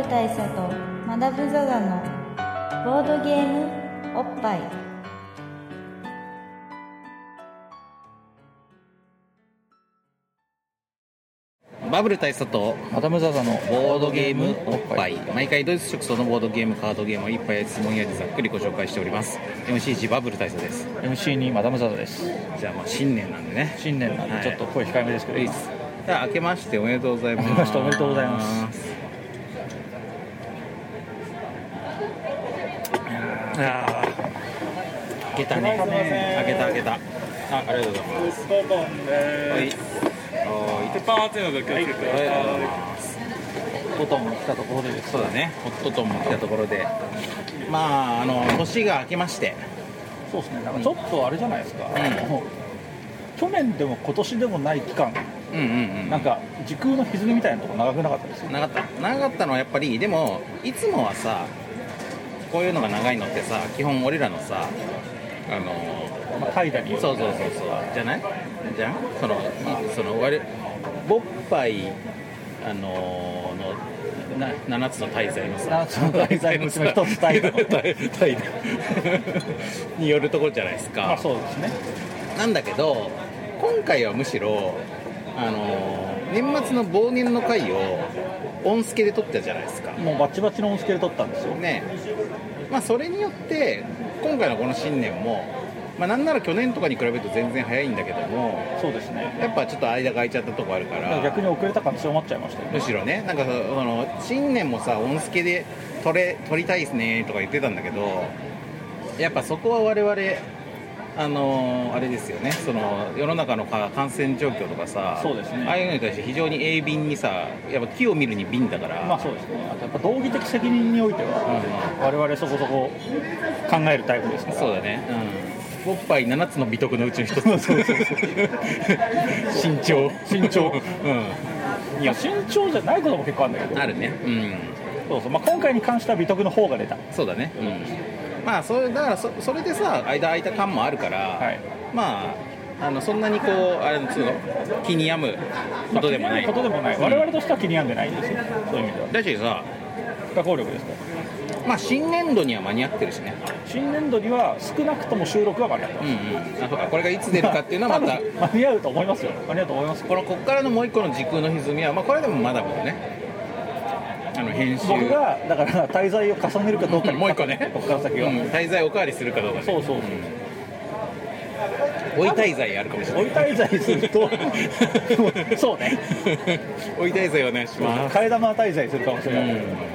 ル大佐とマダム・ザ・ザのボードゲームおっぱい。 バブル大佐とマダム・ザ・ザのボードゲームおっぱい。毎回ドイツ色素のボードゲームカードゲームを一杯や質問やでざっくりご紹介しております。 MC1 バブル大佐です。 MC にマダム・ザ・ザです。 じゃあ新年なんでね、 新年なんでちょっと声控えめですけど、 じゃあ明けましておめでとうございます。 明けましておめでとうございます。 明けたね。明けた。ありがとうございます。はい。 鉄板熱いので気をつけてください。 ホットトンも来たところでです。 そうだね。ホットトンも来たところで、まあ年が明けまして。 そうですね。なんかちょっとあれじゃないですか。去年でも今年でもない期間、なんか時空の歪みみたいなとこ長くなかったですよ。 長かったのはやっぱり、でもいつもはさ、こういうのが長いのってさ、基本俺らのさ、 怠惰に。 そうじゃない？じゃん？そのボッパイの7つの大罪のさ、 7つの大罪のうちの1つ怠惰によるところじゃないですか。 まあそうですね。 なんだけど今回はむしろ年末の忘年の回を音スケで撮ったじゃないですか。 もうバチバチの音スケで撮ったんですよね。まあそれによって今回のこの新年も、まあなんなら去年とかに比べると全然早いんだけども、 そうですね。 やっぱちょっと間が空いちゃったとこあるから、 逆に遅れた感強まっちゃいましたよね。 むしろね、なんか新年もさ音スケで撮りたいですねとか言ってたんだけど、やっぱそこは我々あれですよね、その世の中の感染状況とかさ、 そうですね、 ああいうのに対して非常に鋭敏にさ、やっぱ木を見るに敏だから。 まあそうですね。あとやっぱ道義的責任においては、我々そこそこ考えるタイプですから。 そうだね。ボッパイ7つの美徳のうちの一つ。慎重。 いや慎重じゃないことも結構あるんだけど。 あるね。 そう。まあ今回に関しては美徳の方が出た。 そうだね。まあだからそれでさ、間空いた感もあるから、まあそんなにこうあれの気に病むことでもない。 我々としては気に病んでないんですよ。そういう意味では。 だしさ、 不可抗力ですか。 まあ新年度には間に合ってるしね。 新年度には少なくとも収録は間に合ってます。 これがいつ出るかっていうのはまた間に合うと思いますよ。間に合うと思います。 こっからのもう一個の時空の歪みは、まあこれでもまだね。編集僕がだから滞在を重ねるかどうかにもう一個ね、 ここから先は、 滞在おかわりするかどうか、ね、 そう、 追い滞在あるかもしれない。 追い滞在するとそうね追い滞在お願いします。 替え玉滞在するかもしれない、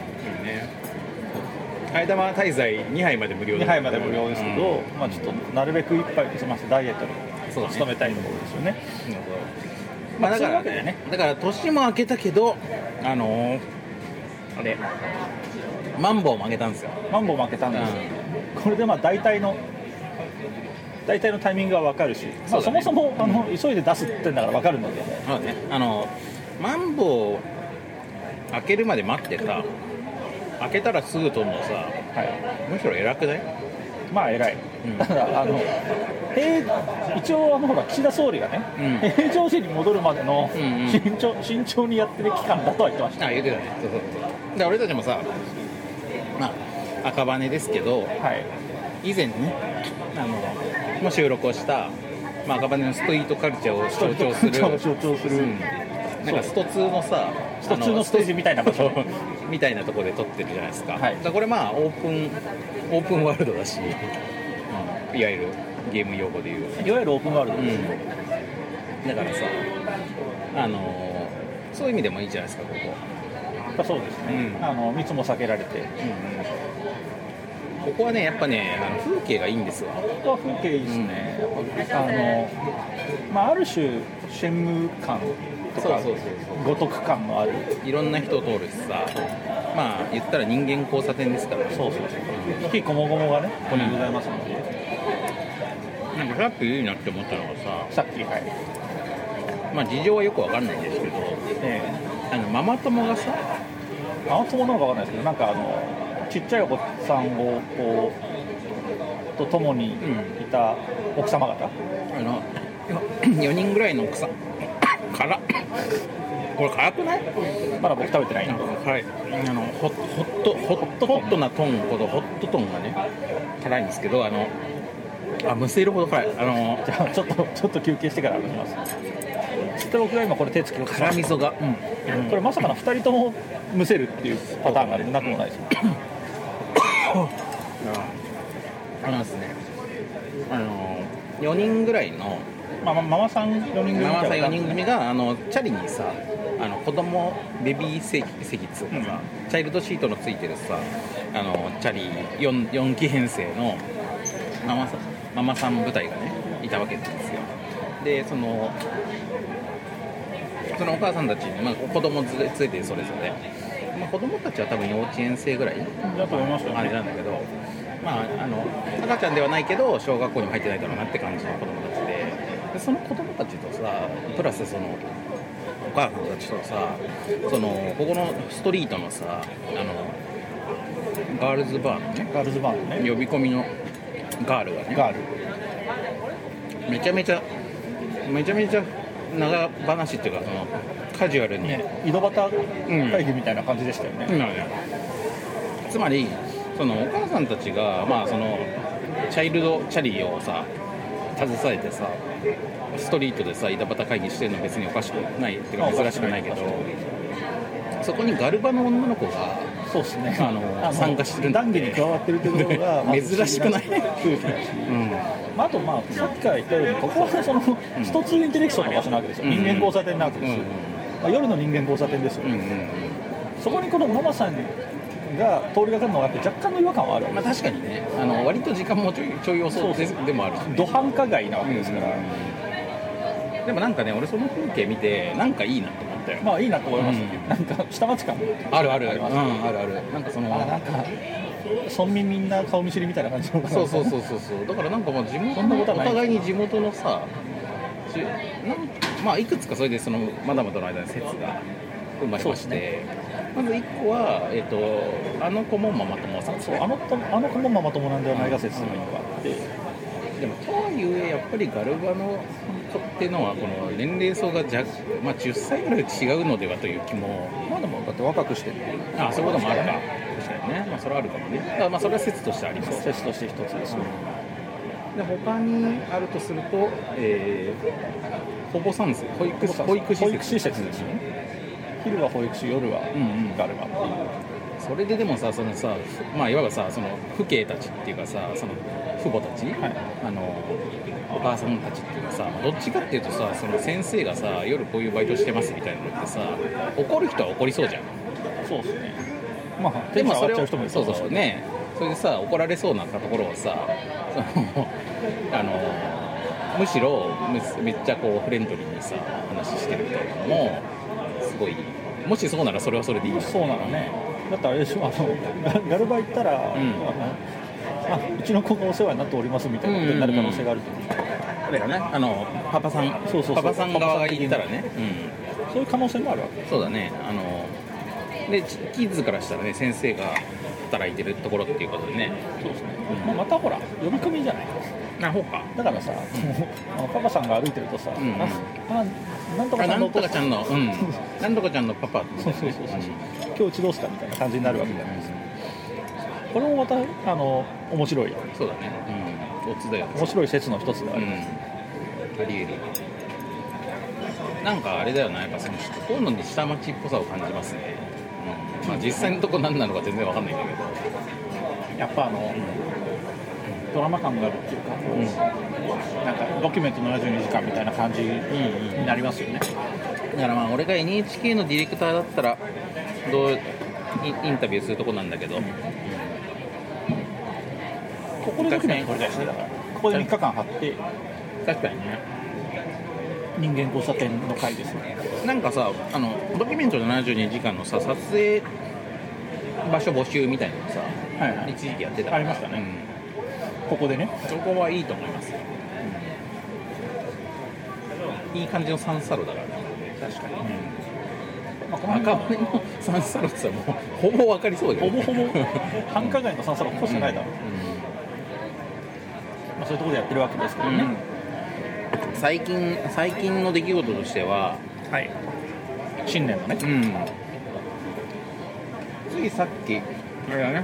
替え玉滞在2杯まで無料 2杯まで無料ですけど、まあちょっとなるべく1杯にしますダイエットに努めたいところですよね。 まあだからね、だから年も明けたけどあれマンボウもあげたんですよ。 マンボウもあげたんですよ、これでまあ大体のタイミングが分かるし、まあ、そもそも急いで出すってんだから分かるので、 そうね、マンボウ開けるまで待ってさ、開けたらすぐ取るのさ、むしろ偉くない？ まあ偉い、だから一応ほら岸田総理がね、平常時に戻るまでの慎重にやってる期間だとは言ってました。 言ってたね。そうで俺たちもさ、まあ赤羽ですけど、以前ねもう収録をした、まあ、赤羽のストリートカルチャーを象徴するなんかスト2のさ、 スト2のステージみたいな場所みたいなところで撮ってるじゃないですか。だからこれまあオープンワールドだし、いわゆるゲーム用語でいういわゆるオープンワールドです、 だからさ、そういう意味でもいいじゃないですか、ここ。 そうですね、密も避けられて、 ここはねやっぱね風景がいいんですわ。 ここは風景いいですね、まあ、ある種シェンム感とかごとく感もある、 いろんな人を通るしさ、まあ言ったら人間交差点ですからね。 引きこもごもがねここにございますので、 なんかさっきいいなって思ったのがさ、まあ事情はよくわかんないんですけど、ママ友がさ、 ママ友なのかわかんないですけど、なんかちっちゃいお子さんをと共にいた奥様方、 4人ぐらいの奥さんからこれ辛くない？ まだ僕食べてないんで。 はい。ホットなトンほどホットトンがね辛いんですけど、むせるほど辛い。 じゃあちょっと休憩してから歩きます。で僕が今これ手つけようと辛味噌が、 これまさかの2人ともむせるっていうパターンがなくもないですよ。 ですね。4人ぐらいのママさん4人組ママさん4人組がチャリにさ子供ベビー席っつうかさ、チャイルドシートのついてるさチャリ 4機編成のママさん部隊がねいたわけなんですよ。でそのお母さんたちに、子供連れてそれぞれ、子供たちは多分幼稚園生ぐらいだと思いますよね。 あれなんだけど、赤ちゃんではないけど小学校にも入ってないだろうなって感じの子供たちで、その子供たちとさプラスお母さんたちとさここのストリートのさガールズバーのね呼び込みのガールがねめちゃめちゃ長話っていうかカジュアルに、 井戸端会議みたいな感じでしたよね。 つまりお母さんたちがチャイルドチャリをさ携えてさストリートでさ井戸端会議してるの別におかしくないっていうか珍しくないけど、そこにガルバの女の子がそうですね参加してる談義に加わってるところが珍しくない？ あとさっきから言ったようにここは一つインテレクションの場所なわけですよ。人間交差点なわけですよ。夜の人間交差点ですよ。そこにこのママさんが通りがかるのが若干の違和感はあるわけです。 確かにね割と時間もちょい遅でもあるし、 ど繁華街なわけですから、 でもなんかね俺その風景見てなんかいいなと思ったよ。 いいなと思います、なんか下町感あるなんかなんか村民みんな顔見知りみたいな感じのそうだからなんか地元のお互いに地元のさいくつかそれでまだまだの間に説が生まれまして、まず1個はあの子もママ友さん、 あの子もママ友なんではないか説が1個あって、 でもとはいえやっぱりガルバの子っていうのはこの年齢層が10歳ぐらい違うのではという気も。 でもだって若くしてるそういうこともあるか、確かにね、それはあるかもね。だからそれは説としてあります。 説として一つですよ、 で他にあるとすると、保護産生保育施設ですよね。 昼は保育士、夜はガルバっていう、 それででもさいわばさ父兄たちっていうかさ父母たち、お母さんたちっていうかさどっちかっていうとさ先生がさ夜こういうバイトしてますみたいなのってさ怒る人は怒りそうじゃん。 そうですね。 でもそれをそうね、それでさ怒られそうなところをさむしろめっちゃフレンドリーにさ話してるみたいなのもすごい、もしそうならそれはそれでいい。 そうなのね。だってあれでしょ、ガルバ行ったら、うちの子がお世話になっておりますみたいなことになる可能性があると思う。 あれだね、パパさんパパさん側が言ったらね、 そういう可能性もあるわけ。 そうだね。でキッズからしたらね先生が働いてるところっていうことでね。 そうですね。またほら呼び込みじゃない。 ほうか。 だからさ、パパさんが歩いてるとさ、なんとかちゃんのなんとかちゃんのパパ、 そう今日うちどうすかみたいな感じになるわけじゃないですか。これもまた面白い。 そうだね。オツだよ。 面白い説の一つがあります。 あり得る。なんかあれだよな、やっぱこういうのに下町っぽさを感じますね。実際のとこ何なのか全然わかんないんだけど、 やっぱドラマ感があるっていうか、なんかドキュメント72時間みたいな感じになりますよね。 だから俺が NHK のディレクターだったらどうインタビューするとこなんだけど、 ここでドキュメント撮りたいですね。だからここで3日間張って確かにね、 人間交差点の回ですね。 なんかさドキュメント72時間のさ撮影場所募集みたいなのさ、一時期やってたありましたね、ここでね。 そこはいいと思います、いい感じのサンサロだからね。 確かに、 赤羽のサンサロってさもうほぼ分かりそうだけど、 ほぼ繁華街のサンサロここしかないだろう、そういうところでやってるわけですけどね、 最近の出来事としては、 新年のね、 ついさっきあれだね、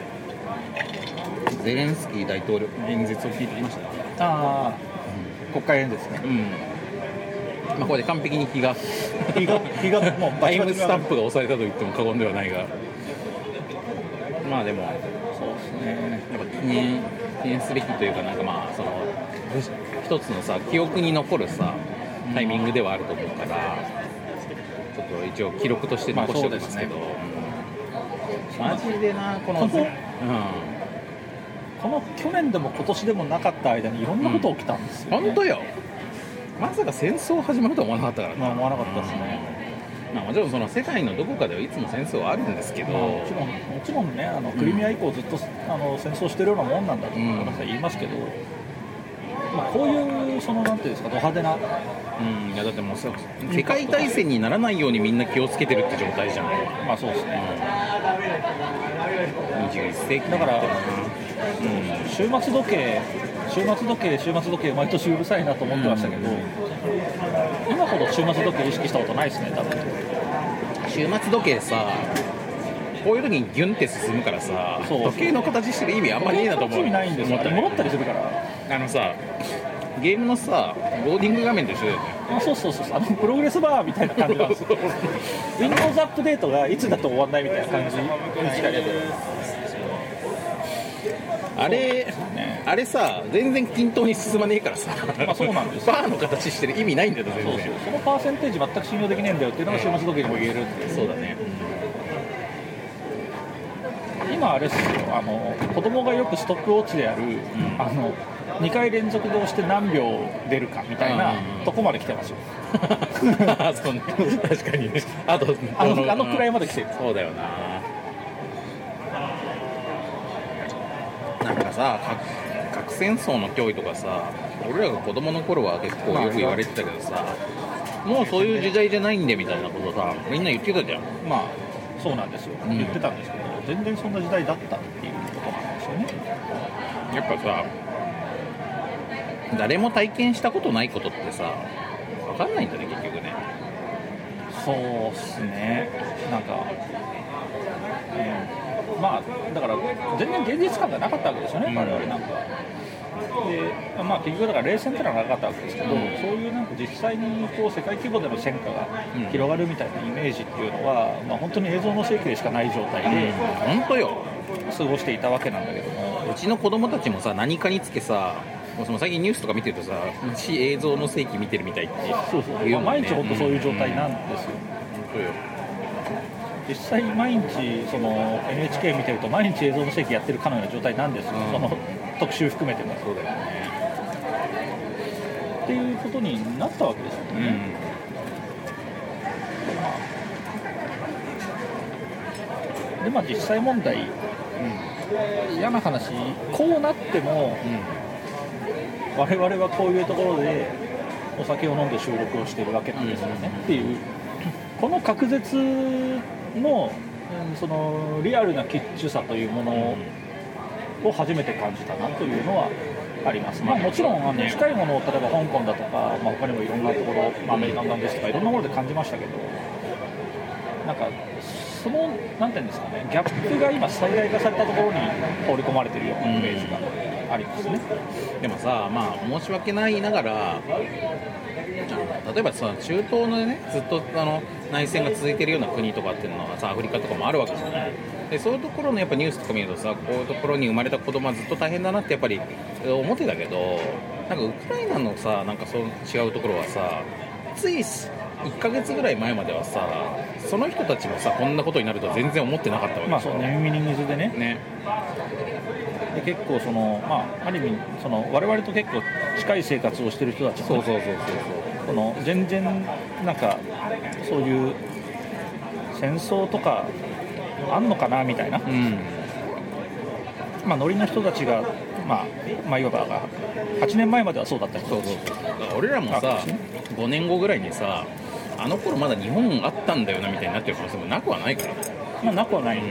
ゼレンスキー大統領の演説を聞いてきましたね。 国会演説ね。 ここで完璧に日がもうタイムスタンプが押されたと言っても過言ではないが、まあでもそうですね、 やっぱ記念すべきというか、なんかまあその一つのさ記憶に残るさタイミングではあると思うから、ちょっと一応記録として残しておきますけど、マジでなこの去年でも今年でもなかった間にいろんなこと起きたんですよね。 本当よ。まさか戦争始まるとは思わなかったからね。 思わなかったですね。 もちろんその世界のどこかではいつも戦争はあるんですけど、 もちろんね、クリミア以降ずっと戦争してるようなもんなんだと私は言いますけど、こういうそのなんていうんですか、ド派手な、 いやだってもう世界大戦にならないようにみんな気をつけてるって状態じゃん。 そうですね。 21世紀だから、週末時計毎年うるさいなと思ってましたけど、今ほど週末時計意識したことないですね、多分。 週末時計さ、こういう時にギュンって進むからさ、時計の形してる意味あんまりねえなと思う。 意味ないんですよ、戻ったりするから。 さ、ゲームのさ、ローディング画面と一緒だよね。 そうプログレスバーみたいな感じなんですよ。Windows アップデートがいつだと終わんないみたいな感じに近いです。 あれさ、全然均等に進まねえからさ、 そうなんですバーの形してる意味ないんだよ、全然。 そのパーセンテージ全く信用できねえんだよっていうのが週末時計にも言えるっていう。 そうだね。 今あれですよ、子供がよくストップウォッチでやる、2回連続で押して何秒出るかみたいなとこまで来てますよ。 そうね、確かにね。あのくらいまで来てる。 そうだよな。なんかさ、核戦争の脅威とかさ、俺らが子供の頃は結構よく言われてたけどさ、もうそういう時代じゃないんでみたいなことさ、みんな言ってたじゃん。 そうなんですよ、言ってたんですけど、全然そんな時代だったっていうことなんですよね。 やっぱさ、誰も体験したことないことってさ、分かんないんだね、結局ね。 そうっすね、なんか、だから全然現実感がなかったわけですよね、我々なんか。で、結局だから冷戦ってのはなかったわけですけど、そういうなんか実際にこう世界規模での戦火が広がるみたいなイメージっていうのは、本当に映像の世紀でしかない状態で、 本当よ、過ごしていたわけなんだけども、 うちの子供たちもさ、何かにつけさ、もうその最近ニュースとか見てるとさ、映像の世紀見てるみたいっていう、 毎日本当そういう状態なんですよ。 本当よ。 実際毎日その NHK 見てると毎日映像の世紀やってるかのような状態なんですよ、その特集含めても。 そうだよね。 っていうことになったわけですよね。で実際問題、嫌な話、こうなっても、我々はこういうところでお酒を飲んで収録をしてるわけなんですよね、っていうこの隔絶の、そのリアルなキッチュさというものを初めて感じたなというのはあります。もちろん近いものを例えば香港だとか、他にもいろんなところ、アメリカンですとかいろんなもので感じましたけど、なんかそのなんていうんですかね、ギャップが今最大化されたところに放り込まれているようなイメージがありますね。 でもさ、申し訳ないながら、例えばさ、中東のね、ずっと内戦が続いているような国とかっていうのはさ、アフリカとかもあるわけじゃない。でそういうところのやっぱニュースとか見るとさ、こういうところに生まれた子供はずっと大変だなってやっぱり思ってたけど、なんかウクライナのさ、なんかそう違うところはさ、つい1ヶ月ぐらい前まではさ、その人たちもさ、こんなことになるとは全然思ってなかったわけですよ。 そうね、耳に水でね。で結構その、ある意味その我々と結構近い生活をしている人たちも、この全然なんかそういう戦争とかあんのかなみたいな、ノリの人たちがいわば8年前まではそうだったりとか、 俺らもさ5年後ぐらいにさ、あの頃まだ日本あったんだよなみたいになってる可能性もなくはないから、 なくはない、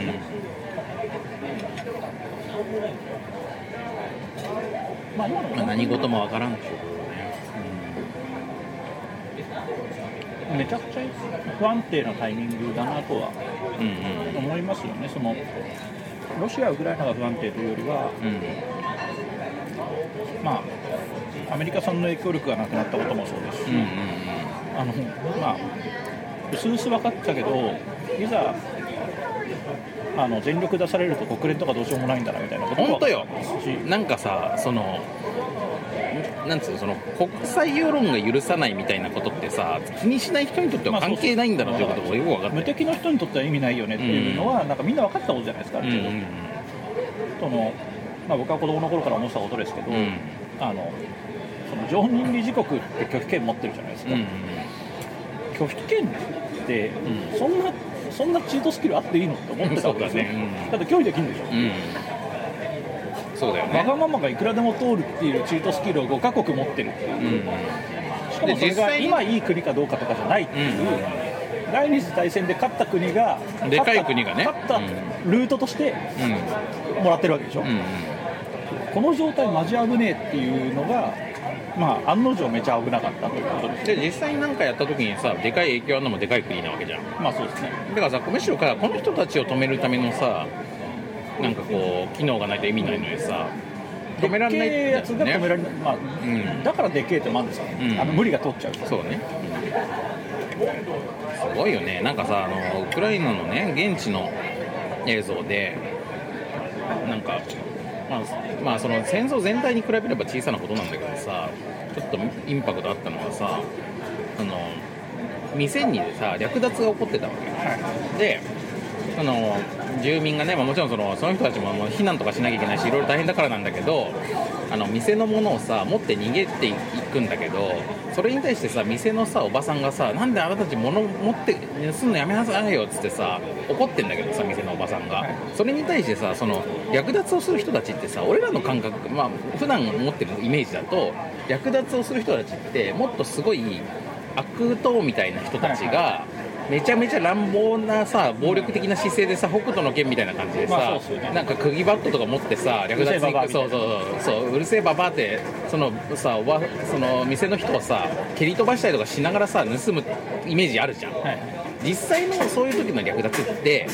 何事もわからんでしょうけどね。 めちゃくちゃ不安定なタイミングだなとは思いますよね。そのロシア、ウクライナが不安定というよりは、まあ、アメリカ産の影響力がなくなったこともそうですし、まあ、薄々分かったけど、いざ全力出されると国連とかどうしようもないんだなみたいなことも本当よ。なんかさ、なんつうの、その国際世論が許さないみたいなことってさ、気にしない人にとっては関係ないんだなということもよく分かって、 無敵の人にとっては意味ないよねっていうのは、なんかみんな分かったことじゃないですか、僕は子供の頃から思ってたことですけど、その常任理事国って拒否権持ってるじゃないですか、拒否権ってそんなチートスキルあっていいのって思ってたわけですよ、だって拒否できるんでしょ、 そうだよね。 わがままがいくらでも通るっていうチートスキルを5カ国持ってるっていう、しかもそれが今いい国かどうかとかじゃないっていう、第二次大戦で勝った国がでかい国がね勝ったルートとしてもらってるわけでしょ、この状態マジ危ねえっていうのが、案の定めちゃ危なかったということです。 で実際なんかやった時にさ、でかい影響あるのもでかい国なわけじゃん。 そうですね。 だからさ、むしろこの人たちを止めるためのさ、なんかこう機能がないと意味ないのにさ、止められないってやつが止められない、だからでけえってもあるんですよね、無理が通っちゃう。 そうね、すごいよね。なんかさ、ウクライナのね現地の映像でなんかその戦争全体に比べれば小さなことなんだけどさ、ちょっとインパクトあったのはさ、店にさ略奪が起こってたわけ、で住民がね、もちろんその人たちも避難とかしなきゃいけないし、いろいろ大変だからなんだけど、店のものをさ持って逃げていくんだけど、それに対してさ、店のさおばさんがさ、なんであなたたち物持って盗むのやめなさいよっつってさ怒ってんだけどさ、店のおばさんが、それに対してさ、その略奪をする人たちってさ、俺らの感覚、普段持ってるイメージだと、略奪をする人たちってもっとすごい悪党みたいな人たちが、めちゃめちゃ乱暴なさ、暴力的な姿勢でさ、北斗の拳みたいな感じでさ、なんか釘バットとか持ってさ、略奪に行く、うるせえババアってその店の人をさ蹴り飛ばしたりとかしながらさ盗むイメージあるじゃん、実際のそういう時の略奪って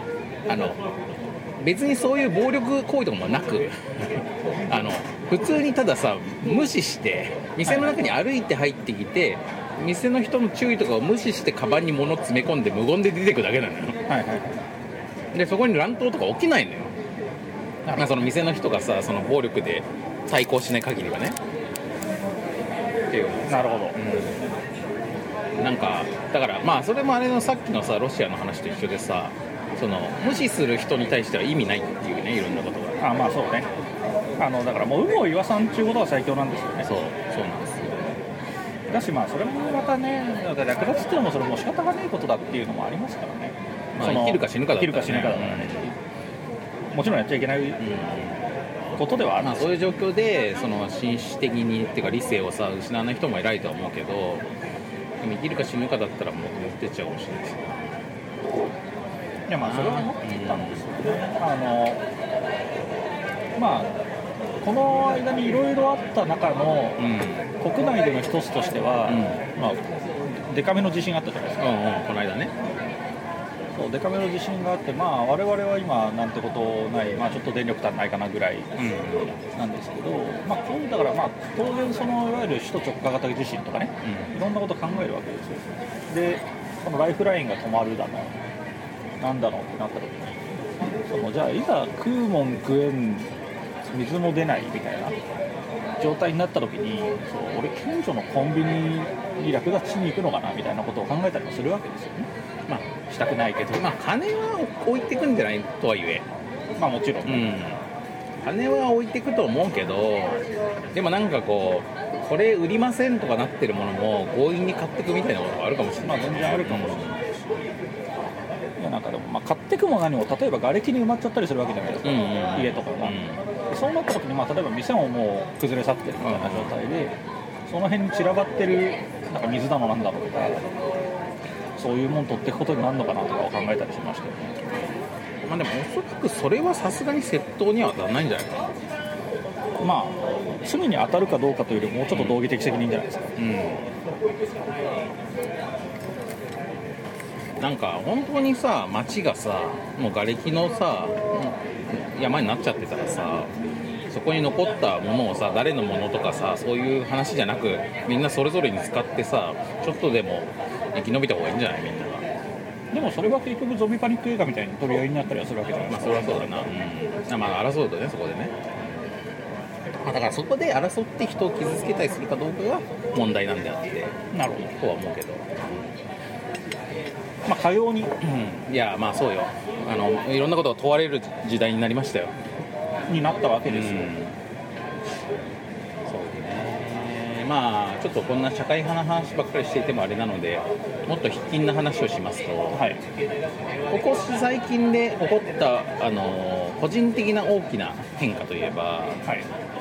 別にそういう暴力行為とかもなく普通にたださ無視して店の中に歩いて入ってきて、店の人の注意とかを無視してカバンに物を詰め込んで無言で出てくだけなのよ、でそこに乱闘とか起きないのよ、その店の人がさその暴力で対抗しない限りはねっていう。 なるほど、 なんかだからそれもあれのさっきのさロシアの話と一緒でさ、その無視する人に対しては意味ないっていうね、いろんなことが。 そうね。だからもう有無を言わさんっていうことが最強なんですよね。 そうなんですよ。 だしそれもまたね、略奪っていうのもそれも仕方がないことだっていうのもありますからね。 生きるか死ぬかだったらね。 もちろんやっちゃいけないことではあるんですそういう状況でその紳士的にっていうか理性をさ失わない人も偉いとは思うけど、でも生きるか死ぬかだったらもう持ってっちゃうかもしれないですよ。 いやそれは思ってたんですよね。この間にいろいろあった中の、国内での一つとしては、デカめの地震があったじゃないですか、 この間ね。 そうデカめの地震があって、我々は今なんてことない、ちょっと電力足んないかなぐらいなんですけど、こういうだから当然そのいわゆる首都直下型地震とかね、いろんなこと考えるわけですよ。でこのライフラインが止まるだのなんだろうってなった時に、じゃあいざ食うもん食えん水も出ないみたいな状態になった時に、俺近所のコンビニに略奪しに行くのかなみたいなことを考えたりもするわけですよね。したくないけど、 金は置いてくんじゃないとはいえ、 もちろん、 金は置いてくと思うけど、でもなんかこれ売りませんとかなってるものも強引に買ってくみたいなことがあるかもしれない。 全然あるかもしれないし、いやなんかでも買ってくも何も例えば瓦礫に埋まっちゃったりするわけじゃないですか、家とかが、そうなった時に例えば店ももう崩れ去ってるみたいな状態で、その辺に散らばってるなんか水だのなんだろうとか、そういうもん取っていくことになるのかなとかを考えたりしましたよね。 でもおそらくそれはさすがに窃盗には当たらないんじゃないかな。 まあ罪に当たるかどうかというよりもうちょっと道義的責任じゃないですか。 なんか本当にさ、街がさもう瓦礫のさ山になっちゃってたらさ、そこに残ったものをさ、誰のものとかさ、そういう話じゃなく、みんなそれぞれに使ってさ、ちょっとでも生き延びた方がいいんじゃない、みんなが。 でもそれは結局ゾンビパニック映画みたいに取り合いになったりはするわけじゃないですか。 まあそれはそうだな、まあ争うとね、そこでね、まあ、だからそこで争って人を傷つけたりするかどうかが問題なんであって、 なるほどとは思うけど、 まあかように、 いやまあそうよ、いろんなことが問われる時代になりましたよ。 になったわけですよ。 そうね。まあちょっとこんな社会派な話ばっかりしていてもあれなので、もっと卑近な話をしますと、 はい、 ここ最近で起こった個人的な大きな変化といえば、 はい、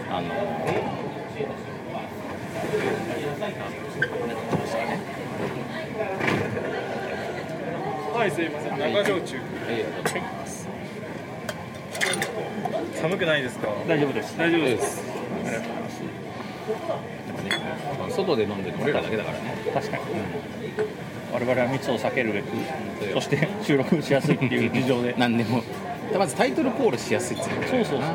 はい、すいません、長焼酎。寒くないですか？ 大丈夫です。 大丈夫です。 ありがとうございます。 外で飲んでるの俺らだけだからね。 確かに、我々は密を避けるべく、そして収録しやすいっていう事情で何でもまずタイトルコールしやすいっていう。 そうま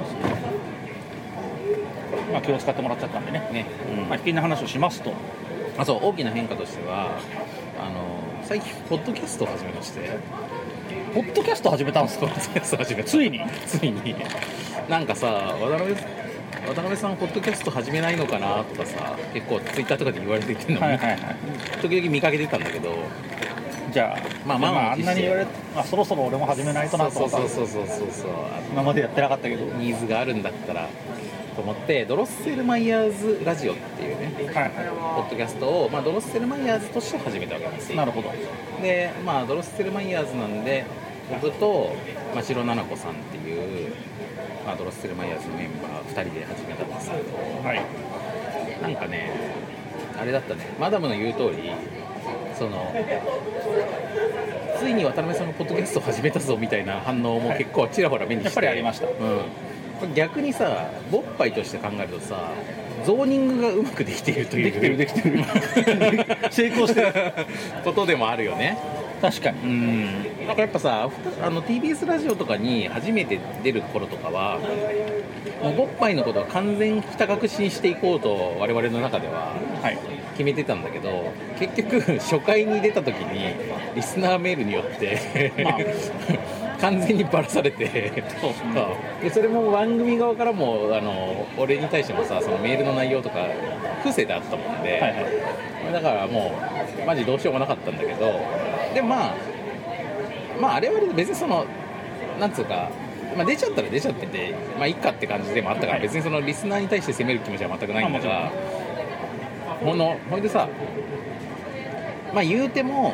あ気を使ってもらっちゃったんでね、まあ、卑近な話をしますと、 そう大きな変化としては最近ポッドキャストを始めまして。 ポッドキャスト始めたんですか？ついになんかさ、渡辺さんポッドキャスト始めないのかなとかさ、結構ツイッターとかで言われてきてるのを、時々見かけてたんだけど、 じゃああんなに言われて、そろそろ俺も始めないとなと思った。そう今までやってなかったけどニーズがあるんだったらと思って、ドロッセルマイヤーズラジオっていうね、ポッドキャストを、ドロッセルマイヤーズとして始めたわけですよ。 なるほど。 で、ドロッセルマイヤーズなんで、僕と白菜々子さんっていう、ドロッセルマイヤーズのメンバー2人で始めたんですけど、なんかね、あれだったね、マダムの言う通り、ついに渡辺さんのポッドキャストを始めたぞみたいな反応も結構ちらほら目にして、 やっぱりありました。 逆にさ、ボッパイとして考えるとさ、ゾーニングがうまくできているというできてる成功してることでもあるよね。 確かに。 なんかやっぱさ、TBS ラジオとかに初めて出る頃とかは、もうボッパイのことは完全ひた隠しにしていこうと我々の中では決めてたんだけど、結局初回に出た時にリスナーメールによって完全にバラされて、でそれも番組側からも俺に対してもさ、そのメールの内容とか不正であったもんで、だからもうマジどうしようもなかったんだけど、でもあれは別になんつうか、出ちゃったら出ちゃってて、いっかって感じでもあったから、別にそのリスナーに対して責める気持ちは全くないんだが、ほんでさ、言うても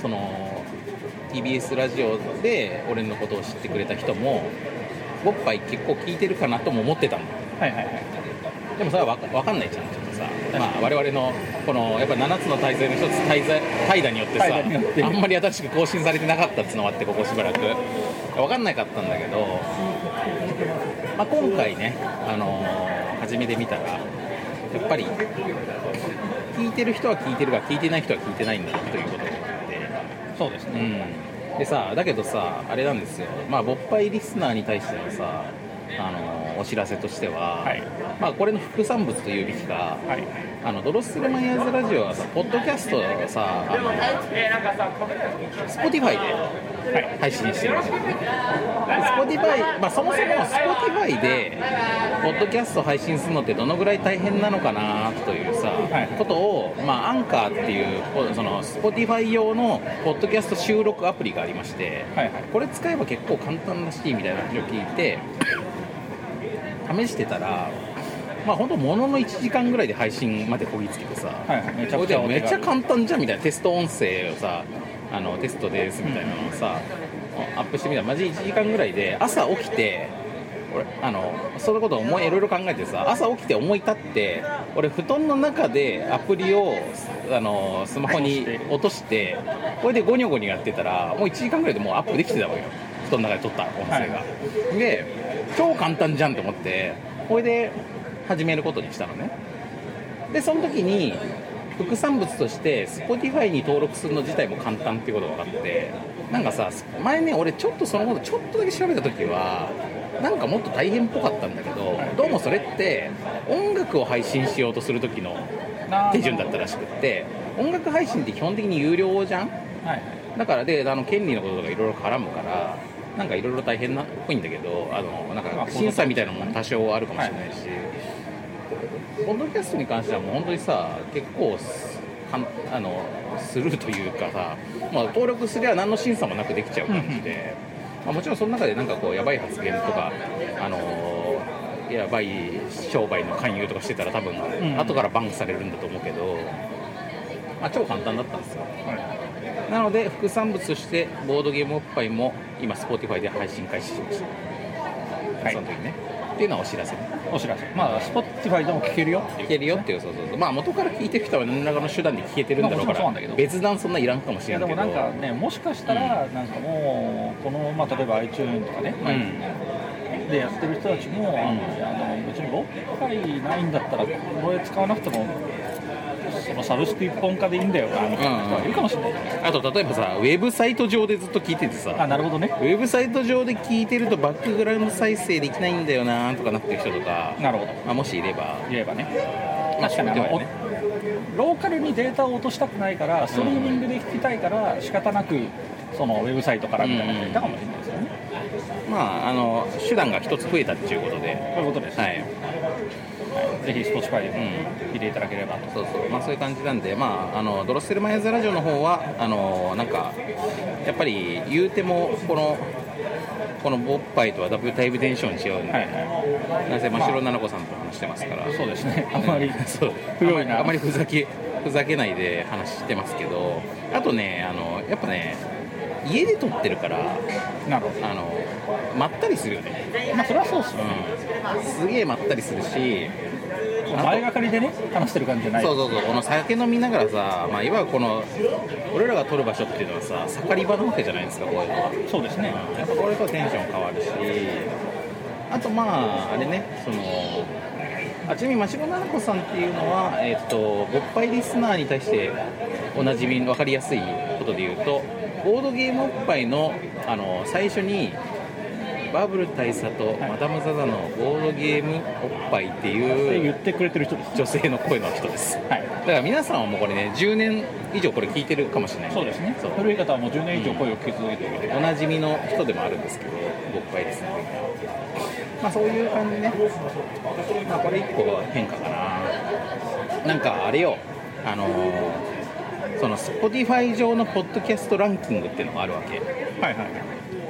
TBS ラジオで俺のことを知ってくれた人もボッパイ結構聞いてるかなとも思ってたの。でもそれは分かんないじゃん、ちょっとさ、我々のこのやっぱ7つの大罪の一つ怠惰によってさ、あんまり新しく更新されてなかったっていうのがあって、ここしばらく分かんなかったんだけど、今回ね、始めてみたらやっぱり聞いてる人は聞いてるが聞いてない人は聞いてないんだということがあって。 そうですね。 でさ、だけどさ、あれなんですよ、ボッパイリスナーに対してのさ、お知らせとしては、これの副産物というべきか、ドロッセルマイヤーズラジオはさ、ポッドキャストをさ、Spotify で配信してるんですよね。Spotify、そもそも Spotify でポッドキャスト配信するのってどのぐらい大変なのかなというさ、ことを、アンカーっていうその Spotify 用のポッドキャスト収録アプリがありまして、これ使えば結構簡単だしみたいな話を聞いて試してたら、本当ものの1時間ぐらいで配信までこぎつけてさ、めちゃ簡単じゃんみたいな、テスト音声をさ、テストですみたいなのをさ、アップしてみたらマジ1時間ぐらいで、朝起きて俺そのことをいろいろ考えてさ、朝起きて思い立って、俺布団の中でアプリをスマホに落として、これでゴニョゴニョやってたら、もう1時間ぐらいでもうアップできてたわよ、布団の中で撮った音声が、で超簡単じゃんと思って、これで始めることにしたのね。でその時に副産物として Spotify に登録するの自体も簡単っていうことが分かって、なんかさ前ね俺ちょっとそのことちょっとだけ調べた時はなんかもっと大変っぽかったんだけど、どうもそれって音楽を配信しようとする時の手順だったらしくって、音楽配信って基本的に有料じゃん、はい、だからで権利のこととかいろいろ絡むからなんかいろいろ大変なっぽいんだけど、なんか審査みたいなのも多少あるかもしれないし、ポッドキャストに関してはもう本当にさ結構スルーというかさ、まあ、登録すれば何の審査もなくできちゃう感じで、まあ、もちろんその中でなんかこうやばい発言とかやばい商売の勧誘とかしてたら多分後からバンされるんだと思うけど、まあ、超簡単だったんですよ、はい、なので副産物としてボードゲームおっぱいも今 Spotify で配信開始しました、はい、その時ねっていうのはお知らせね。 お知らせ。まあ Spotify でも聞けるよっていう、ね、 聞けるよっていう、そうまあ元から聞いてる人は何らかの手段で聞けてるんだろうから、別段そんないらんかもしれないけど、 でもなんかね、もしかしたらなんかもうこのまあ例えば iTunes とかね、でやってる人たちも、別におっぱいないんだったらこれ使わなくてもそのサブスク一本化でいいんだよなみたいな人はいるかもしれない、 あと例えばさウェブサイト上でずっと聞いててさ、 なるほどね、 ウェブサイト上で聞いてるとバックグラウンド再生できないんだよなとかなってる人とか、 なるほど、 まあ、もしいればね、確かにローカルにデータを落としたくないからストリーミングで聞きたいから仕方なくそのウェブサイトからみたいな人いたかもしれないですよね、 まあ手段が一つ増えたっていうことで、 そういうことです、はい、ぜひ Spotify でも聞いていただければと、 まあ、そういう感じなんで、まあ、ドロッセルマイヤーズラジオの方はなんかやっぱり言うてもこのボッパイとはダブルタイプテンション違うんで、なぜ真白菜々子さんと話してますから、 そうですね、あまりあまりふざけないで話してますけど、あとねやっぱね家で撮ってるからまったりするよね。 まあそれはそうっすよね、 すげえまったりするし、 前がかりでね話してる感じじゃない。 そうこの酒飲みながらさ、まあ、いわゆるこの俺らが撮る場所っていうのはさ盛り場なわけじゃないですか、こういうのは。そうですね、やっぱこれとテンション変わるし、あとまああれねちなみに真白菜々子さんっていうのはボッパイリスナーに対しておなじみ分かりやすいことで言うと、ボードゲームおっぱいの最初にバブル大佐とマダム・ザ・ザのボードゲームおっぱいっていう言ってくれてる人です、 女性の声の人です、はい、だから皆さんはもうこれね10年以上これ聞いてるかもしれないんで、 そうですね、古い方はもう10年以上声を聞き続けている、 おなじみの人でもあるんですけど、おっぱいですね、まあそういう感じね、まあこれ1個変化かな。なんかあれよその Spotify 上のポッドキャストランキングっていうのがあるわけ、はいはい、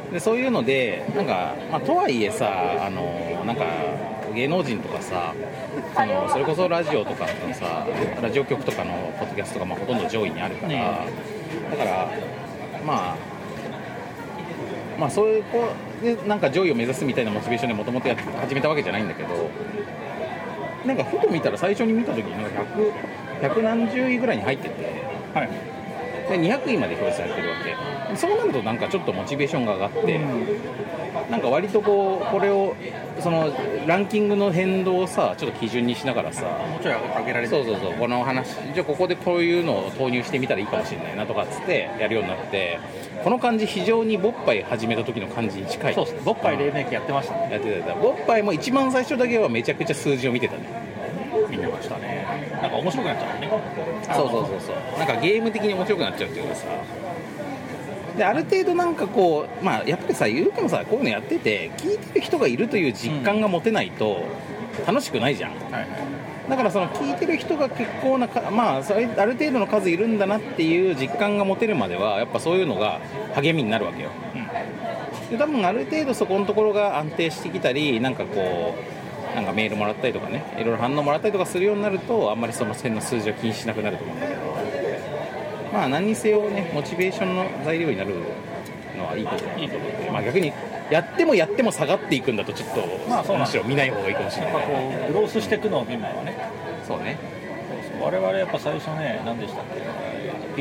でそういうのでなんか、まあ、とはいえさなんか芸能人とかさそれこそラジオとかのさラジオ局とかのポッドキャストがまあほとんど上位にあるから、だからまあそういうこうでなんか上位を目指すみたいなモチベーションでもともと始めたわけじゃないんだけど、なんかふと見たら最初に見た時になんか100何十位ぐらいに入ってて、はい、で200位まで表示されてるわけ。そうなるとなんかちょっとモチベーションが上がって、なんか割とこれをそのランキングの変動をさちょっと基準にしながらさ、 もうちょい上げられて、 そうこの話じゃあここでこういうのを投入してみたらいいかもしれないなとかっつってやるようになって、この感じ非常にボッパイ始めた時の感じに近い。 そうですね、ボッパイ黎明期やってましたね。 やってた。ボッパイも一番最初だけはめちゃくちゃ数字を見てたね。 見てましたね。なんか面白くなっちゃうね。 そうなんかゲーム的に面白くなっちゃうっていうかさ、である程度なんかこうまあやっぱりさ言うてもさこういうのやってて聞いてる人がいるという実感が持てないと楽しくないじゃん、だからその聞いてる人が結構なまあそれある程度の数いるんだなっていう実感が持てるまではやっぱそういうのが励みになるわけよ、で多分ある程度そこのところが安定してきたりなんかこうなんかメールもらったりとかねいろいろ反応もらったりとかするようになるとあんまりその辺の数字は気にしなくなると思うんだけど、まあ何にせよねモチベーションの材料になるのはいいことで、まあ逆にやっても下がっていくんだとちょっと、むしろ見ない方がいいかもしれない。 やっぱこうグロースしていくのを見るのはね。 そうね。 我々やっぱ最初ね何でしたっけ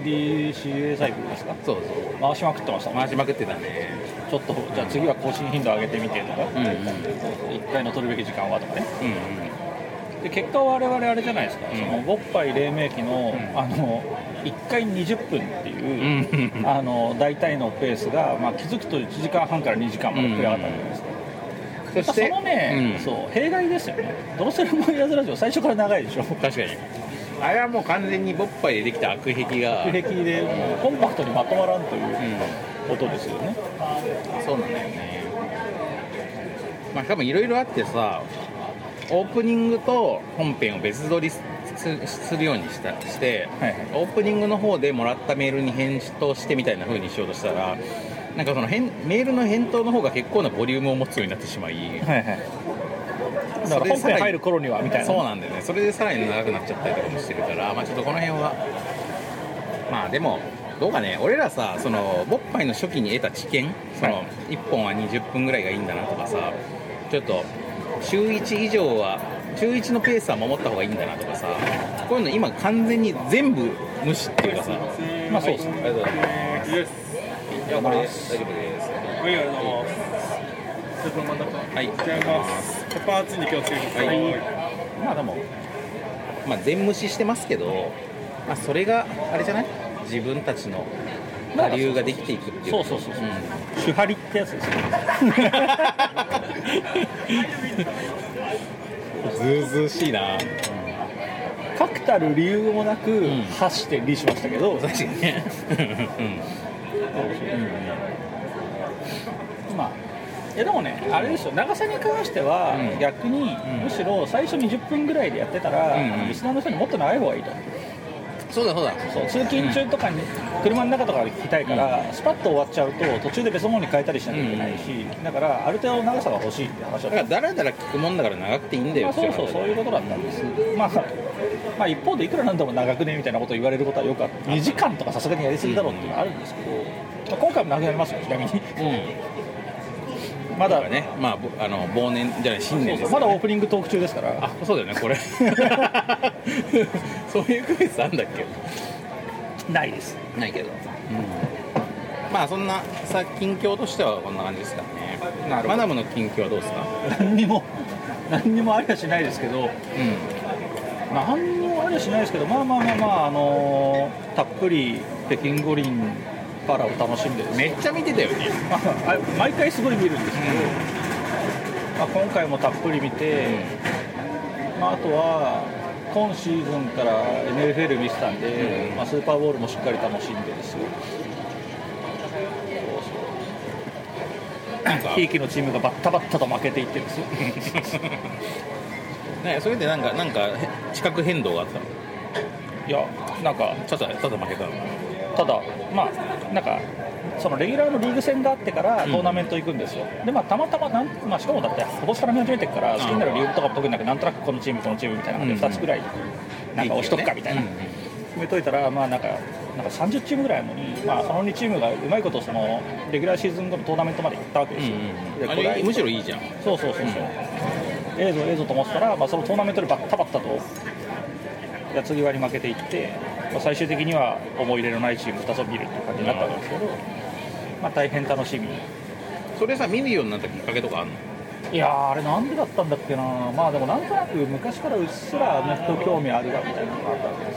PDCA サイクルですか。 そう回しまくってましたもんね。 回しまくってたね。 ちょっとじゃあ次は更新頻度上げてみてとか、1回の取るべき時間はとかね、 で結果は我々あれじゃないですか、そのボッパイ黎明期の、1回20分っていう、大体のペースが、気づくと1時間半から2時間まで膨れ上がったんじゃないですか。そしてそのね、そう弊害ですよね。ドロセルマイヤーズラジオ最初から長いでしょ。 確かにあれはもう完全にボッパイでできた悪癖でもうコンパクトにまとまらんということですよね。 そうなんだよね。しかもいろいろあってさ、オープニングと本編を別撮りするようにして、オープニングの方でもらったメールに返答してみたいな風にしようとしたら、なんかそのメールの返答の方が結構なボリュームを持つようになってしまい、 だから本編入る頃にはみたいな。 そうなんだよね。それでさらに長くなっちゃったりとかもしてるから、ちょっとこの辺はでもどうかね。俺らさ、そのボッパイの初期に得た知見、その1本は20分ぐらいがいいんだなとかさ、ちょっと週1以上は週1のペースは守った方がいいんだなとかさ、こういうの今完全に全部無視っていうかさ、 そうですね。 ありがとうございます。いやこれ大丈夫です。 はい、ありがとうございます。ちょっと真ん中。 はい。 いただきます。ペッパー熱いんで気をつけてください。 でも全無視してますけど、それがあれじゃない？自分たちの我流ができていくっていう。 そう。手張りってやつですよね。 ずうずうしいな。 確たる理由もなく発してリしましたけど、 確かにね。 でもね、あれですよ、長さに関しては、逆に、むしろ最初20分ぐらいでやってたら、リスナーの人にもっと長い方がいいと。 そうだ通勤中とかに、車の中とかで聞きたいから、スパッと終わっちゃうと途中で別のものに変えたりしなきゃいけないし、だからある程度長さが欲しいって話だった。 だからだらだら聞くもんだから長くていいんだよ。 そういうことだったんです。一方でいくらなんでも長くねみたいなことを言われることはよくあって、2時間とかさすがにやりすぎだろうっていうのはあるんですけど、今回も長くなりますよ、ちなみに。まだね、忘年じゃない新年です、ね、 まだオープニングトーク中ですから。 そうだよね、これ。そういう区別あんだっけ？ ないです。 ないけど。そんな近況としてはこんな感じですかね。マダムの近況はどうですか？ 何にもありはしないですけど、何にもありはしないですけど、たっぷり北京五輪パラを楽しんでる。 めっちゃ見てたよね。 毎回すごい見るんですけど、今回もたっぷり見て、あとは今シーズンから NFL 見てたんで、スーパーボウルもしっかり楽しんでですよ。ひいきのチームがバッタバッタと負けていってるんですよ。 それでなんか地殻変動があったの？ いや、ただ負けたの？ ただそのレギュラーのリーグ戦があってからトーナメント行くんですよ。でたまたましかもだって今年から見始めてるから好きになる理由とかも特になく、なんとなくこのチームみたいなので2つくらい押しとくかみたいな決めといたら、30チームぐらいあるのに、その2チームがうまいことそのレギュラーシーズン後のトーナメントまで行ったわけですよ。 あれむしろいいじゃん。 そう。ええぞと思ってたら、そのトーナメントでバッタバッタと矢継ぎ早に負けていって、最終的には思い入れのないチーム2つを見るっていう感じになったんですけど、大変楽しみ。 それ見るようになったきっかけとかあるの？ いやー、あれなんでだったんだっけな。でもなんとなく昔からうっすらアメフト興味あるわみたいなのがあったわけです。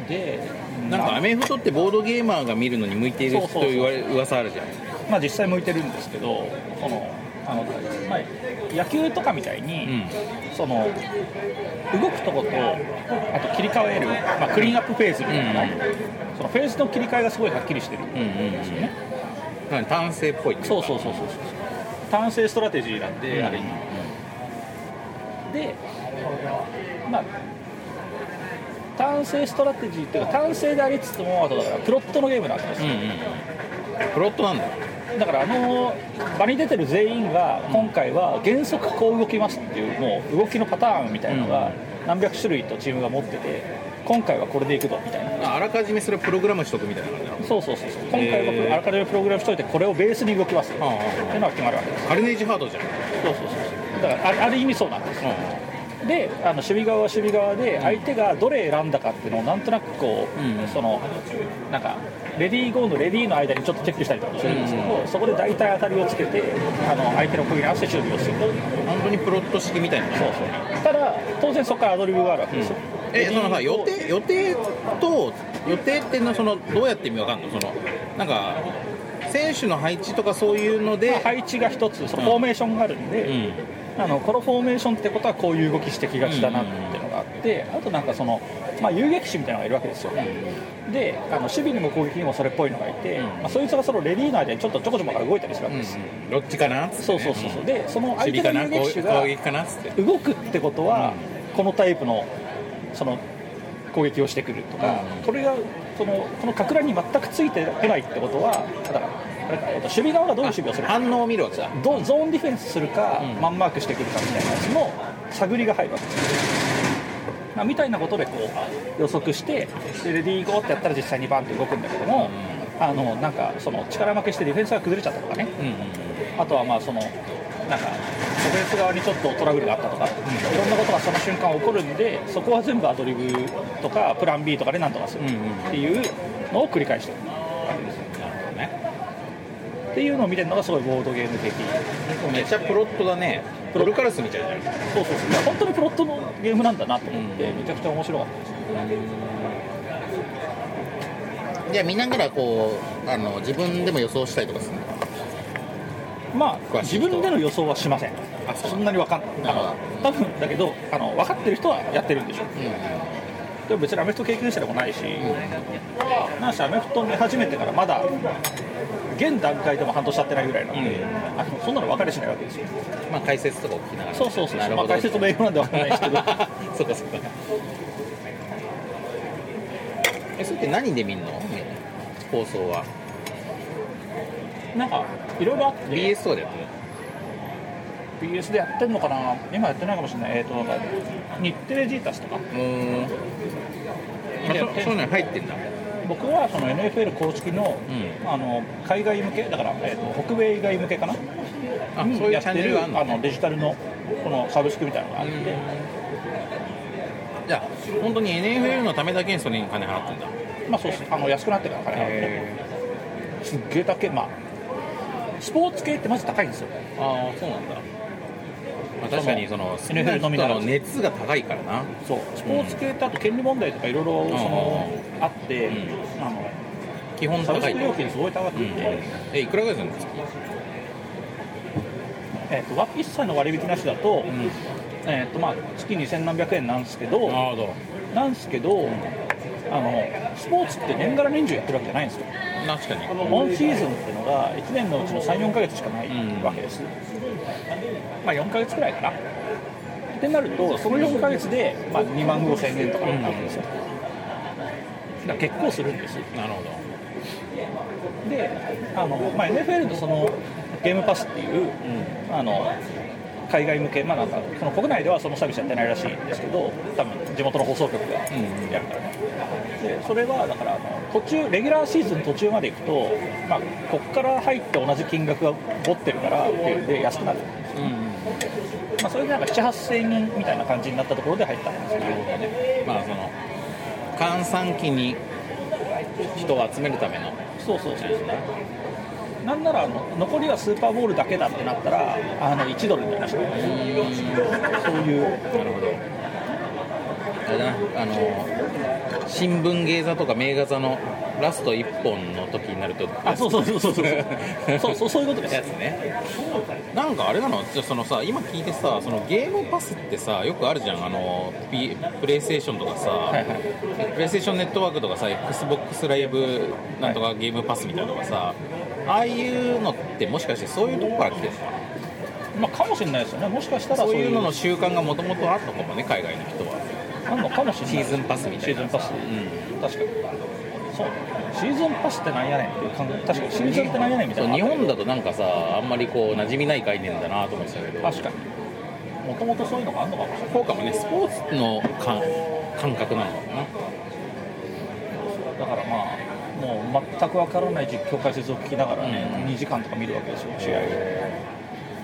で、 なんかアメフトってボードゲーマーが見るのに向いているという噂あるじゃん。 実際向いてるんですけど、野球とかみたいに、その動くとことあと切り替える、クリーンアップフェーズみたいな、そのフェーズの切り替えがすごいはっきりしてるんですよね。 単性っぽい。 そう。単性ストラテジーなんで、あれに。で、単性ストラテジーっていうか単性でありつつも、あとだからプロットのゲームなんですよ。 プロットなんだ。 だから場に出てる全員が今回は原則こう動きますっていうもう動きのパターンみたいなのが何百種類とチームが持ってて、今回はこれでいくぞみたいな。 あらかじめそれをプログラムしとくみたいな感じなの？そう。 今回はあらかじめプログラムしといてこれをベースに動きますっていうのが決まるわけです。 カルネージハードじゃん。 そう。だからある意味そうなんですよ。 で守備側は守備側で相手がどれ選んだかっていうのをなんとなくこう、そのなんかレディーゴーのレディーの間にちょっとチェックしたりとかするんですけど、そこで大体当たりをつけて相手の攻撃に合わせて守備をする。 本当にプロット式みたいな。 そうそう。ただ当然そこからアドリブがあるわけですよ。 そのさ予定ってのそのどうやって意味わかんの？そのなんか選手の配置とかそういうので、 配置が一つそのフォーメーションがあるんで、このフォーメーションってことはこういう動きしてきがちだなっていうのがあって、あとなんかその遊撃手みたいなのがいるわけですよ。で守備にも攻撃にもそれっぽいのがいて、そいつがそのレディー内でちょっとちょこちょこから動いたりするわけです。 どっちかな？ そうそうそう。でその相手の遊撃手が攻撃かなって動くってことは、このタイプのその攻撃をしてくるとか、これがこのかく乱に全くついてこないってことは、だから守備側がどういう守備をするか、 反応を見るわけだ。 ゾーンディフェンスするか、マンマークしてくるかみたいなやつの探りが入るわけです。みたいなことでこう予測して、でレディーゴーってやったら実際にバンって動くんだけども、なんかその力負けしてディフェンスが崩れちゃったとかね、あとはまあそのなんかオフェンス側にちょっとトラブルがあったとか、いろんなことがその瞬間起こるんで、そこは全部アドリブとかプラン B とかでなんとかするっていうのを繰り返してるわけですよ。っていうのを見てるのがすごいボードゲーム的。 めっちゃプロットだね。プロカラスみたいな。 そうそうそう。本当にプロットのゲームなんだなと思って、めちゃくちゃ面白かったです。 じゃあ見ながらこう自分でも予想したりとかするの？ まあ自分での予想はしません。そんなに分かんない。多分だけど分かってる人はやってるんでしょう。でも別にアメフト経験者でもないし、なんせアメフト見始めてからまだ現段階でも半年経ってないぐらいなので、そんなの分かりしないわけですよ。 まあ解説とかを聞きながら。 そうそうそう。まあ解説も英語なんで分かんないですけど。 そうかそうか。それって何で見るの？放送は。 なんかいろいろあって。 BS とかでやってる？ BS でやってんのかな。今やってないかもしれない。なんか日テレジータスとか。 そういうのに入ってんだ。 僕はその NFL 公式の、海外向けだから、北米以外向けかな。 そういうチャンネルがあるの？ デジタルのこのサブスクみたいなのがあって。 じゃあ本当に NFL のためだけにそれに金払ってんだ。 まあそうです。安くなってから金払って。すっげえだけスポーツ系ってまず高いんですよ。 ああそうなんだ。確かにその NFL のみならず熱が高いからな。 そうスポーツ系ってあと権利問題とかいろいろあって、 基本高い。 サブスク料金すごい高くて、 いくらぐらいするんですか？ 一切の割引なしだと、月2000何百円なんですけど、スポーツって年がら年中やってるわけじゃないんですよ。 確かに。 オンシーズンっていうのが1年のうちの 3,4 ヶ月しかないわけです。4ヶ月くらいかなってなると、その4ヶ月で、2万5,000円とかになるんですよ。だから結構するんです。 なるほど。 でNFL のそのゲームパスっていう、海外向け、なんかその国内ではそのサービスやってないらしいんですけど、多分地元の放送局がやるからね。でそれはだから途中レギュラーシーズン途中まで行くと、ここから入って同じ金額が持ってるからっていうんで安くなるんですよ。それでなんか 7,8,000 円みたいな感じになったところで入ったんですけど、 その閑散期に人を集めるための。 そうなんなら残りはスーパーボールだけだってなったら$1になりましたね。そういう。なるほど。 あれだな、新聞芸座とか名画座のラスト1本の時になると、 そういうことですやつね。なんかあれなの、じゃあそのさ、今聞いてさ、そのゲームパスってさ、よくあるじゃん、プレイステーションとかさ、プレイステーションネットワークとかさ、Xbox ライブなんとかゲームパスみたいなのがさ、ああいうのってもしかしてそういうとこから来てるのかな？ かもしれないですよね。もしかしたらそういうのの習慣がもともとあったかもね、海外の人は。 あるのかもしれない。 シーズンパスみたいな。 シーズンパス、確かに。そうシーズンパスってなんやねんっていう感覚。確かにシーズンってなんやねんみたいな。 日本だとなんかさ、あんまりこう馴染みない概念だなと思ってたけど、 確かにもともとそういうのがあるのかもしれない。 そうかもね。スポーツの感覚なのかな。 だからもう全く分からない実況解説を聞きながらね、2時間とか見るわけですよ、試合。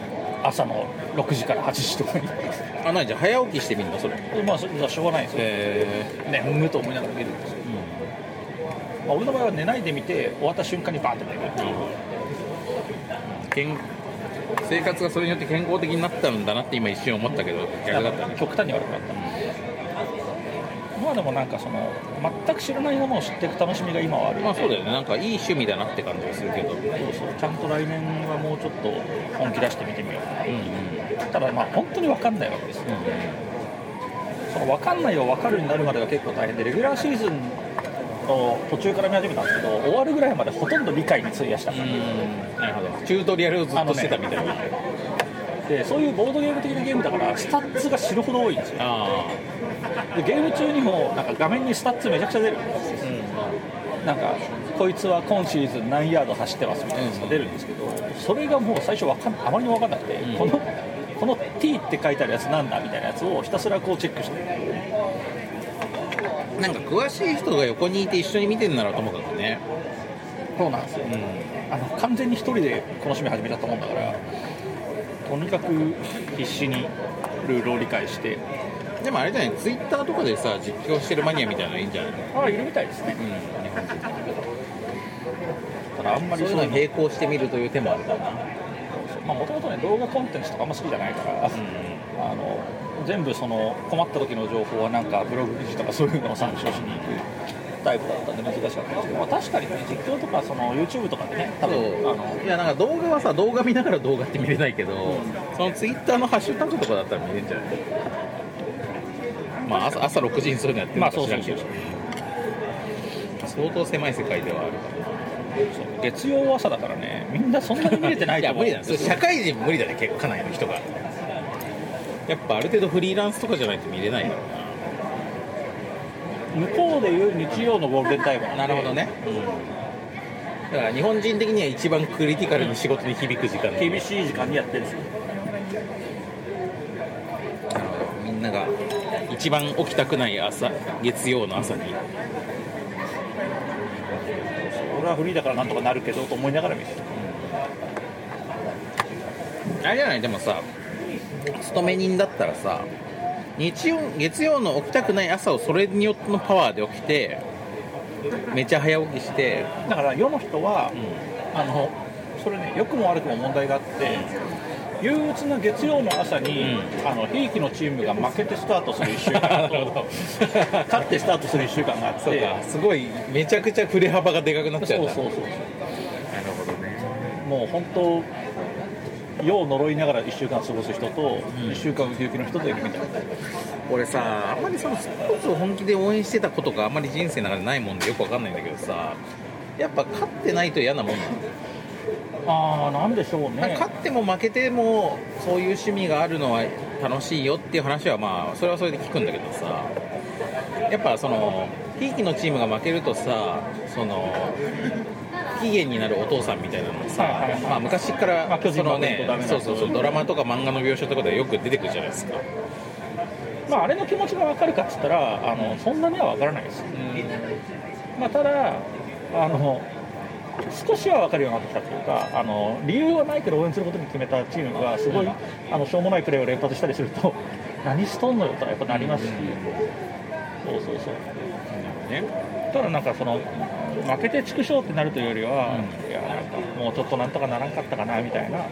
朝の6時から8時とかに何じゃ早起きしてみるのそれ。 まあそれはしょうがないですよ、眠むと思いながら見るんですよ、まあ、俺の場合は寝ないで見て終わった瞬間にバーンって寝るっていう、 生活がそれによって健康的になったんだなって今一瞬思ったけど逆だったね。 極端に悪くなった、まあでもなんかその全く知らないものを知っていく楽しみが今はある。 まあそうだよね。なんかいい趣味だなって感じがするけど。 そうちゃんと来年はもうちょっと本気出してみてみようかな、ただまあ本当に分かんないわけですよ、その分かんないを分かるようになるまでが結構大変で、レギュラーシーズンの途中から見始めたんですけど、終わるぐらいまでほとんど理解に費やした。なるほど。チュートリアルをずっとしてたみたいな、 でそういうボードゲーム的なゲームだからスタッツが死ぬほど多いんですよ。でゲーム中にもなんか画面にスタッツめちゃくちゃ出るんですよ、なんかこいつは今シーズン何ヤード走ってますみたいなやつが出るんですけど、それがもう最初あまりにも分かんなくて、この T って書いてあるやつなんだみたいなやつをひたすらこうチェックして、 なんか詳しい人が横にいて一緒に見てるならともかくね。 そうなんですよ、完全に一人でこの趣味始めちゃったもんだから、とにかく必死にルールを理解して。 でもあれじゃない、ツイッターとかでさ実況してるマニアみたいなのいいんじゃないの。 いるみたいですね、ただあんまりそういうの並行してみるという手もあるかな。 もともとね動画コンテンツとかあんま好きじゃないから、全部その困った時の情報はなんかブログ記事とかそういうのを参照しに行くタイプだったんで難しかったんですけど、まあ、確かにね実況とかその YouTube とかでね多分いやなんか動画はさ動画見ながら動画って見れないけど、そのツイッターのハッシュタグとかだったら見れるんじゃない。まあ朝6時にそういうのやってるのか知らんけど、相当狭い世界ではあるから。 月曜朝だからね、みんなそんなに見れてないと思う。 いや無理だ、社会人無理だね、結構かなりの人が。やっぱある程度フリーランスとかじゃないと見れないだろうな。向こうでいう日曜のゴールデンタイムなんで。 なるほどね、だから日本人的には一番クリティカルに仕事に響く時間、 厳しい時間にやってるんですよ。 みんなが一番起きたくない朝、月曜の朝に、 俺はフリーだからなんとかなるけどと思いながら見てる、 あれじゃない。でもさ勤め人だったらさ月曜の起きたくない朝をそれによってのパワーで起きてめちゃ早起きして、 だから世の人は、それね良くも悪くも問題があって、憂鬱な月曜の朝に、ひいきのチームが負けてスタートする1週間と勝ってスタートする1週間があって、 そうか、すごいめちゃくちゃ振れ幅がでかくなっちゃうんだ。 そうなるほどね。 もう本当世を呪いながら1週間過ごす人と、1週間ウキウキの人といるみたいな。 俺さあんまりそのスポーツを本気で応援してたことがあんまり人生の中でないもんでよくわかんないんだけどさ、やっぱ勝ってないと嫌なもんなの。 なんでしょうね。 勝っても負けてもそういう趣味があるのは楽しいよっていう話はまあそれはそれで聞くんだけどさ、やっぱそのひいきのチームが負けるとさ、その不機嫌になるお父さんみたいなのさ、まあ昔からそのね、そうドラマとか漫画の描写とかでよく出てくるじゃないですか。 まああれの気持ちが分かるかっつったらそんなには分からないです。まあただ少しは分かるようになってきたというか、理由はないけど応援することに決めたチームがすごい、しょうもないプレーを連発したりすると何しとんのよとはやっぱなりますし、そうね。ただなんかその負けて畜生ってなるというよりは、いやなんかもうちょっとなんとかならんかったかなみたいな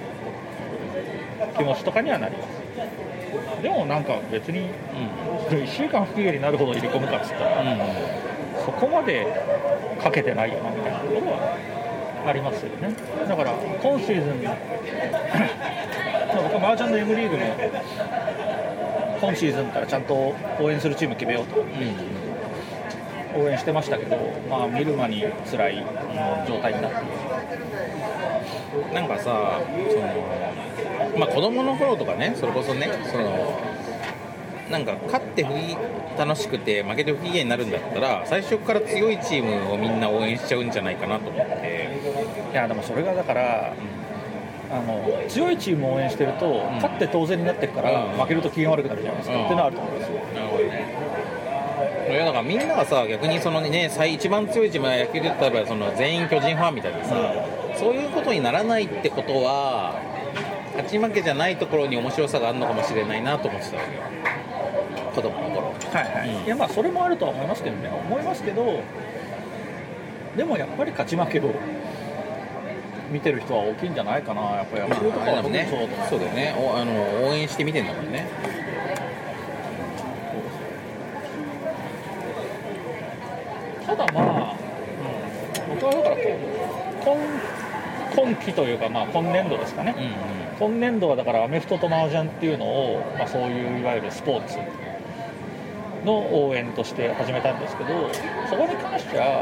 気持ちとかにはなります。でもなんか別に、1週間不機嫌になるほど入れ込むかっつったら、そこまでかけてないよなみたいなところはありますよね。だから今シーズン僕はマーチャンの M リーグも今シーズンからちゃんと応援するチーム決めようと、応援してましたけど、まあ見る間に辛い状態になって、 なんかさ、まあ子供の頃とかね、それこそね、なんか勝って楽しくて負けて不機嫌になるんだったら最初から強いチームをみんな応援しちゃうんじゃないかなと思って。 いやでもそれがだから、強いチームを応援してると、勝って当然になってるから、負けると機嫌悪くなるじゃないですか、っていうのはあると思うんですよ。 なるほどね。いやだからみんながさ、逆にそのね、一番強いチームが野球で言ったらその全員巨人ファンみたいなさ、そういうことにならないってことは勝ち負けじゃないところに面白さがあるのかもしれないなと思ってたわけよ、子供の頃。 いやまあそれもあるとは思いますけどね、でもやっぱり勝ち負けを見てる人は大きいんじゃないかな。やっぱり野球とかは特にそうだと思う。 そうだよね、応援して見てんだもんね。 ただまあ、僕はだから今期というか、まあ、今年度ですかね、今年度はだからアメフトと麻雀っていうのを、まあ、そういういわゆるスポーツの応援として始めたんですけど、そこに関しては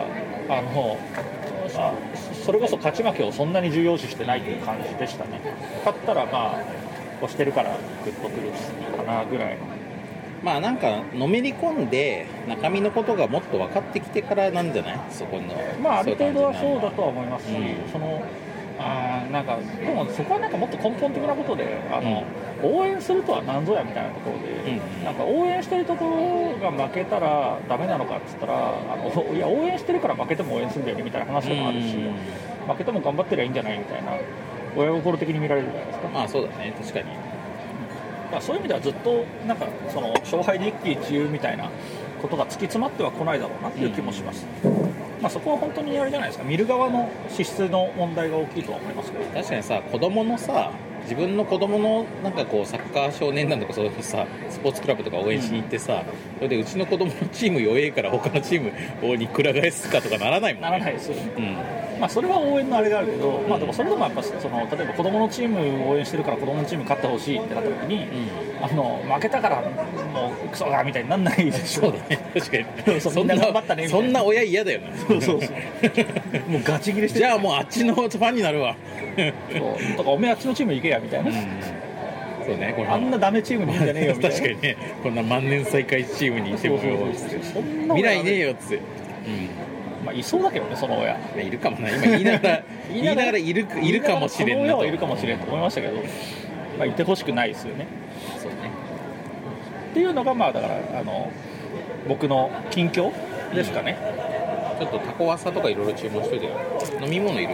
それこそ勝ち負けをそんなに重要視してないという感じでしたね。勝ったらまあ押してるからグッとくるかなぐらいの。 まあなんかのめり込んで中身のことがもっと分かってきてからなんじゃない、そこの。 まあある程度はそうだとは思いますし、なんかでもそこはなんかもっと根本的なことで応援するとは何ぞやみたいなところで、なんか応援してるところが負けたらダメなのかっつったらいや応援してるから負けても応援するんだよねみたいな話でもあるし、負けても頑張ってりゃいいんじゃないみたいな親心的に見られるじゃないですか。 まあそうだね、確かに。 まあ、そういう意味ではずっとなんかその勝敗で一喜一憂みたいなことが突き詰まっては来ないだろうなっていう気もします。まあ、そこは本当にあれじゃないですか、見る側の資質の問題が大きいとは思いますけど。 確かにさ、子供のさ、自分の子供のなんかこうサッカー少年団とかそういうさスポーツクラブとか応援しに行ってさ、それでうちの子供のチーム弱えから他のチームにくら替えすかとかならないもんね。 ならないですよね。まあ、それは応援のあれがあるけど、まあ、でもそれでもやっぱ例えば子供のチームを応援してるから子供のチーム勝ってほしいってなった時に、負けたからもうクソだみたいになんないでしょ。 そうだね、確かにそんな頑張ったねみたいな。 そんな親嫌だよね。 そうもうガチ切れしてる。 じゃあもうあっちのファンになるわ。 そうとかおめえあっちのチーム行けやみたいな、 そうね、 あんなダメチームにいいんじゃねえよみたいな。 確かにね、こんな万年再開チームにいても未来ねえよっつって、 まあ、いそうだけどね、その親いるかもな、今言いながらいるかもしれんなと。その親はいるかもしれんと思いましたけど、まあ、いてほしくないですよね。 そうね。 っていうのがまあだから僕の近況ですかね。 ちょっとタコワサとかいろいろ注文しといてよ。飲み物いる？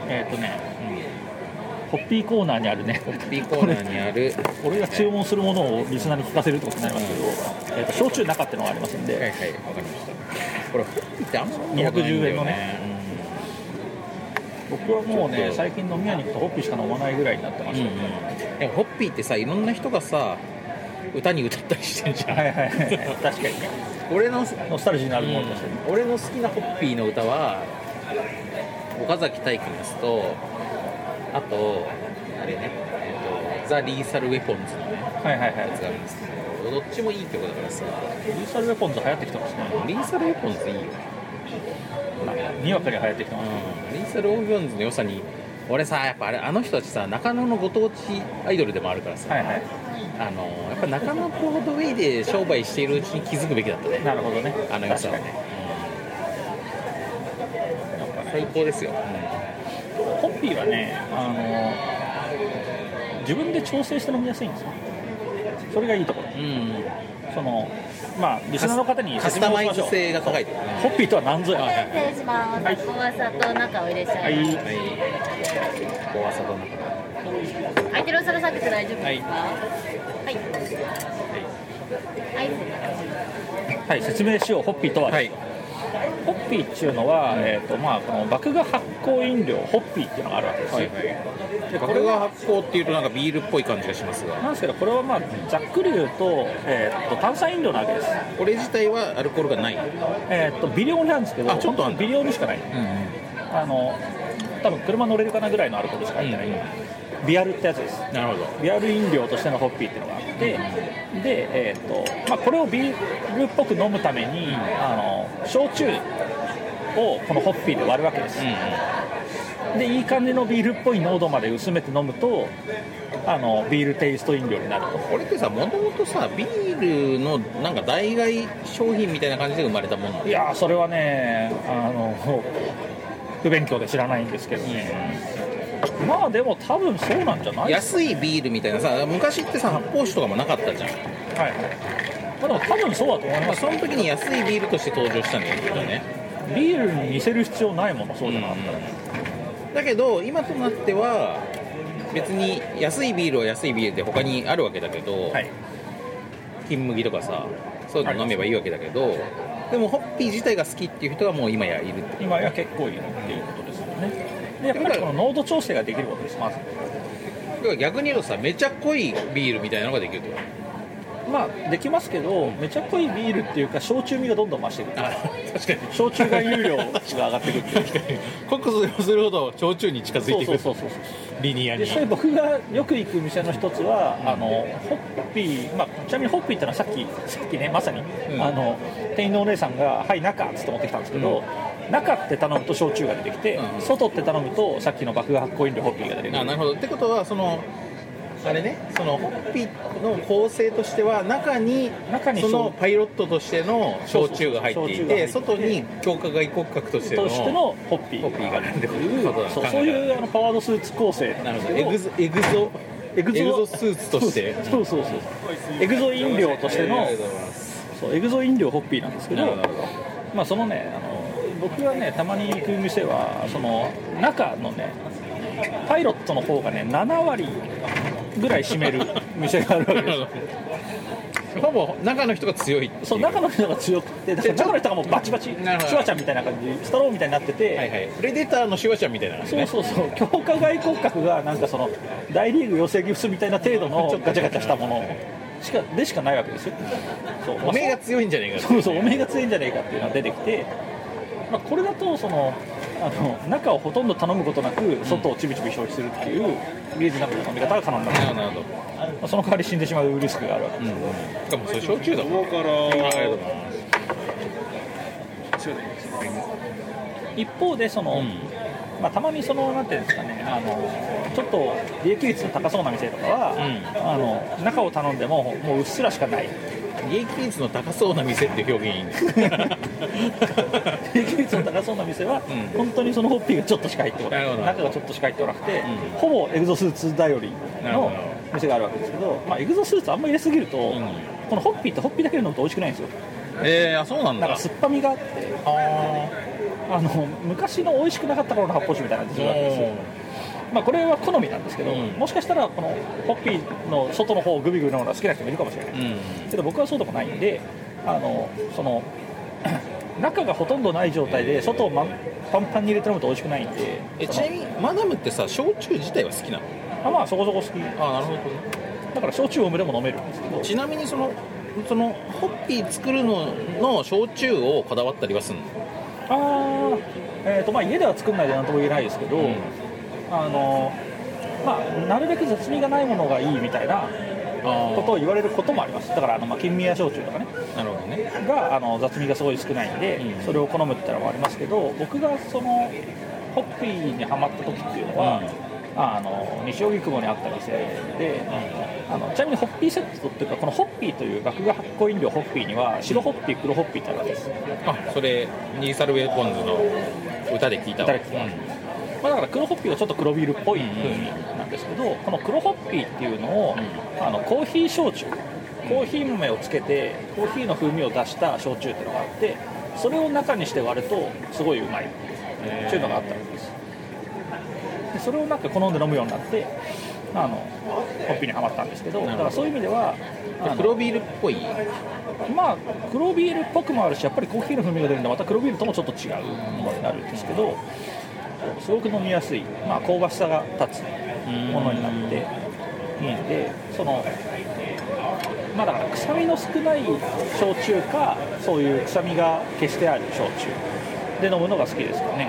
ホッピーコーナーにあるね。 ホッピーコーナーにある。 俺が注文するものをリスナーに聞かせるってことになりますけど、焼酎中っていうのがありますんで。 はいはい、わかりました。これホッピーってあんま 210円のね。僕はもうね、最近飲み屋に行くとホッピーしか飲まないぐらいになってましたね。 でもホッピーってさ、いろんな人がさ歌に歌ったりしてるじゃん。 はいはいはい、確かにね。 俺のノスタルジーのあるものとしてね。 俺の好きなホッピーの歌は岡崎体育のやつと、あとあれね、ザ・リーサル・ウェポンズのね、やつがあるんですけど、どっちもいい曲だからさ。 リーサル・ウェポンズ流行ってきてますね。 リーサル・ウェポンズいいよ。 にわかに流行ってきてます、 リーサル・ウェポンズの良さに俺さ、やっぱあの人たちさ、中野のご当地アイドルでもあるからさ、やっぱ中野ブロードウェイで商売しているうちに気づくべきだったね。 なるほどね。 あの良さはね、最高ですよ。 ホッピーはね、自分で調整して飲みやすいんですよ。それがいいところ。まあリスナーの方にカスタマイズ性が高いとね。 ホッピーとは何ぞや。 失礼します。タコワサと中を入れちゃいます。 タコワサと中。 空いてるお皿さっき大丈夫ですか？ はい、説明しよう。ホッピーとは、ホッピーっていうのは、まあ、この麦芽発酵飲料ホッピーっていうのがあるわけですよ。 で麦芽発酵っていうとなんかビールっぽい感じがしますが、 なんですけど、これはまあざっくり言うと、炭酸飲料なわけです。 これ自体はアルコールがない。 微量なんですけど、 ちょっと微量にしかない。多分車乗れるかなぐらいのアルコールしか入ってない。ビアルってやつです。 なるほど。 ビアル飲料としてのホッピーっていうのがあって、で、まあ、これをビールっぽく飲むために焼酎をこのホッピーで割るわけです。でいい感じのビールっぽい濃度まで薄めて飲むとビールテイスト飲料になると。 これってさ、もともとさビールのなんか代替商品みたいな感じで生まれたもの。 いやそれはね不勉強で知らないんですけどね、まあでも多分そうなんじゃないですか。 安いビールみたいなさ、昔ってさ発泡酒とかもなかったじゃん。 まあ、でも多分そうだと思います。 その時に安いビールとして登場したんだよね。 ビールに似せる必要ないもの、そうじゃなかったら、 だけど今となっては別に安いビールは安いビールで他にあるわけだけど、 はい、 金麦とかさそういうの飲めばいいわけだけど、でもホッピー自体が好きっていう人がもう今やいるって今や結構いるっていうことですよね。でやっぱりこの濃度調整ができることです。まず逆に言うとさ、めちゃ濃いビールみたいなのができると。 まあできますけど、めちゃ濃いビールっていうか焼酎味がどんどん増していく。 確かに焼酎含有量が上がってくるっていう濃くするほど焼酎に近づいていく。 そうリニアに。 でそれ僕がよく行く店の一つは、ホッピー、まあ、ちなみにホッピーってのはさっきねまさに、店員のお姉さんがはい中っつって持ってきたんですけど、中って頼むと焼酎が出てきて、外って頼むとさっきの爆発酵飲料ホッピーが出てくる。 なるほど。ってことはそのあれね、そのホッピーの構成としては中にそのパイロットとしての焼酎が入っていて、外に強化外骨格としてのホッピーが出てくる。そういうパワードスーツ構成なんですけど、 エグゾスーツとしてそうエグゾ飲料としてのエグゾ飲料ホッピーなんですけど、まあそのね僕がねたまに行く店はその中のねパイロットの方がね7割ぐらい占める店があるわけですほぼ中の人が強い。 そう中の人が強くて、だから中の人がもうバチバチシュワちゃんみたいな感じ、ストローみたいになってて、 はいはい、プレデターのシュワちゃんみたいな、ね、 そう強化外骨格がなんかその大リーグ養成ギフスみたいな程度のガチャガチャしたものしかないわけですよ。 おめえが強いんじゃねえか。 おめえが強いんじゃねえかっていうのが出てきて、まあ、これだとその中をほとんど頼むことなく外をちびちび消費するっていうリーズナブルな飲み方が可能になる。 なるほど。 まあ、その代わり死んでしまうリスクがあるわけです。 しかもそれ焼酎だもん。ありがとうございます。 一方でその、まあ、たまにそのなんていうんですかね、ちょっと利益率の高そうな店とかは、中を頼んでももううっすらしかない。 利益率の高そうな店っていう表現いいんです利益率の高そうな店は、本当にそのホッピーがちょっとしか入ってこない、中がちょっとしか入ってこなくて、ほぼエグゾスーツ頼りの店があるわけですけど、まあ、エグゾスーツあんまり入れすぎると、このホッピーってホッピーだけで飲むと美味しくないんですよ。 あ、そうなんだ。 なんか酸っぱみがあって、昔の美味しくなかった頃の発泡酒みたいな感じするわけですよ。まあ、これは好みなんですけど、もしかしたらこのホッピーの外の方をグビグビ飲むのが好きな人もいるかもしれない、けど僕はそうでもないんで、その中がほとんどない状態で外を、パンパンに入れて飲むと美味しくないんで。 ちなみにマダムってさ、焼酎自体は好きなの？ まあそこそこ好き。 なるほど。 だから焼酎多めでも飲めるんですけど。 ちなみにそのホッピー作るの焼酎をこだわったりはするの？ まあ家では作んないでなんとも言えないですけど、まあ、なるべく雑味がないものがいいみたいなことを言われることもあります。だから金宮焼酎とかね、 なるほどね、 が雑味がすごい少ないんで、それを好むってのもありますけど、僕がそのホッピーにハマった時っていうのは、西荻窪にあった店で、ちなみにホッピーセットっていうか、このホッピーという麦芽発酵飲料ホッピーには白ホッピー、黒ホッピーってあるわけです。 それニーサルウェイポンズの歌で聞いたわ。 だから黒ホッピーはちょっと黒ビールっぽい風味なんですけど、この黒ホッピーっていうのを、コーヒー焼酎、コーヒー豆をつけてコーヒーの風味を出した焼酎っていうのがあって、それを中にして割るとすごいうまいっていうのがあったわけです。でそれをなんか好んで飲むようになってホッピーにはまったんですけど、だからそういう意味では黒ビールっぽい、 まあ黒ビールっぽくもあるし、やっぱりコーヒーの風味が出るんでまた黒ビールともちょっと違うものになるんですけど、すごく飲みやすい、まあ、香ばしさが立つものになっていいんで、まあ、だから臭みの少ない焼酎か、そういう臭みが消してある焼酎で飲むのが好きですよね。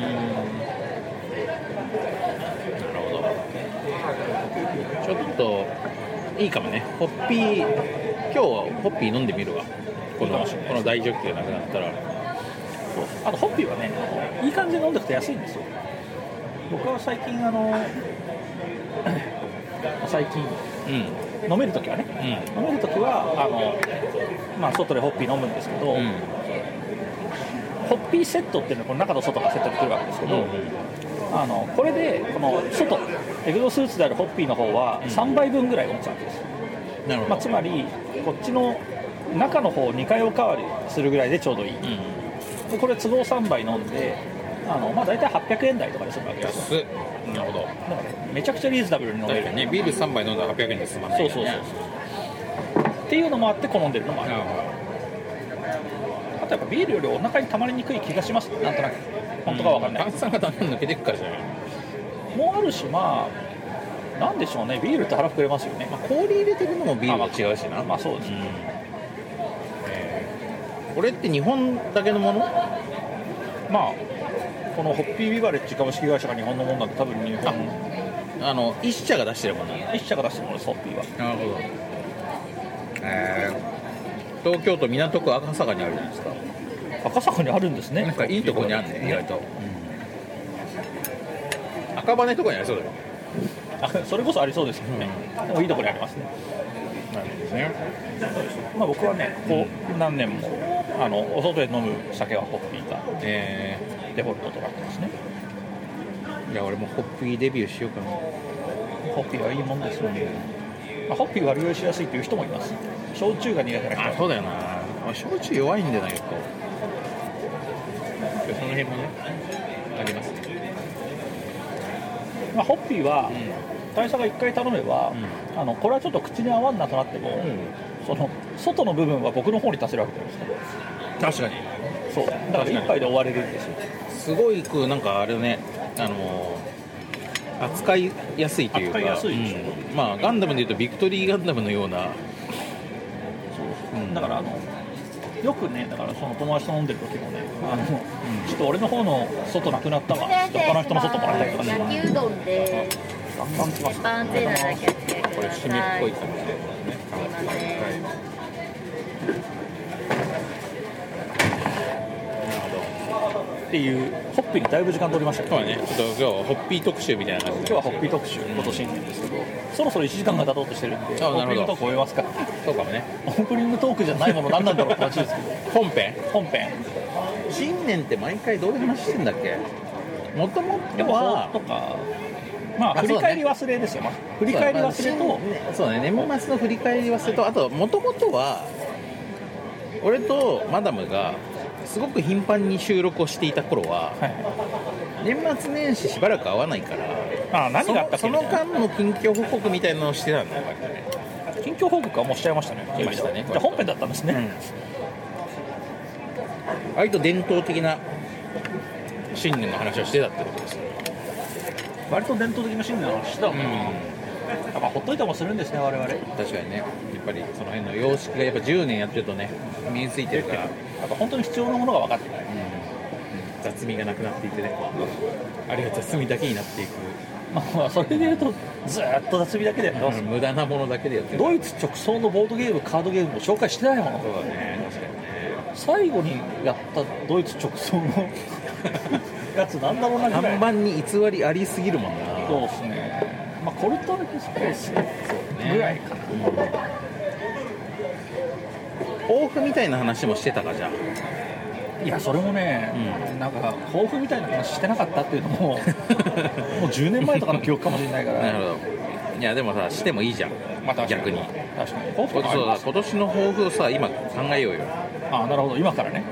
なるほど。ちょっといいかもね。ホッピー、今日はホッピー飲んでみるわ。この大ジョッキがなくなったら。 ホッピーはね、いい感じで飲んでくと安いんですよ。僕は最近飲めるときはね、飲めるときはまあ、外でホッピー飲むんですけど、ホッピーセットっていうのはこの中と外がセットで来るわけですけど、これでこの外エグゾスーツであるホッピーの方は3倍分ぐらい持つわけです。まあ、つまりこっちの中の方2回おかわりするぐらいでちょうどいい、でこれ都合3杯飲んでまあ、大体800円台とかで済むわけですよ。 なるほど。 だからめちゃくちゃリーズナブルに飲めるね、ビール3杯飲んだら800円で済まない、ね、 そうっていうのもあって好んでるのもある。あとやっぱビールよりお腹に溜まりにくい気がします。なんとなく本当か分かんない。 炭酸がだんだん抜けていくからじゃないもうあるし、まあなんでしょうね、ビールって腹膨れますよね。 まあ、氷入れてるのもビールと違うしな。 まあそうですね、 これって日本だけのもの？ まあこのホッピービバレッジ株式会社が日本のものなんで多分日本一社が出してるもの。 一社が出してるものです、ホッピーは。 なるほど。東京都港区赤坂にあるじゃないですか。 赤坂にあるんですね。 なんかいいとこにあるね、意外と、赤羽とかにありそうだよ。 それこそありそうですけどね、でもいいところにありますね。 なるほどね。 まあ、僕はね、こう何年もお外で飲む酒はホッピーがデフォルトとなってますね。 いや俺もホッピーデビューしようかな。 ホッピーはいいもんですよね。まあ、ホッピー割り酔いしやすいという人もいます。焼酎が苦手な人は。 そうだよな。焼酎弱いんだよな、結構。その辺もねありますね。 まあ、ホッピーは、大佐が1回頼めば、これはちょっと口に合わんなとなっても、その外の部分は僕の方に足せるわけじゃないですか。 確かに。 そうだから1杯で終われるんですよ。 すごいなんかあれね、扱いやすいというか、 扱いやすいでしょ、 まあガンダムでいうとビクトリーガンダムのような。 だからよくね、だからその友達と飲んでる時もね、ちょっと俺の方の外なくなったわ、他の人の外もらいたいとかね。 焼きうどんでガンガンきます。 パンツだけやってください。 これ締めっぽい感じで、 すいません。 っていうホッピーにだいぶ時間取りましたけど、 そうだね、ちょっと今日はホッピー特集みたいな感じで。 今日はホッピー特集、今年新年ですけど、そろそろ1時間が経とうとしてるんで、オープニングトーク終えますか。 そうかもね。 オープニングトークじゃないもの何なんだろうって話ですけど、本編新年って毎回どういう話してんだっけ。もともとはとか、まあ振り返り忘れですよ。振り返り忘れと、 そうだね、年末の振り返り忘れと、あともともとは俺とマダムがすごく頻繁に収録をしていた頃は、年末年始しばらく会わないから、 何があったっけその間の近況報告みたいなのをしてたんだよね。 近況報告はもうしちゃいましたね。 しましたね。 じゃあ本編だったんですね。 割と伝統的な新年の話をしてたってことです。 割と伝統的な新年の話してたもん。まあほっといたもするんですね、我々。 確かにね、やっぱりその辺の様式がやっぱ10年やってるとね、身についてるから、 あと本当に必要なものが分かってない。 雑味がなくなっていってね、あれが雑味だけになっていく。 まあそれでいうとずっと雑味だけでやってます。 無駄なものだけでやってる。 ドイツ直送のボードゲーム、カードゲームも紹介してないもの。 そうだね、確かにね。 最後にやったドイツ直送のやつなんだろうなぐらい。 看板に偽りありすぎるもんな。 そうですね。まあコルトルキスペースぐらいかな。 抱負みたいな話もしてたかじゃあ。 いやそれもね、なんか抱負みたいな話してなかったっていうのももう10年前とかの記憶かもしれないから。 なるほど。いやでもさ、してもいいじゃん、また逆に。 確かに抱負とかあそうだ、 ります。 今年の抱負をさ今考えようよ。 ああなるほど、今からね。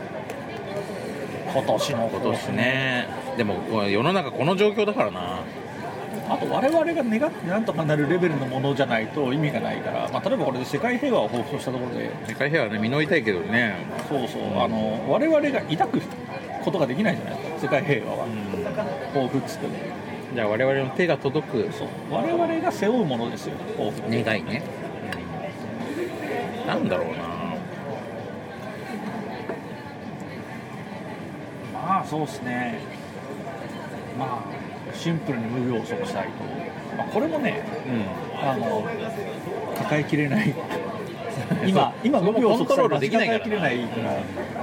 今年の今年ね。でも世の中この状況だからな。 あと我々が願ってなんとかなるレベルのものじゃないと意味がないから、まあ、例えばこれで世界平和を抱負としたところで、 世界平和ね、実りたいけどね。 そうそう、我々が抱くことができないじゃないですか、世界平和は。抱負っつっても、 じゃあ我々の手が届く、 そう我々が背負うものですよ、抱負。 願いね。なんだろうな。 まあそうですね、まあシンプルに無病息災と、まあ、これもね、抱えきれない今無病息災できないから、 抱えきれないから、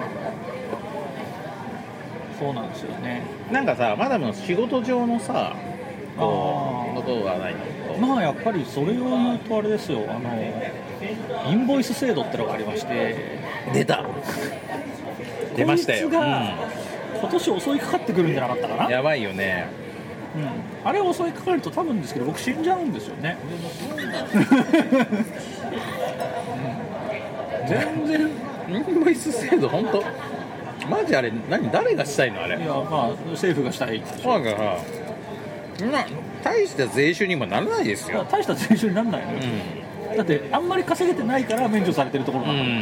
そうなんですよね。 なんかさ、マダムの仕事上のさ、ことはないの？ まあやっぱりそれを言うとあれですよ、インボイス制度ってのがありまして、 出ましたよ。 こいつが今年襲いかかってくるんじゃなかったかな。 やばいよね。 あれ襲いかかると多分ですけど僕死んじゃうんですよね。全然インボイス制度本当マジあれ誰がしたいのあれ。 いやまあ政府がしたいでしょ。 だから大した税収にもならないですよ。 大した税収にならないのよ、だってあんまり稼げてないから免除されてるところなんだから、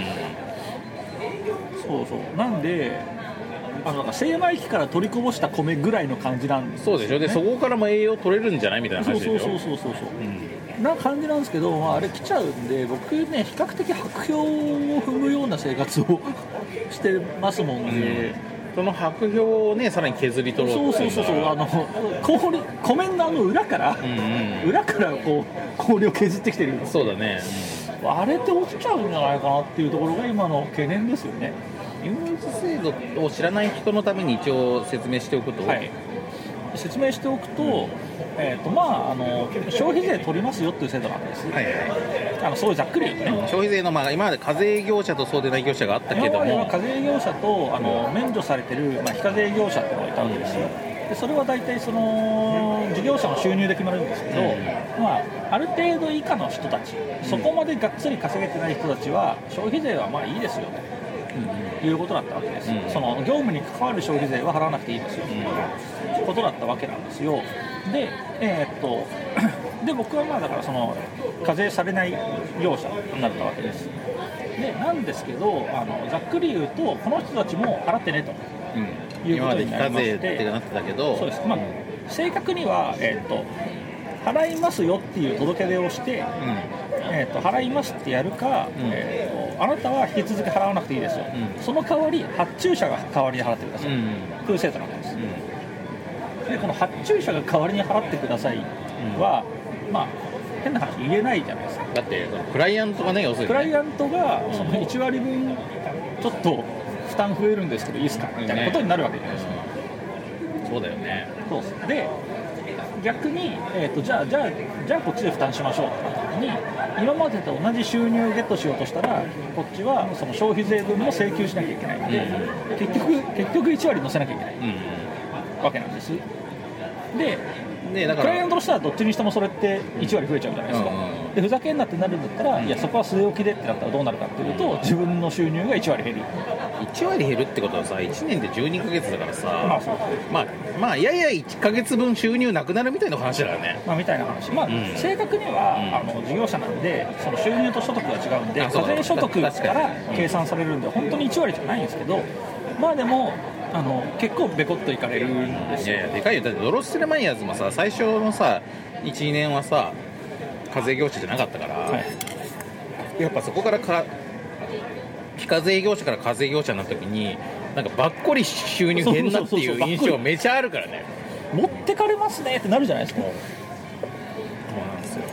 そうそうなんでなんか精米機から取りこぼした米ぐらいの感じなんですよ、ね、 そうでしょ。でそこからも栄養取れるんじゃないみたいな話でしょ。 そう、な感じなんですけど、まあ、あれ来ちゃうんで僕ね比較的白氷を踏むような生活をしてますもんで、 その白氷をねさらに削り取ろうと。 そう米の裏からこう氷を削ってきてるんです。 そうだね、 あれって落ちちゃうんじゃないかなっていうところが今の懸念ですよね。 インボイス制度を知らない人のために一応説明しておくと、 説明しておくと、消費税取りますよっていう制度なんです、そういうざっくり言うとね、 消費税の、今まで課税業者とそうでない業者があったけども、 今までは課税業者と免除されてる、非課税業者っていうのがいたわけですよ。でそれは大体その事業者の収入で決まるんですけど、ある程度以下の人たち、そこまでがっつり稼げてない人たちは消費税はまあいいですよと、いうことだったわけです、その業務に関わる消費税は払わなくていいですよ、ということだったわけなんですよ。で、で僕はだからその課税されない業者になったわけです。でなんですけどざっくり言うとこの人たちも払ってねと、いうことになりまして、今まで非課税ってなってたけど、そうです、正確には、払いますよっていう届け出をして、払いますってやるか、あなたは引き続き払わなくていいですよ、その代わり発注者が代わりに払ってください、という制度なんです、でこの発注者が代わりに払ってくださいは、変な話言えないじゃないですか。 だってクライアントがね、要するにクライアントがその1割分ちょっと負担増えるんですけどいいですかみたいなことになるわけじゃないですか、 そうだよね。 そうですで逆に、じゃあこっちで負担しましょうって時に今までと同じ収入をゲットしようとしたらこっちはその消費税分も請求しなきゃいけないので、結局1割乗せなきゃいけない、わけなんです。でだからクライアントとしてはどっちにしてもそれって1割増えちゃうじゃないですか、でふざけんなってなるんだったら、いやそこは据え置きでってなったらどうなるかっていうと、自分の収入が1割減る。 1割減るってことはさ、1年で12ヶ月だからさ、 そうやや1ヶ月分収入なくなるみたいな話だよね。 みたいな話、正確には、事業者なんでその収入と所得が違うんで課税所得から計算されるんで本当に1割じゃないんですけど、でも結構ベコッといかれるんですよ。 いやでかいよ。だってドロッセルマイヤーズもさ、最初のさ 1,2 年はさ課税業者じゃなかったから、やっぱそこから非課税業者から課税業者になった時になんかばっこり収入減なっていう印象めちゃあるからね。 持ってかれますねってなるじゃないですか。 そうなんですよ。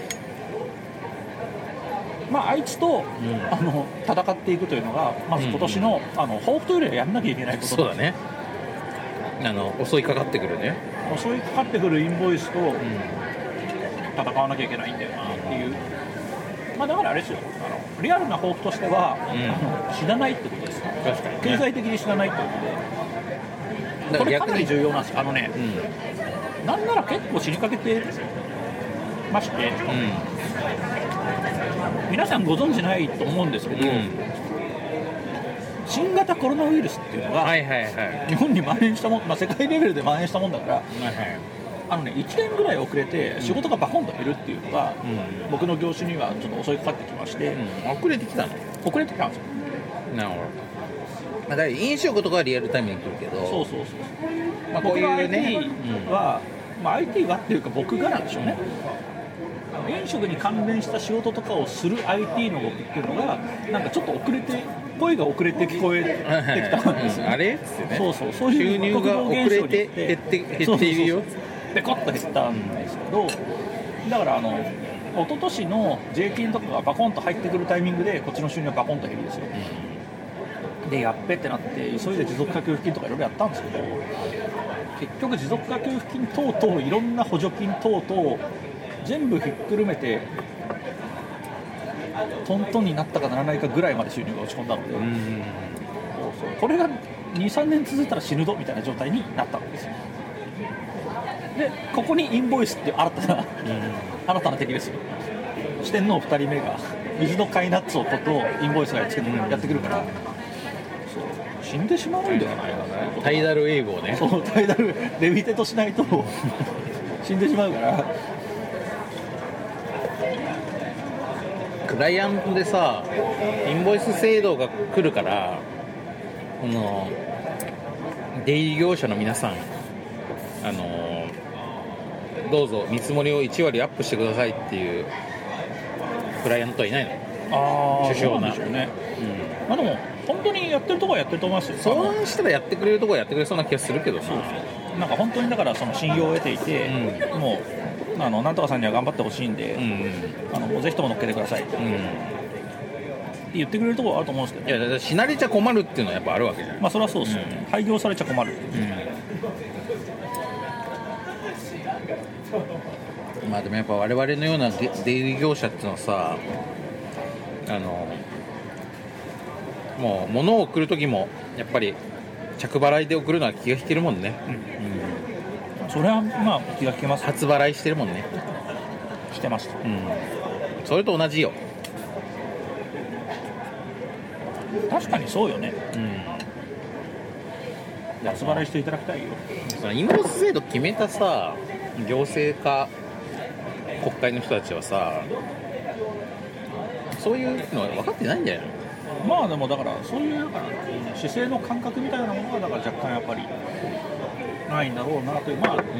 あいつと、戦っていくというのがまず今年の、抱負というよりはやんなきゃいけないことそうだね。襲いかかってくるね。 襲いかかってくるインボイスと、戦わなきゃいけないんだよなっていう、だからあれですよ、リアルな抱負としては、死なないってことです。 確かに、ね、 経済的に死なないってことで、これかなり重要なんですよ。なんなら結構死にかけてまして、皆さんご存知ないと思うんですけど、新型コロナウイルスっていうのが日本に蔓延したもん、世界レベルで蔓延したもんだから、1年ぐらい遅れて仕事がバコンと減るっていうのが、僕の業種にはちょっと襲いかかってきまして、 遅れてきたんですよ。なるほど。だから飲食とかはリアルタイムに来るけど、 こういうね、IT は、IT はっていうか僕がなんでしょうね。飲食に関連した仕事とかをする IT の僕っていうのがなんかちょっと声が遅れて聞こえてきたんですよ、 あれっつってね。 そういう収入が遅れて減っているよ。 でコッと減ったんですけど、だから一昨年の税金とかがバコンと入ってくるタイミングでこっちの収入がバコンと減るんですよ、でやっべってなって急いで持続化給付金とかいろいろやったんですけど、結局持続化給付金等々いろんな補助金等々全部ひっくるめてトントンになったかならないかぐらいまで収入が落ち込んだので、これが 2,3 年続いたら死ぬぞみたいな状態になったんですよ。でここにインボイスっていう新たな敵ですよ。四天王2人目が水のカイナッツォとインボイスがやってくるから、 死んでしまうんではないかな、 タイダルウェーブをね、 そうタイダルレビテとしないと死んでしまうから。 クライアントでさインボイス制度が来るから、この出入り業者の皆さん、どうぞ見積もりを1割アップしてくださいっていうクライアントはいないの？首相な。 そうなんでしょうね。まあでも本当にやってるところはやってると思いますよ。 相談したらやってくれるところはやってくれそうな気がするけどな。 なんか本当にだからその信用を得ていて、もうなんとかさんには頑張ってほしいんで、もうぜひとも乗っけてくださいって言ってくれるところはあると思うんですけど、 いやだから死なれちゃ困るっていうのはやっぱあるわけじゃん。 まあそれはそうですよね。廃業されちゃ困る。 まあでもやっぱ我々のような出入り業者っていうのはさ、もう物を送る時もやっぱり着払いで送るのは気が引けるもんね。 それはまあ気が引けます。 初払いしてるもんね。 してました。 それと同じよ。 確かにそうよね。初払いしていただきたいよ。 そのインボイス制度決めたさ行政か国会の人たちはさ、そういうのは分かってないんじゃないの？ まあでもだからそういうだから姿勢の感覚みたいなものがだから若干やっぱりないんだろうなという、まあ、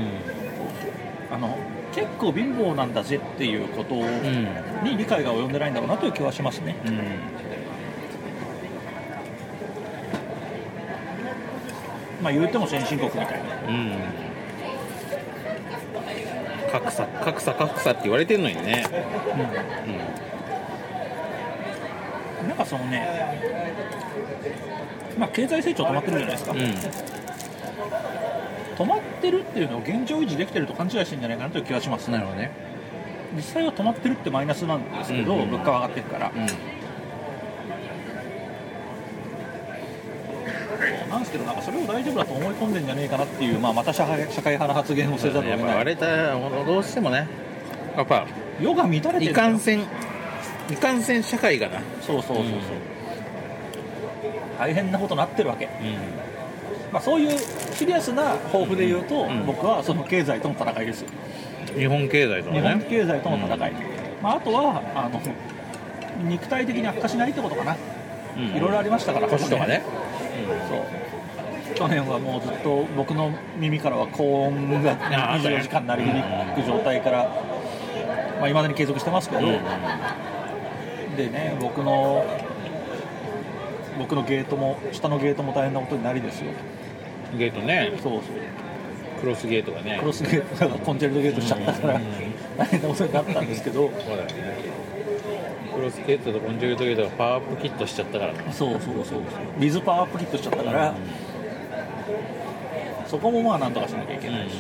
結構貧乏なんだぜっていうことに理解が及んでないんだろうなという気はしますね。まあ言うても先進国みたいな。 格差って言われてるのにね。 なんかそのね、まあ経済成長止まってるじゃないですか。止まってるっていうのを現状維持できてると勘違いしてるんじゃないかなという気がします。 なるほどね。 実際は止まってるってマイナスなんですけど、物価は上がってるから。なんですけど、なんかそれを大丈夫だと思い込んでんじゃねえかなっていう、また社会派の発言をせざるを得ない。 やっぱどうしてもね、やっぱ世が乱れてる。 いかんせん社会がな。 そう、大変なことになってるわけ。そういうシリアスな抱負で言うと、僕はその経済との戦いですよ。 日本経済とのね。 日本経済との戦い。あとは肉体的に悪化しないってことかな。いろいろありましたから。 コストがね。 そう去年はもうずっと僕の耳からは高音が24時間鳴り響く状態から未だに継続してますけど、でね、僕のゲートも下のゲートも大変なことになりですよ。 ゲートね。 そうクロスゲートがね。 クロスゲートがコンチェルトゲートしちゃったから大変なことになったんですけど。 そうだよね。クロスゲートとコンチェルトゲートがパワーアップキットしちゃったからね。 そうビズパワーアップキットしちゃったから、そこもなんとかしなきゃいけないし、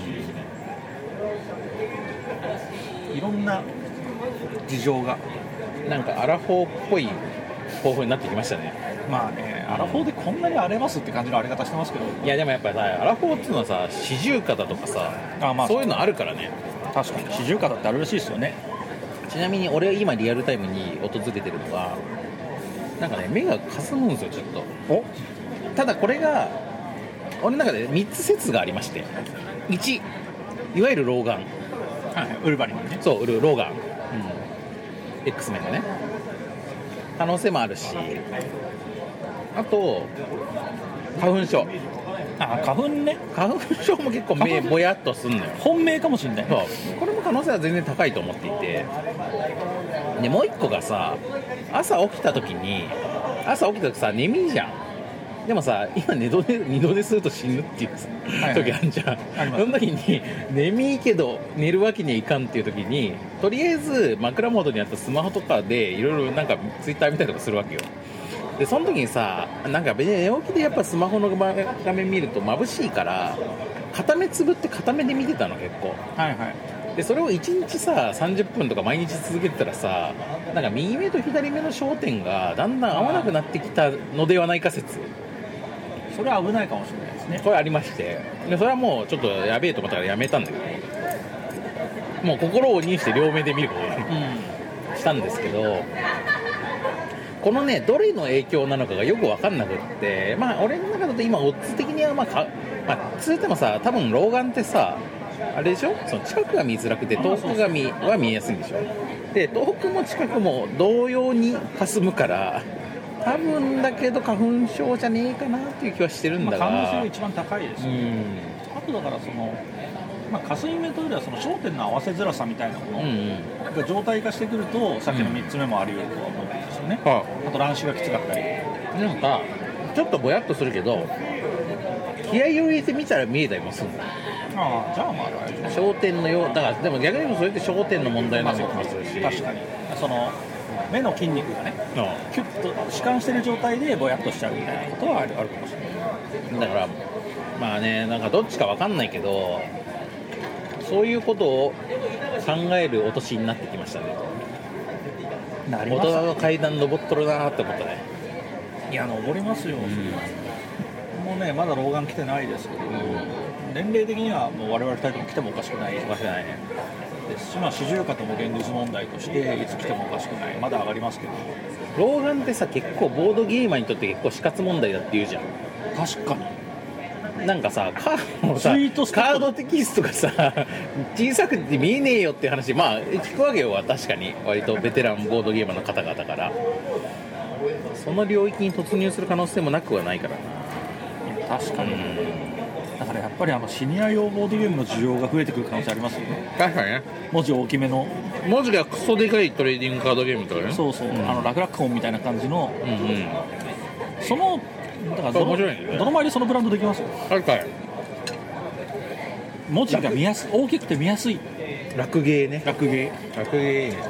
いろんな事情がなんかアラフォーっぽい抱負になってきましたね。 アラフォーでこんなに荒れますって感じの荒れ方してますけど、 いやでもやっぱりアラフォーっていうのはさ、四十肩とかさ、そういうのあるからね。 確かに四十肩ってあるらしいですよね。 ちなみに俺今リアルタイムに訪れてるのがなんかね、目がかすむんですよちょっと。ただこれが俺の中で3つ説がありまして、1、いわゆる老眼、 ウルヴァリンね。 そう老眼、X メンがね可能性もあるし、あと花粉症。 花粉ね。 花粉症も結構目ぼやっとすんのよ。 本命かもしれない。 そうこれも可能性は全然高いと思っていて、でもう一個がさ、朝起きた時さ眠いじゃん。でもさ、今二度寝すると死ぬっていう時あるじゃん。その時に眠いけど寝るわけにはいかんっていう時に、とりあえず枕元にあったスマホとかでいろいろなんかツイッター見たりとかするわけよ。でその時にさ、なんか寝起きでやっぱスマホの画面見ると眩しいから片目つぶって片目で見てたの結構。でそれを1日さ30分とか毎日続けてたらさ、なんか右目と左目の焦点がだんだん合わなくなってきたのではないか説。 それは危ないかもしれないですね。 これありまして、でそれはもうちょっとやべえと思ったからやめたんだけど、もう心を鬼にして両目で見ることにしたんですけど、 このねどれの影響なのかがよく分かんなくって、まあ俺の中だと今オッズ的にはつってもさ、多分老眼ってさあれでしょ、その近くが見づらくて遠くが見えやすいんでしょ。で遠くも近くも同様に霞むから多分だけど花粉症じゃねえかなっていう気はしてるんだが、 可能性が一番高いですよ、あとだからその、霞目というよりはその焦点の合わせづらさみたいなものが状態化してくると、さっきの3つ目もあり得るとは思うんですよね、あと乱視がきつかったり、 なんかちょっとぼやっとするけど気合を入れてみたら見えたりもするんだ。 ああ、じゃあまあ大丈夫。 焦点のようだから、でも逆に言うとそれって焦点の問題なのかもするし、 確かにその目の筋肉がね、キュッと弛緩してる状態でぼやっとしちゃうみたいなことはあるかもしれない。 だからまあね、なんかどっちか分かんないけどそういうことを考えるお年になってきましたね。 なります大人の階段登っとるなって思ったね。 いや登りますよ、もうねまだ老眼来てないですけど、年齢的にはもう我々2人とも来てもおかしくないですし、四十肩も現実問題としていつ来てもおかしくない、まだ上がりますけど。 老眼ってさ結構ボードゲーマーにとって結構死活問題だって言うじゃん。 確かになんかさカードテキストがさ小さくて見えねえよっていう話聞くわけよ。確かに割とベテランボードゲーマーの方々からその領域に突入する可能性もなくはないからな。 確かに、だからやっぱりシニア用ボードゲームの需要が増えてくる可能性ありますよね。 確かにね、 文字大きめの文字がクソでかいトレーディングカードゲームとかね。 そうそう、楽々本みたいな感じの、そのだから面白いね。 どの前でそのブランドできますよ。 はいはい。 文字が見やすい、大きくて見やすい楽ゲーね。 楽ゲーいいね。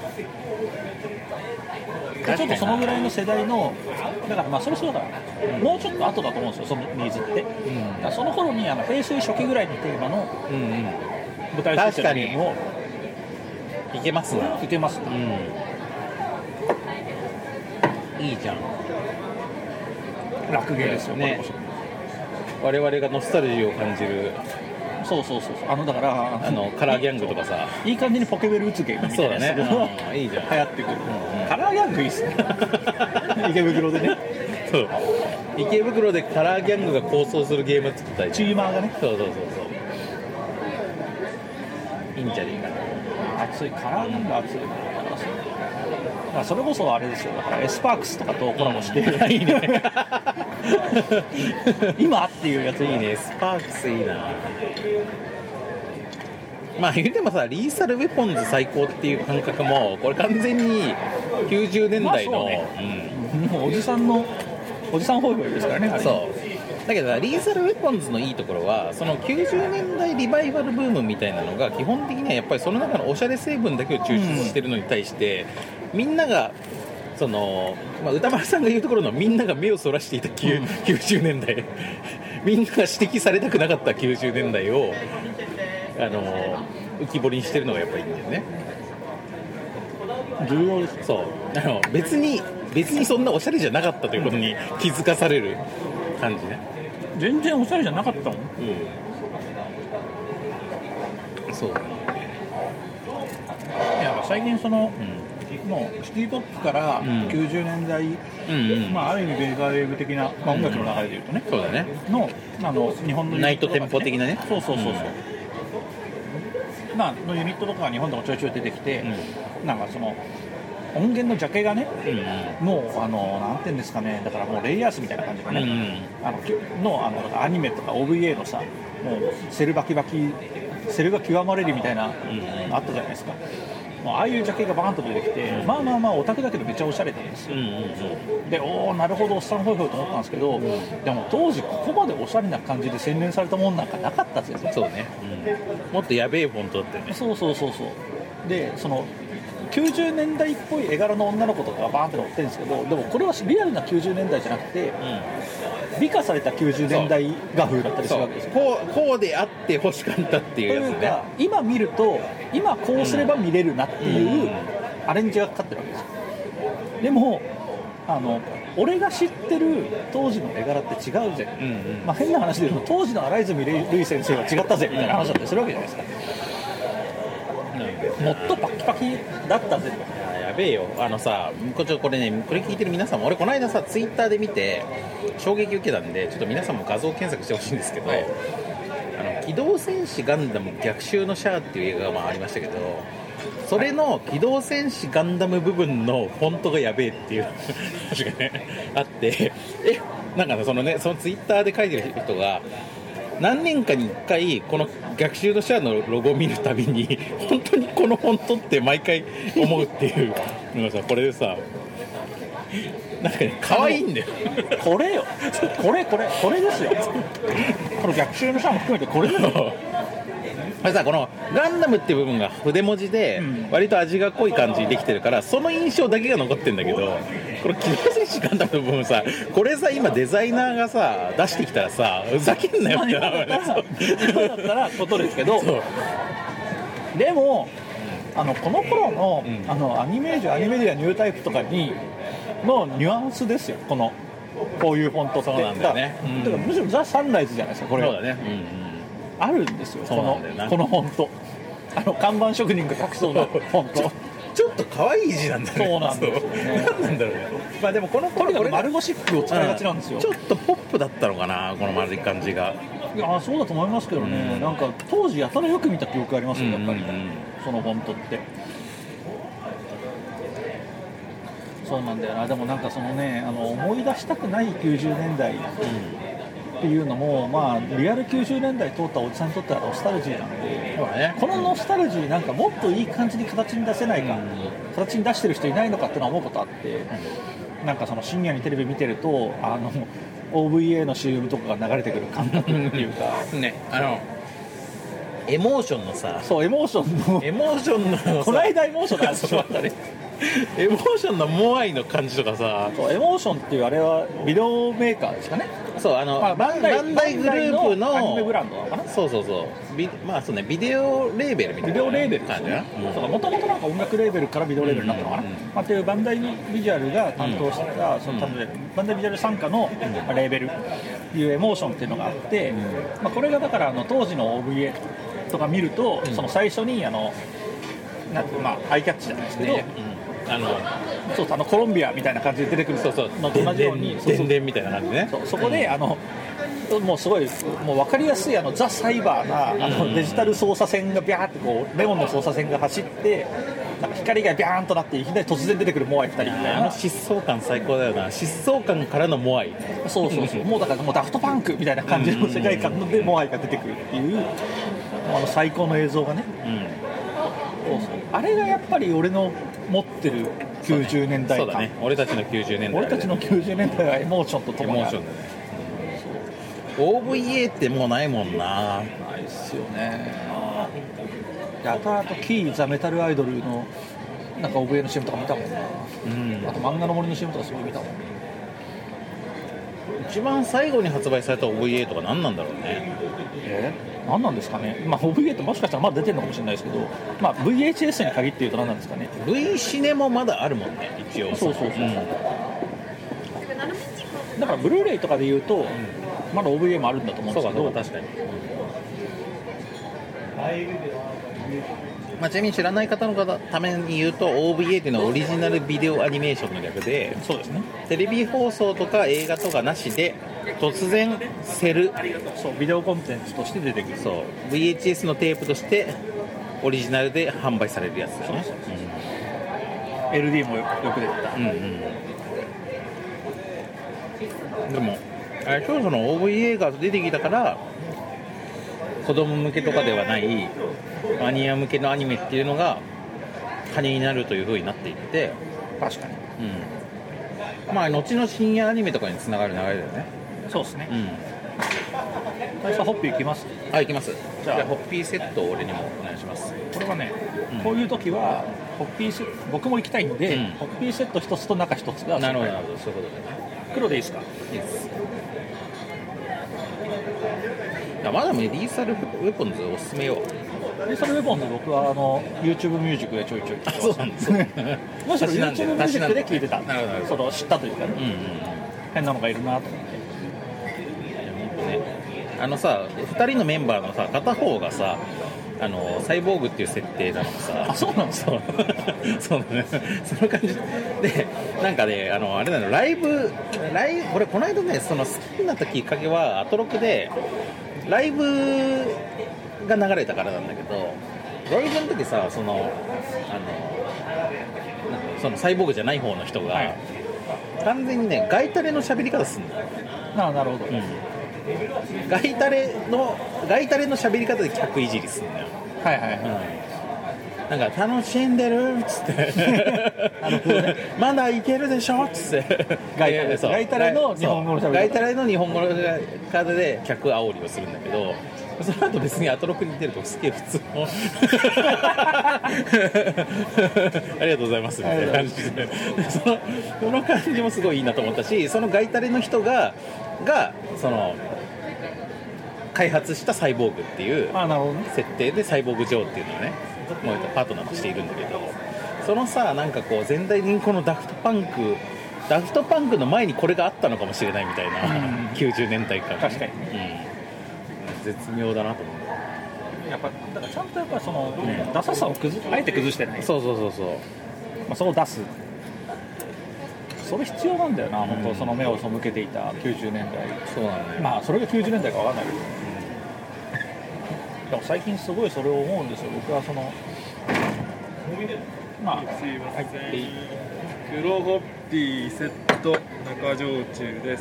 ちょっとそのぐらいの世代の、だからそろそろだから、もうちょっと後だと思うんですよ、そのニーズって。だからその頃に平成初期ぐらいのテーマの舞台設定のゲームをいけますな。 いけます、 いいじゃん。 楽ゲーですよね。 我々がノスタルジーを感じる。 そうだからカラーギャングとかさ、 いい感じにポケベル打つゲームみたいなやつがいいじゃん、 流行ってくる、カラーギャングいいっすね池袋でね。 そう池袋でカラーギャングが構想するゲーム作ったり、 チーマーがね。 そういいんじゃねえかな。 熱い、カラーギャング熱い。だからそれこそあれですよ、だからエスパークスとかとコラボして、いいね今っていうやつ。 いいね、スパークスいいな。言うてもさ、リーサルウェポンズ最高っていう感覚もこれ完全に90年代の、 もうおじさんホイホイですからね。 そうだけどさ、リーサルウェポンズのいいところはその90年代リバイバルブームみたいなのが基本的にはやっぱりその中のおしゃれ成分だけを抽出してるのに対して、みんなが歌丸さんが言うところのみんなが目をそらしていた90年代みんなが指摘されたくなかった90年代を浮き彫りにしてるのがやっぱりいいんだよね。 重要です。 そう別にそんなおしゃれじゃなかったということに気づかされる感じね。 全然おしゃれじゃなかったもん。 そう。 いや最近もうシティポップから90年代、ある意味ベーガーウェーブ的な、音楽の流れでいうとね、 そうだね。 の日本のナイトテンポ的なね。 そう。のユニットとかが日本でもちょいちょい出てきて、なんかその音源のジャケがね、もうなんていうんですかね、だからもうレイヤースみたいな感じのね、アニメとか OVA のさ、もうセルが極まれるみたいなのあったじゃないですか。もうああいうジャケがバーンと出てきて、オタクだけどめっちゃおしゃれなんですよ。で、なるほどおっさんホイホイと思ったんですけど、でも当時ここまでおしゃれな感じで洗練されたもんなんかなかったんですよ。 そうね、もっとやべえフォントだったよね。 そうで、その90年代っぽい絵柄の女の子とかがバーンって載ってるんですけど、でもこれはリアルな90年代じゃなくて、美化された90年代画風だったりするわけですよ。 こうであって欲しかったっていうやつね。 今見ると今こうすれば見れるなっていうアレンジがかかってるわけですよ。でも俺が知ってる当時の絵柄って違うぜ、変な話で言うと当時の荒泉瑠先生は違ったぜみたいな話だったりするわけじゃないですか。もっとパキパキだったぜと。 やべえよ。これね、これ聞いてる皆さんも、俺この間さツイッターで見て衝撃受けたんで、ちょっと皆さんも画像検索してほしいんですけど、機動戦士ガンダム逆襲のシャアっていう映画がありましたけど、それの機動戦士ガンダム部分のフォントがやべえっていう話がねあって、なんかねそのツイッターで書いてる人が何年かに1回この逆襲のシャアのロゴを見るたびに本当にこのフォントって毎回思うっていうのがさ、これでさ、なんかね可愛いんだよ。 これよ、これですよ。この逆襲のシャアも含めてこれですよ。 さ、このガンダムっていう部分が筆文字で割と味が濃い感じにできてるから、その印象だけが残ってるんだけど、この機動戦士ガンダムの部分さ、これさ今デザイナーがさ出してきたらさ、ふざけんなよってなる。 そうだったらことですけど、でもこの頃の、アニメディアニュータイプとかにのニュアンスですよ、こういうフォントって。 そうなんだよね。 だからむしろザ・サンライズじゃないですか、これは。 そうだね。 あるんですよ、このフォント。看板職人が書きそうなフォント。 ちょっと可愛い字なんだね。 そうなんですよね。 何なんだろうね。まあでもこのとにかく丸ゴシックを使いがちなんですよ。 ちょっとポップだったのかな、この丸い感じが。 いや、そうだと思いますけどね。なんか当時やたらよく見た記憶ありますよ、やっぱり。そのフォントって。そうなんだよな。でもなんかそのね、思い出したくない90年代っていうのも、まあリアル90年代通ったおじさんにとってはノスタルジーなんで、このノスタルジーなんかもっといい感じに形に出せないか、形に出してる人いないのかってのは思うことあって、なんかその深夜にテレビ見てるとOVA の CM とかが流れてくる感覚っていうかね、エモーションのさ、 そうエモーションのこの間エモーションの話しましたね。 エモーションのモアイの感じとかさ、 そうエモーションっていうあれはビデオメーカーですかね。 そうバンダイグループのアニメブランドなのかな。 そうまあそうね、ビデオレーベルみたいな。 ビデオレーベル感じな。もともとなんか音楽レーベルからビデオレーベルになったのかな。っていうバンダイビジュアルが担当してた、そのバンダイビジュアル傘下のレーベルっていうエモーションっていうのがあって、まあこれがだから当時の OVA とか見ると、その最初になんてまあアイキャッチじゃないですけど。そうコロンビアみたいな感じで出てくるのと同じように電電みたいな感じね。 そこでもうすごいもう分かりやすいザ・サイバーなデジタル操作線がビャーってこうレモンの操作線が走ってなんか光がビャーンとなっていきなり突然出てくるモアイ2人みたいな。 疾走感最高だよな。疾走感からのモアイ。 そうもうだからもうダフトパンクみたいな感じの世界観でモアイが出てくるっていう最高の映像がね、あれがやっぱり俺の持ってる90年代感。 そうだね、俺たちの90年代。 俺たちの90年代はエモーションとともにある。 OVA ってもうないもんな。 ないっすよね。やたらとキーザメタルアイドルのなんか OVA の CM とか見たもんな。あと漫画の森の CM とかすごい見たもん。 一番最後に発売された OVA とか何なんだろうね。 何なんですかね。まあ OVA ってもしかしたらまだ出てるのかもしれないですけど、まあ VHS に限って言うと何なんですかね。 V シネもまだあるもんね、一応。 そう、だからブルーレイとかで言うと、まだ OVA もあるんだと思うんですけど。 そうか確かに。まあ、ちなみに知らない方のために言うと OVA っていうのはオリジナルビデオアニメーションの略で、 そうですね、 テレビ放送とか映画とかなしで突然セル、 そうビデオコンテンツとして出てくる。 そう VHS のテープとしてオリジナルで販売されるやつだよね。 LD もよく出てた。 でもあれその OVA が出てきたから子供向けとかではないマニア向けのアニメっていうのが金になるという風になっていって、 確かに、 まあ後の深夜アニメとかにつながる流れだよね。 そうですね。最初はホッピー行きます。 行きます。 じゃあホッピーセットを俺にもお願いします。 これはね、こういう時はホッピーセット、僕も行きたいんで、ホッピーセット一つと中一つが。 なるほどなるほど、そういうことでね。 黒でいいですか。 いいです。まだリーサルウェポンズおすすめよ。 リーサルウェポンズ僕はYouTube ミュージックでちょいちょい聞いてます。 そうなんですね。 むしろ YouTube ミュージックで聞いてた。 なるほど。 その知ったというかね、変なのがいるなと思って。 さ2人のメンバーのさ片方がさサイボーグっていう設定なのさ。 あ、そうなんですか。 そうだね。その感じで、なんかね、あれなの、ライブ、俺この間ね、その好きになったきっかけはアトロクでライブが流れたからなんだけど、ライブの時さ、そのサイボーグじゃない方の人が、完全にね、ガイタレの喋り方するんだよ。 なるほど。 ガイタレの喋り方で客いじりするんだよ。 はいはいはい。 なんか楽しんでるっつってまだいけるでしょっつってガイタレの日本語の喋り方。 ガイタレの日本語の方で客煽りをするんだけど、その後別にアトロクに出るとすげえ普通のありがとうございますみたいな感じでその感じもすごいいいなと思ったし、そのガイタレの人がその開発したサイボーグっていう設定でサイボーグ・ジョーっていうのをね、もうパートナーとしているんだけど、そのさ、なんかこう全体にこのダフトパンクの前にこれがあったのかもしれないみたいな、90年代から、ね、 確かに、 絶妙だなと思う。 やっぱだからちゃんとやっぱその、ダサさをあえて崩してない。 そう、 それを出す、それ必要なんだよな、本当その目を背けていた90年代。 そうなんだよ。 まあそれが90年代か分かんないけど、でも最近すごいそれを思うんですよ。僕はそのまあすいません、黒ホッピーセット中焼酎です。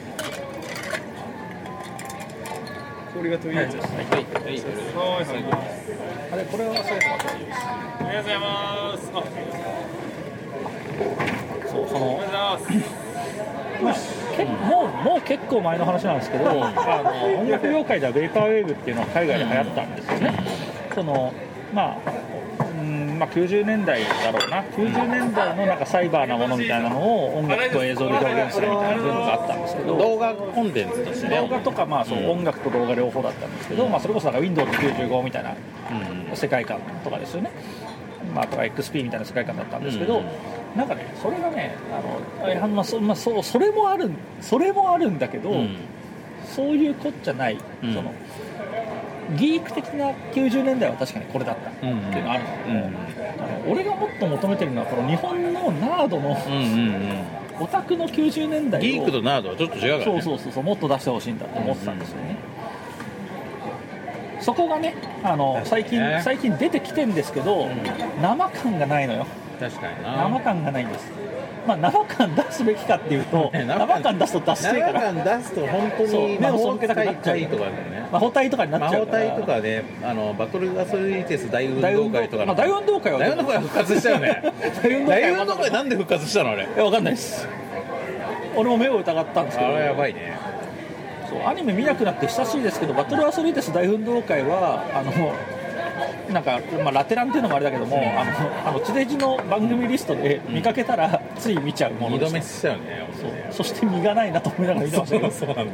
氷が飛び出ちゃう。 あれこれは忘れてます。 ありがとうございます。 そうそのありがとうございます。 もう結構前の話なんですけど、音楽業界ではベーパーウェーブっていうのは海外で流行ったんですよね。そのまあ90年代だろうな、90年代のなんかサイバーなものみたいなのを音楽と映像で表現するみたいな部分があったんですけど、 動画コンテンツとしてね、 動画とか音楽と動画両方だったんですけど、それこそなんか Windows95 みたいな世界観とかですよね。とか XP みたいな世界観だったんですけど、なんかね、それがね、それもあるんだけど、そういうこっちゃない、そのギーク的な90年代は確かにこれだったっていうのがあるんだけど、俺がもっと求めてるのはこの日本のナードのオタクの90年代を、 ギークとナードはちょっと違うからね。 そうもっと出してほしいんだと思ってたんですよね。そこがね、最近出てきてんですけど、生感がないのよ。 確かにな。 生感がないんです。生感出すべきかっていうと、生感出すと出してから、 生感出すと本当に目を背けたくなっちゃうとかね、 魔法隊とかになっちゃうから、 魔法隊とかね、バトルアスリーティス大運動会とかの、 大運動会は復活したよね。大運動会なんで復活したのあれ？ 分かんないです。俺も目を疑ったんですけど、 あれやばいね。 そうアニメ見なくなって久しいですけど、バトルアスリーティス大運動会はなんか、ラテランっていうのもあれだけども、地デジの番組リストで見かけたらつい見ちゃうものです。 二度目しちゃうね。 そして身がないなと思いながら見てましたけど。 そうなんだよ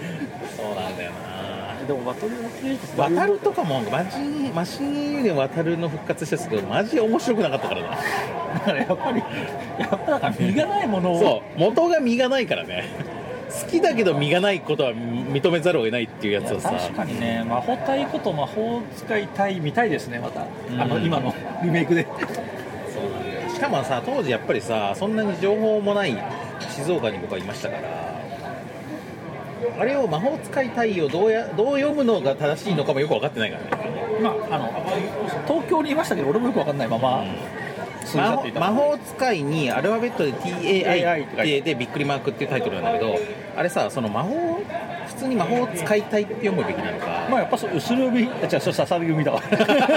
な。 でもバトルアスリーティス渡るとかもマシンユニ渡るの復活したんですけど、マジ面白くなかったからな。 だからやっぱ身がないものを、 そう元が身がないからね。好きだけど身がないことは認めざるを得ないっていうやつをさ。 確かにね、魔法隊こと魔法使い隊見たいですね、また、今のリメイクで。 そうなんだよ。しかもさ、当時やっぱりさ、そんなに情報もない静岡に僕はいましたから、あれを魔法使い隊をどう読むのが正しいのかもよく分かってないからね。 東京にいましたけど、俺もよく分かんないまま、 魔法使いにアルファベットで TAI でびっくりマークっていうタイトルなんだけど、あれさ、その普通に魔法使いたいって読むべきなのか、 やっぱそう後ろ指、そささび組だわ。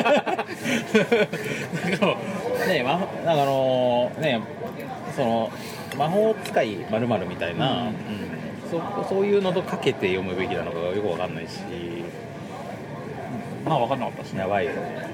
その魔法使い〇〇みたいな、そういうのとかけて読むべきなのかよく分かんないし、 分かんなかったですね。 やばいよね。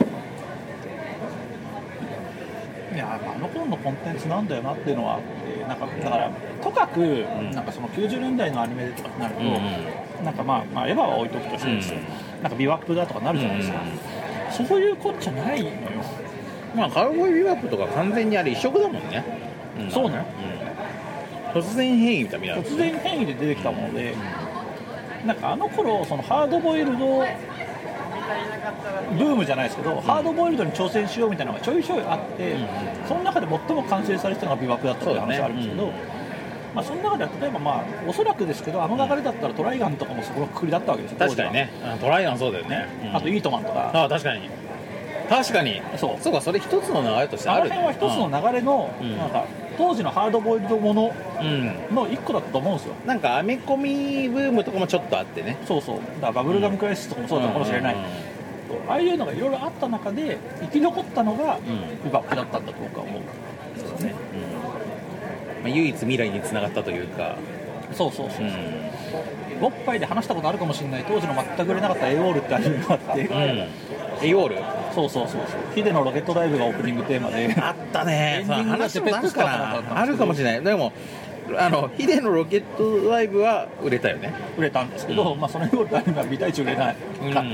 いやあの頃のコンテンツなんだよなっていうのはあって、だからとかく、なんかその90年代のアニメとかになると、なんかエヴァは置いとくとしてですよ、なんかビワップだとかなるじゃないですか、そういうこっちゃないのよ。 カウボーイビワップとか完全にあれ一色だもんね。 そうね、 突然変異みたいな、 突然変異で出てきたもので、なんかあの頃そのハードボイルドブームじゃないですけど、ハードボイルドに挑戦しようみたいなのがちょいちょいあって、その中で最も完成されてたのがビバップだったっていう話があるんですけど、まあ、その中では例えば、まあ、おそらくですけど、あの流れだったらトライガンとかもそこのくくりだったわけですよ。 確かにね、トライガンそうだよね、 あとイートマンとか。 あ、確かにそうか、それ一つの流れとしてある、ね、 あの辺は一つの流れの、なんか当時のハードボイルドものの一個だったと思うんですよ。 なんかアメコミブームとかもちょっとあってね。 そうそう、だからバブルガムクライシスとかもそうだったかもしれない、ああいうのがいろいろあった中で生き残ったのがビバップだったんだと僕は思うんですよね。 まあ、唯一未来につながったというか。 そうそうそう、ボッパイで話したことあるかもしれない、当時の全く売れなかったエイオールってアニメがあって、 エイオール、 そうヒデのロケットダイブがオープニングテーマであったね。 話もあるかな、 あるかもしれない。でもヒデのロケットダイブは売れたよね。 売れたんですけど、まあ、そのエイオールってアニメはビタイチ売れなかった、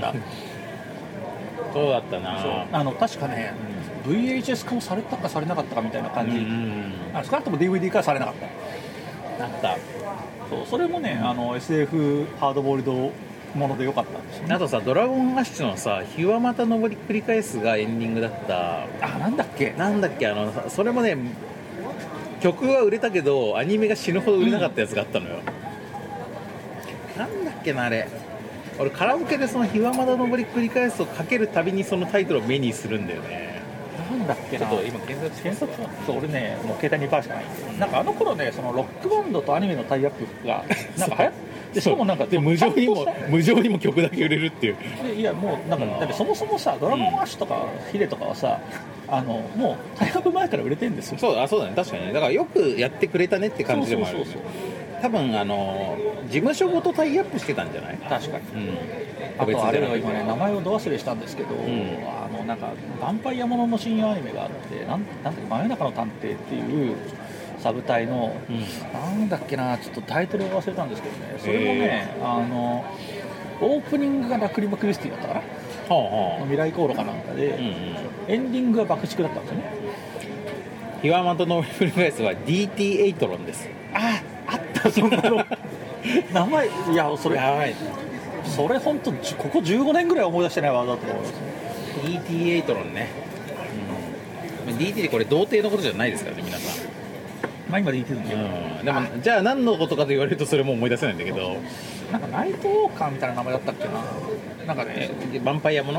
そうだったな。 確かね、VHS 化もされたかされなかったかみたいな感じ、少なくとも DVD 化はされなかった。そう、それもね、SF ハードボイルドもので良かったんですよね。 あとさ、ドラゴンアッシュのさ、日はまた昇り繰り返すがエンディングだった。 なんだっけそれもね、曲は売れたけどアニメが死ぬほど売れなかったやつがあったのよ、なんだっけな、あれ。俺カラオケでその日はまた昇り繰り返すをかけるたびにそのタイトルを目にするんだよね。 なんだっけな、 ちょっと今検索そう、俺ね、もう携帯2%しかないんで、なんかあの頃ね、そのロックバンドとアニメのタイアップがなんか流行ってしかもなんかで無情にも曲だけ売れるっていう。 いや、もうなんか、だってそもそもさ、ドラゴンアッシュとかヒデとかはさ、もうタイアップ前から売れてるんですよ。 そうだね、確かに。だからよくやってくれたねって感じでもある。多分事務所ごとタイアップしてたんじゃない？ 確かに。あとあれは今ね、名前をど忘れしたんですけど、なんかヴァンパイアものの深夜アニメがあって、なんだっけ、真夜中の探偵っていうサブタイの、なんだっけな、ちょっとタイトルを忘れたんですけどね、それもね、オープニングがラクリマクリスティだったかな、未来航路かなんかで、エンディングは爆竹だったんですよね。 日はまたのフルフェイスは DT エイトロンです。 あったそんなの名前、いや、それやばい、 それ本当ここ15年ぐらい思い出してない技だと思います。 DT エイトロンね、DT でこれ童貞のことじゃないですからね、皆さん。 まあ今 DT の、 でもじゃあ何のことかと言われるとそれも思い出せないんだけど、 なんかナイトウォーカーみたいな名前だったっけな、なんかね、 ヴァンパイアもの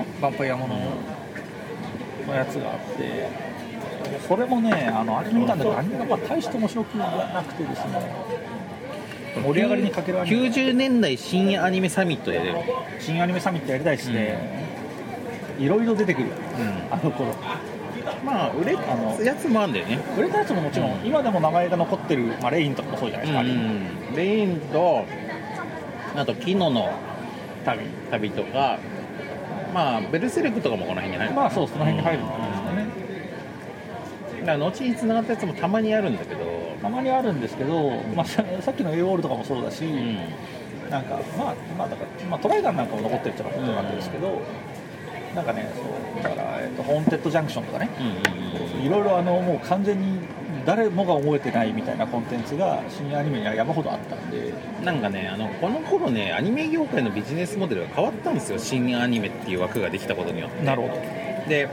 のやつがあって、それもね、あれ見たんだけど、アニメがまあ大して面白くなくてですね、盛り上がりに欠けるアニメ。 90年代深夜アニメサミットやれる。 新アニメサミットやりたいですね、いろいろ出てくる、あの頃。 まあ売れたやつもあるんだよね。 売れたやつももちろん、今でも名前が残ってる、レインとかもそうじゃないですか、 レインと、あとキノの旅とか、まあベルセルクとかもこの辺に入る。 まあそう、その辺に入るんですよね。 だから後に繋がったやつもたまにあるんだけど、 まあ、さっきの A オールとかもそうだし、なんかだからトライガンなんかも残ってるっちゃ残ってるわけですけど、なんかね、そうだから、ホーンテッドジャンクションとかね、いろいろもう完全に誰もが覚えてないみたいなコンテンツが深夜アニメには山ほどあったんで、 なんかね、この頃ね、アニメ業界のビジネスモデルが変わったんですよ、深夜アニメっていう枠ができたことによって。 なるほど。 で、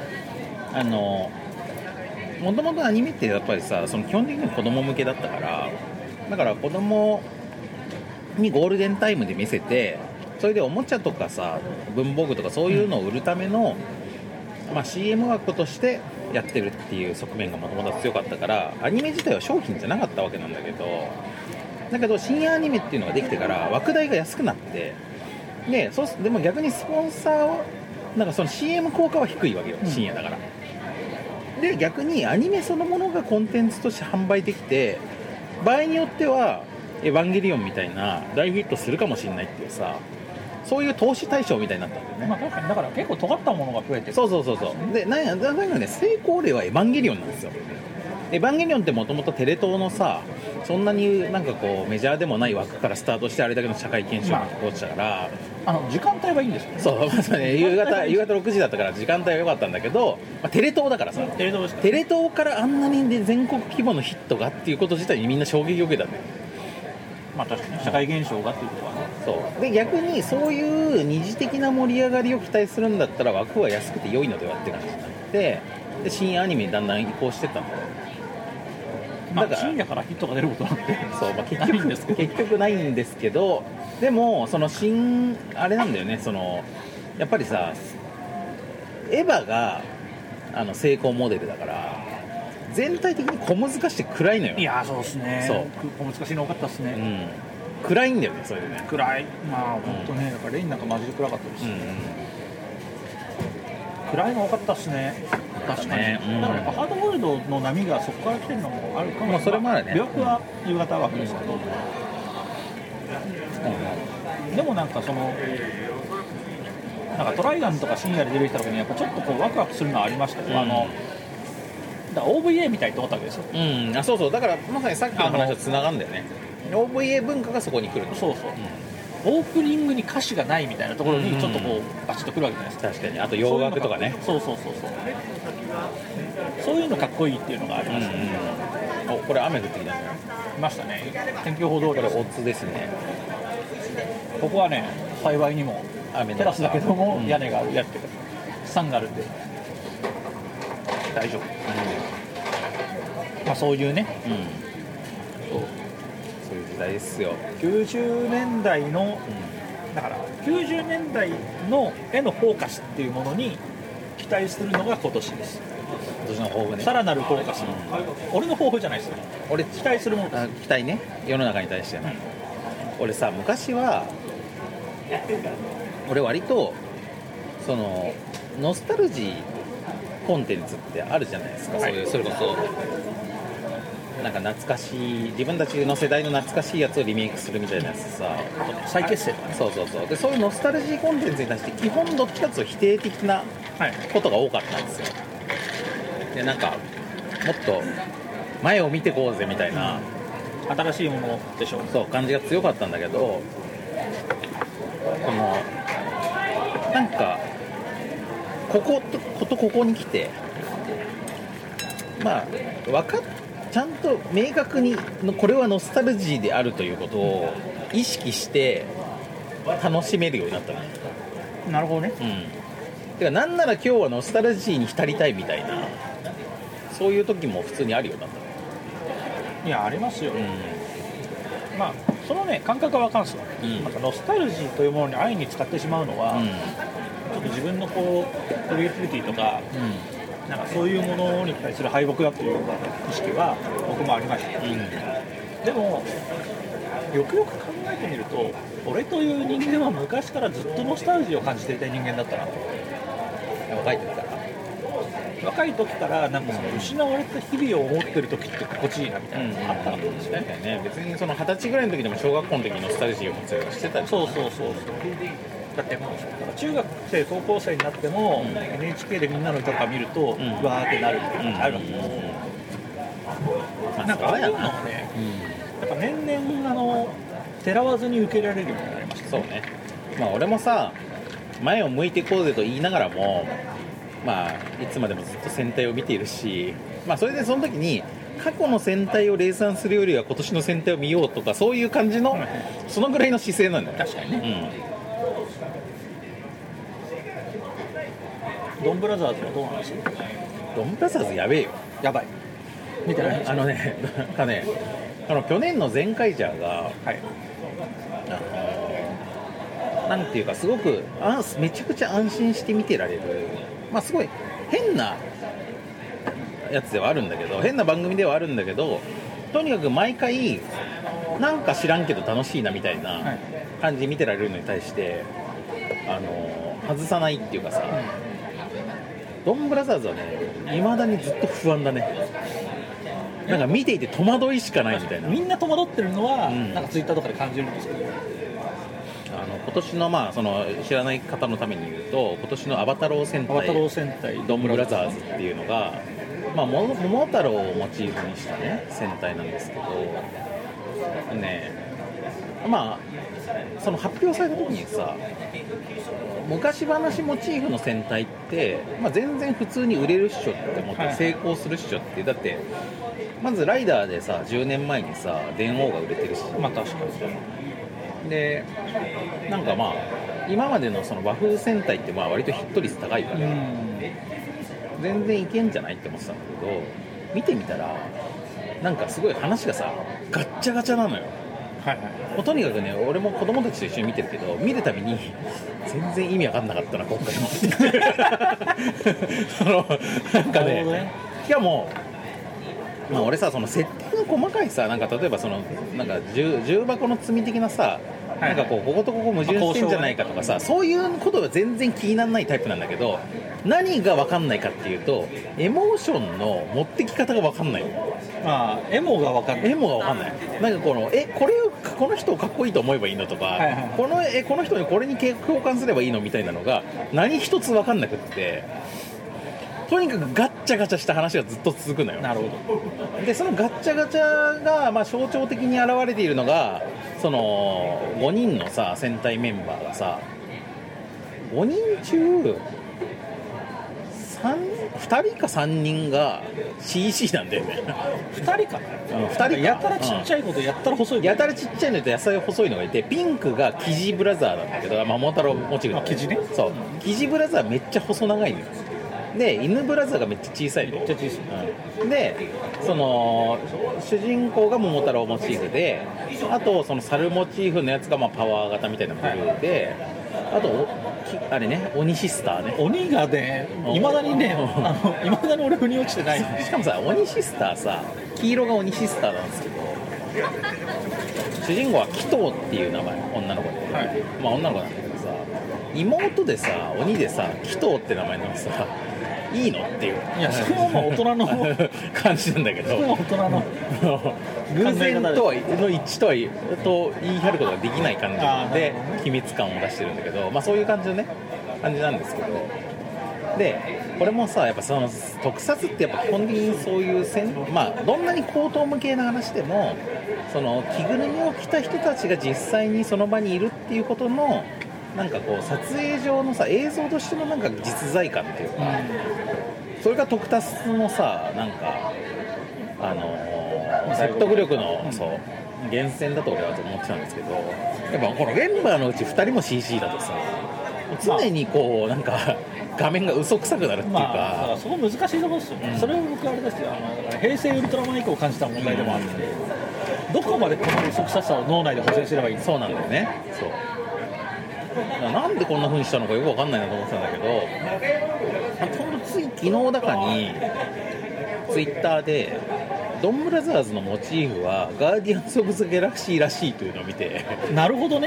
もともとアニメってやっぱりさ、その基本的に子供向けだったから、だから子供にゴールデンタイムで見せて、それでおもちゃとかさ、文房具とかそういうのを売るための、CM 枠としてやってるっていう側面がもともと強かったから、アニメ自体は商品じゃなかったわけなんだけど深夜アニメっていうのができてから枠代が安くなって、でも逆にスポンサーはなんかその CM 効果は低いわけよ、深夜だから。で逆にアニメそのものがコンテンツとして販売できて、場合によってはエヴァンゲリオンみたいな大ヒットするかもしれないっていうさ、そういう投資対象みたいになったんだよね。 確かに、だから結構尖ったものが増えてる。 そうで、なんかね、成功例はエヴァンゲリオンなんですよ。エヴァンゲリオンってもともとテレ東のさ、そんなになんかこうメジャーでもない枠からスタートして、あれだけの社会現象が起こったから、 時間帯はいいんですよね。 そう、夕方6時だったから時間帯は良かったんだけど、テレ東だからさ、テレ東からあんなに全国規模のヒットがっていうこと自体にみんな衝撃を受けたんだよ。 まあ確かに社会現象がっていうことはね。 そうで逆にそういう二次的な盛り上がりを期待するんだったら枠は安くて良いのではって感じになってで新アニメにだんだん移行してったんだよ。 だから深夜からヒットが出ることなんてそう、まあ、結局ないんですけどでもそのあれなんだよねやっぱりさエヴァが成功モデルだから全体的に小難しくて暗いのよ。 いやそうですね。 そう小難しいの多かったですね、 暗いんだよね。それでね暗い。まあ本当ね、だからレインなんかマジで暗かったです、暗いの多かったですね。確かに、だからやっぱハードボイルドの波がそこから来てるのもあるかもしれない。 それもあるね。 魅力は夕方枠ですけど、でもなんかなんかトライガンとか深夜で出てきた時にやっぱちょっとこうワクワクするのはありましたけど、だから OVA みたいに通ったわけですよ。 そうそう、だからまさにさっきの話とつながるんだよね。OVA 文化がそこに来る。 そうそう、オープニングに歌詞がないみたいなところにちょっとこうバチッと来るわけじゃないですか。 確かに。あと洋楽とかね。 そういうのかっこいいっていうのがありますね。 これ雨降ってきたね。 いましたね。天気予報通りです。 これオッズですね。 ここはね幸いにもテラスだけども屋根がやってる傘があるんで大丈夫、まあそういうね、 そういう時代ですよ。 90年代の、だから90年代のへのフォーカスっていうものに期待するのが今年です。 今年の抱負ね。 さらなるフォーカス、俺の抱負じゃないですよ。 俺期待するものです。 期待ね。世の中に対してね、俺さ昔は俺割とノスタルジーコンテンツってあるじゃないですか、そういうそれこそなんか懐かしい自分たちの世代の懐かしいやつをリメイクするみたいなやつさ、 再結成とかね。 そうでそういうノスタルジーコンテンツに対して基本どっちかというと否定的なことが多かったんですよ。でなんかもっと前を見てこうぜみたいな、 新しいものでしょ。 そう感じが強かったんだけど、なんかここに来てまあちゃんと明確にこれはノスタルジーであるということを意識して楽しめるようになったの。 なるほどね。 てかなんなら今日はノスタルジーに浸りたいみたいな、そういう時も普通にあるようになった。 いやありますよ、まあそのね感覚は分かるんですよ、なんかノスタルジーというものに安易に使ってしまうのは、ちょっと自分のこうクリエイティビティとか、なんかそういうものに対する敗北だという意識は僕もありました、でもよくよく考えてみると俺という人間は昔からずっとノスタルジーを感じていた人間だったなと。若い時からなんかその失われた日々を思ってる時って心地いいなみたいなのがあったわけですよね。 別にその20歳ぐらいの時でも小学校の時にノスタルジーを持つようにしてたり。 そうだってもう中学生高校生になっても、NHK でみんなの歌とか見ると、うわーってなるってあるんですよ、なんかああいうのをね、やっぱ年々てらわずに受けられるようになりましたね。 そうね。まあ俺もさ前を向いてこうぜと言いながらもまあいつまでもずっと戦隊を見ているし、まあそれでその時に過去の戦隊を礼賛するよりは今年の戦隊を見ようとかそういう感じのそのぐらいの姿勢なんだよ。 確かにね、ドンブラザーズはどうなんですか。 ドンブラザーズやべえよ。 やばい。見てない。 去年のゼンカイジャーが、なんていうかすごくめちゃくちゃ安心して見てられる、まあすごい変なやつではあるんだけど、変な番組ではあるんだけど、とにかく毎回なんか知らんけど楽しいなみたいな感じで見てられるのに対して外さないっていうかさ、ドンブラザーズはね未だにずっと不安だね。なんか見ていて戸惑いしかないみたいな。 みんな戸惑ってるのは、なんかツイッターとかで感じるんですけど、 今年のまあその知らない方のために言うと、今年のアバタロー戦隊ドンブラザーズっていうのが、まあ桃太郎をモチーフにしたね戦隊なんですけどね、まあその発表された時にさ、昔話モチーフの戦隊って、まあ、全然普通に売れるっしょって思って、成功するっしょって、だってまずライダーでさ10年前にさ電王が売れてるし、 まあ確かに。 でなんかまあ今までのその和風戦隊ってまあ割とヒット率高いから、全然いけんじゃないって思ってたんだけど、見てみたらなんかすごい話がさガッチャガチャなのよ。 はいはい。 もうとにかくね、俺も子供たちと一緒に見てるけど、見るたびに全然意味わかんなかったな今回もそのなんかね、しかも、まあ、俺さその設定の細かいさ、なんか例えばそのなんか重箱の積み的なさ、なんかこことここ矛盾してんじゃないかとかさ、そういうことは全然気にならないタイプなんだけど、何が分かんないかっていうとエモーションの持ってき方が分かんない。 まあエモが分かんない。 エモが分かんない。なんかこのこの人をかっこいいと思えばいいのとか、 はいはい、 この人にこれに共感すればいいのみたいなのが何一つ分かんなくって、とにかくガッチャガチャした話がずっと続くのよ。 なるほど。でそのガッチャガチャがまあ象徴的に現れているのがその5人のさ戦隊メンバーがさ、5人中2人か3人が CC なんだよね。 2人かな。2人やたらちっちゃいことやったら細いこと、 やたらちっちゃいのとやさら細いのがいて、ピンクがキジブラザーなんだけど、桃太郎モチーフのキジね。 そう、キジブラザーめっちゃ細長いのよ。で犬ブラザーがめっちゃ小さいの。 めっちゃ小さい、 でその主人公が桃太郎モチーフで、あとその猿モチーフのやつがまあパワー型みたいなブルーで、あとあれね、鬼シスターね。 鬼がね、いまだにね、いまだに俺腑に落ちてない。 しかもさ、鬼シスターさ、黄色が鬼シスターなんですけど、主人公は紀藤っていう名前、女の子で、はい、まあ女の子なんだけどさ、妹でさ、鬼でさ、紀藤って名前なのさ、いいのっていう。 いや、それはまあ大人の感じなんだけど、 それは大人の偶然とはの一致とはと言い張ることができない感じで機密感を出してるんだけど、まあそういう感じのね感じなんですけど、でこれもさやっぱその特撮ってやっぱ基本的にそういうまあどんなに高等無形な話でもその着ぐるみを着た人たちが実際にその場にいるっていうことのなんかこう撮影上のさ映像としてのなんか実在感っていうか、それが特撮のさなんか説得力の、そう源泉だと俺は思ってたんですけど、やっぱこのメンバーのうち2人も CG だとさ常にこうなんか画面が嘘くさくなるっていうか、 まあ、そこ難しいところですよね、それを僕あれですよ、平成ウルトラマン以降感じた問題でもあるので、どこまでこの嘘くささを脳内で補正すればいいのか。 そうなんだよね。そうなんでこんな風にしたのかよく分かんないなと思ってたんだけど、つい昨日だかにツイッターでドンブラザーズのモチーフはガーディアンズ・オブ・ザ・ギャラクシーらしいというのを見て、 なるほどね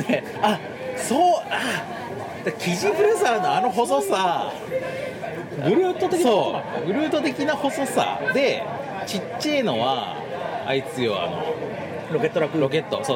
キジブラザーのあの細さ、 グルート的なそうグルート的な細さで、ちっちゃいのはあいつよロケットラクーン、 ロケット、そう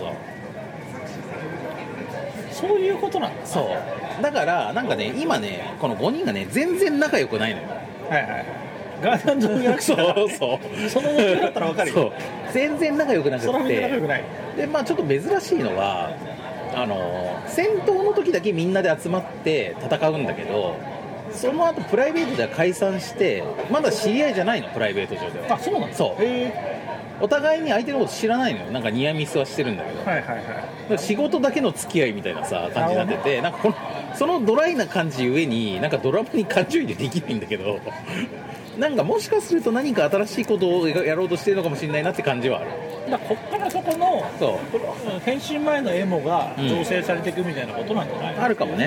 そういうことなんだ。 そうだからなんかね今ねこの5人がね全然仲良くないのよ。 はいはい、ガーディアンズ・オブ・ギャラクシーそうその動きだったら分かるよ。 そう全然仲良くなくて、 それは仲良くない。 でまあちょっと珍しいのは戦闘の時だけみんなで集まって戦うんだけど、その後プライベートでは解散してまだ知り合いじゃないの、プライベート上では。 あ、そうなんだ。 そうお互いに相手のこと知らないのよ。なんかニアミスはしてるんだけど、 はいはいはい、 だから仕事だけの付き合いみたいなさ感じになってて、なんかそのドライな感じゆえになんかドラマに感情移入できないんだけどなんかもしかすると何か新しいことをやろうとしてるのかもしれないなって感じはある。 だからこっからそこの変身前のエモが醸成されていくみたいなことなんじゃない、 あるかもね、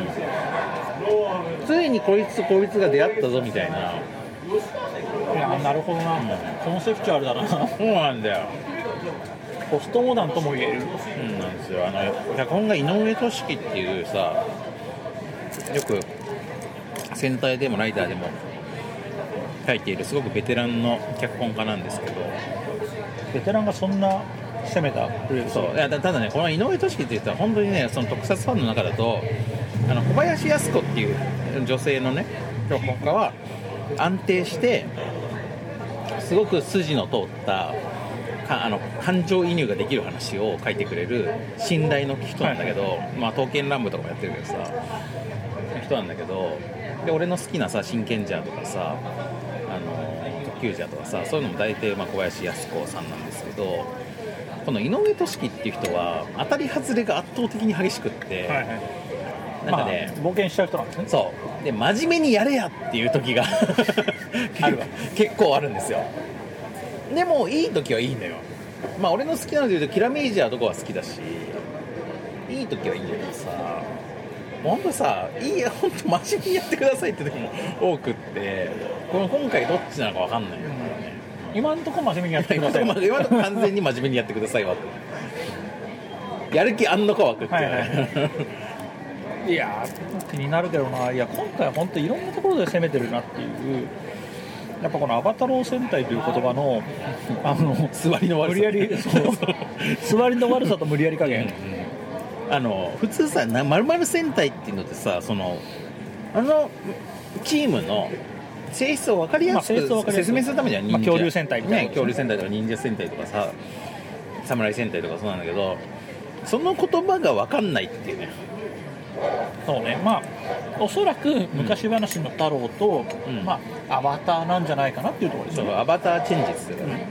ついにこいつが出会ったぞみたいな。 いやなるほどな、コンセプチュアルだな。 そうなんだよ。 ポストモダンとも言える。 なんですよ。脚本が井上俊樹っていうさ、よく戦隊でもライダーでも書いているすごくベテランの脚本家なんですけど、 ベテランがそんな攻めた。 そういやただね、この井上俊樹って言ったら本当にね、その特撮ファンの中だと小林靖子っていう女性のね脚本家は安定してすごく筋の通った感情移入ができる話を書いてくれる信頼の人なんだけど、まあ刀剣乱舞とかもやってるけどさ人なんだけど、で俺の好きなさ真剣ジャーとかさ球児だとかさ、そういうのも大体小林靖子さんなんですけど、この井上俊樹っていう人は当たり外れが圧倒的に激しくって、なんかね、 冒険しちゃう人なんですね。 そうで真面目にやれやっていう時が結構あるんですよ。でもいい時はいいんだよ。俺の好きなので言うとキラメイジャーとかは好きだし、いい時はいいんだけどさ、本当さ、本当真面目にやってくださいって時も多くって、今回どっちなのか分かんないよね。 今のところ真面目にやってください。 今のところ完全に真面目にやってくださいわってやる気あんのか枠って、いや気になるけどな。いや今回本当いろんなところで攻めてるなっていう。やっぱこのアバタロー戦隊という言葉の座りの悪さ、 無理やり座りの悪さと無理やり加減、 普通さ〇〇戦隊っていうのってさ、チームの性質を分かりやすく説明するためには恐竜戦隊みたいな、 恐竜戦隊とか忍者戦隊とかさ、侍戦隊とかそうなんだけど、その言葉が分かんないっていうね。 そうね、おそらく昔話の太郎と、アバターなんじゃないかなっていうところですよね。 アバターチェンジですよね、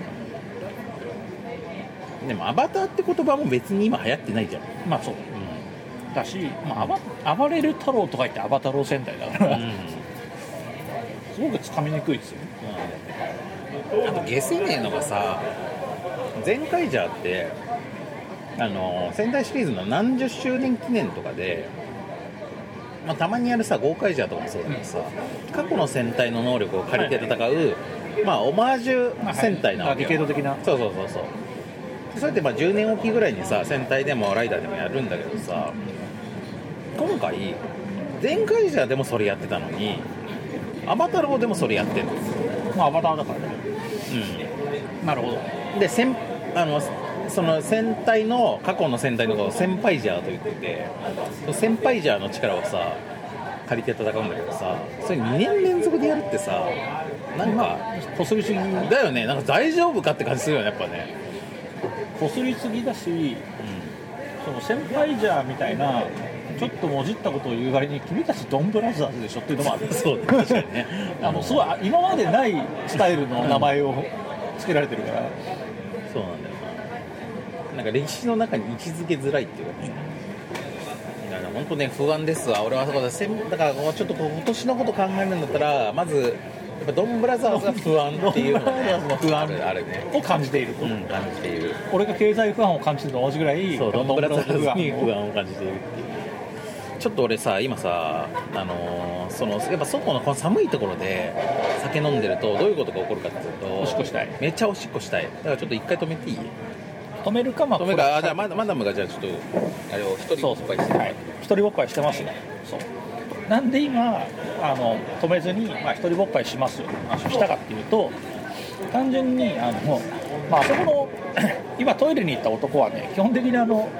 でもアバターって言葉も別に今流行ってないじゃん。そう、だし、暴れる太郎とか言ってアバタロー戦隊だから、すごくつかみにくいですよね。 あと下水ねえのがさ、ゼンカイジャーって戦隊シリーズの何十周年記念とかで、たまにやるさゴーカイジャーとかもそうだけどさ、過去の戦隊の能力を借りて戦う、オマージュ戦隊なわけよ。 ディケード的な。 そうそれって10年おきぐらいにさ、戦隊でもライダーでもやるんだけどさ、今回ゼンカイジャーでもそれやってたのに、アバタローでもそれやってるんですよ。 アバターだからね。なるほど。 でその戦隊の過去の戦隊のことをセンパイジャーと言ってて、センパイジャーの力をさ借りて戦うんだけどさ、それ2年連続でやるってさ、なんかこすりすぎだよね。なんか大丈夫かって感じするよね、やっぱね。 こすりすぎだし、そのセンパイジャーみたいなちょっともじったことを言う割に、君たちドンブラザーズでしょっていうのもある。 そう確かにねすごい今までないスタイルの名前を付けられてるから、 そうなんだよな。なんか歴史の中に位置づけづらいっていうかね。だから本当ね、不安ですわ俺は。だからちょっと今年のこと考えるんだったら、まずやっぱドンブラザーズが不安っていうのが、ね、 不安あるねを感じていると、 感じている。 俺が経済不安を感じているのと同じぐらい、 そうドンブラザーズに不安を感じているっていう。ちょっと俺さ今さ、やっぱ外のこの寒いところで酒飲んでるとどういうことが起こるかっていうと、 おしっこしたい。 めっちゃおしっこしたい。だからちょっと一回止めていい？ 止めるか、 止めるか。じゃあマダムがじゃあちょっとあれを一人おっぱいして、 一人おっぱいしてますね。そうなんで今止めずに、一人ぼっぱいしますしたかっていうと、単純にあそこの今トイレに行った男はね、基本的に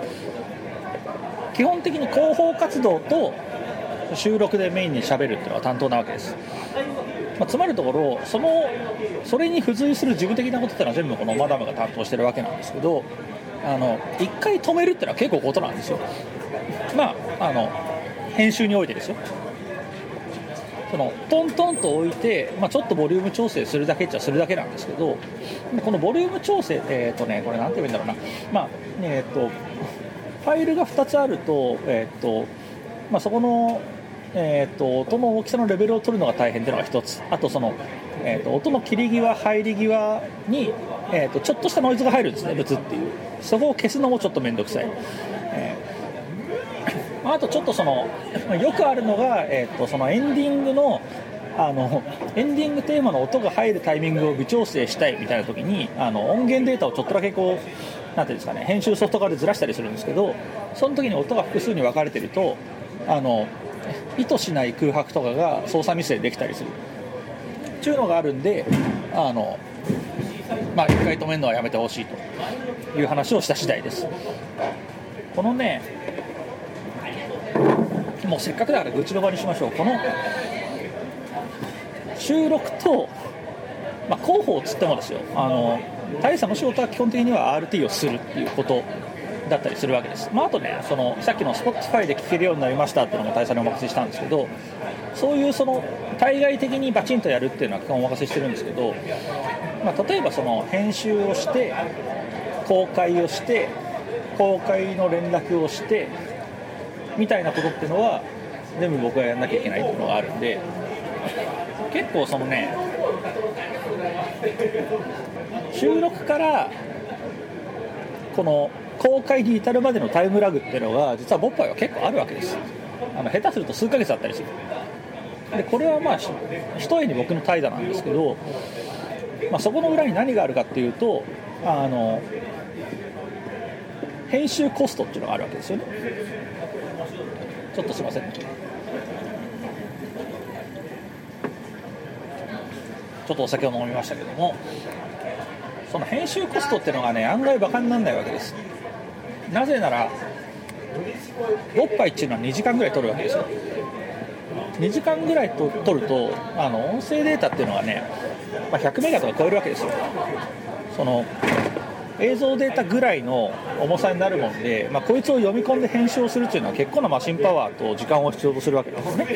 広報活動と収録でメインに喋るっていうのが担当なわけです。つまるところ、それに付随する事務的なことっていうのは全部このマダムが担当してるわけなんですけど、一回止めるっていうのは結構ことなんですよ。編集においてですよ。トントンと置いて、ちょっとボリューム調整するだけっちゃするだけなんですけど、このボリューム調整これなんて言うんだろうな、ファイルが2つあると、そこの、音の大きさのレベルを取るのが大変というのが1つ。あと音の切り際入り際に、ちょっとしたノイズが入るんですね、ブツっていう。そこを消すのもちょっと面倒くさい。あとちょっとよくあるのが、そのエンディングのエンディングテーマの音が入るタイミングを微調整したいみたいな時に音源データをちょっとだけなんていうんですかね、編集ソフト側でずらしたりするんですけど、その時に音が複数に分かれてると意図しない空白とかが操作ミスでできたりするっていうのがあるんで、一回止めるのはやめてほしいという話をした次第です。このね、もうせっかくだから愚痴の場にしましょう。この収録と、広報をつってもですよ、大佐の仕事は基本的には RT をするっていうことだったりするわけです。あとね、そのさっきの Spotify で聴けるようになりましたっていうのも大佐にお任せしたんですけど、そういうその対外的にバチンとやるっていうのは基本お任せしてるんですけど、例えばその編集をして公開をして公開の連絡をしてみたいなことっていうのは全部僕がやんなきゃいけないっていうのがあるんで、結構そのね、収録からこの公開に至るまでのタイムラグっていうのが実はボッパイは結構あるわけです。下手すると数ヶ月あったりする。でこれは一重に僕の怠惰なんですけど、そこの裏に何があるかっていうと、編集コストっていうのがあるわけですよね。ちょっとすいません、ちょっとお酒を飲みましたけども、その編集コストっていうのがね、案外バカにならないわけです。なぜならボッパイっていうのは2時間ぐらい取るわけですよ。2時間ぐらいと取ると音声データっていうのがね、100メガとか超えるわけですよ。その映像データぐらいの重さになるもんで、こいつを読み込んで編集をするっていうのは結構なマシンパワーと時間を必要とするわけですね。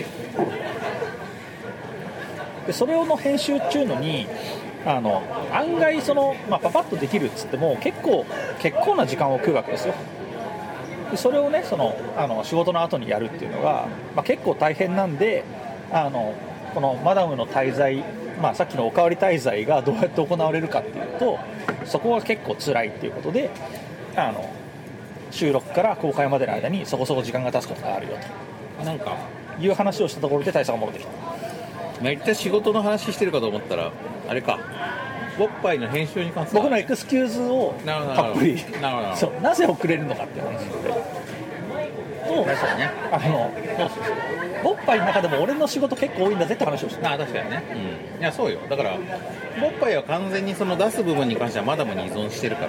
でそれの編集っていうのに案外その、パパッとできるっつっても結構な時間を食うわけですよ。でそれをね、仕事の後にやるっていうのが、結構大変なんで、このマダムの滞在、さっきのおかわり滞在がどうやって行われるかっていうと、そこは結構辛いっていうことで、収録から公開までの間にそこそこ時間が経つことがあるよとなんかいう話をしたところで大佐が戻ってきた。 めっちゃ仕事の話してるかと思ったらあれか、ボッパイの編集に関する僕のエクスキューズをたっぷりそうなぜ遅れるのかっていう話で、 確かにね、 ボッパイの中でも俺の仕事結構多いんだぜって話をして確かにね、いやそうよ。だからボッパイは完全にその出す部分に関してはマダムに依存してるから、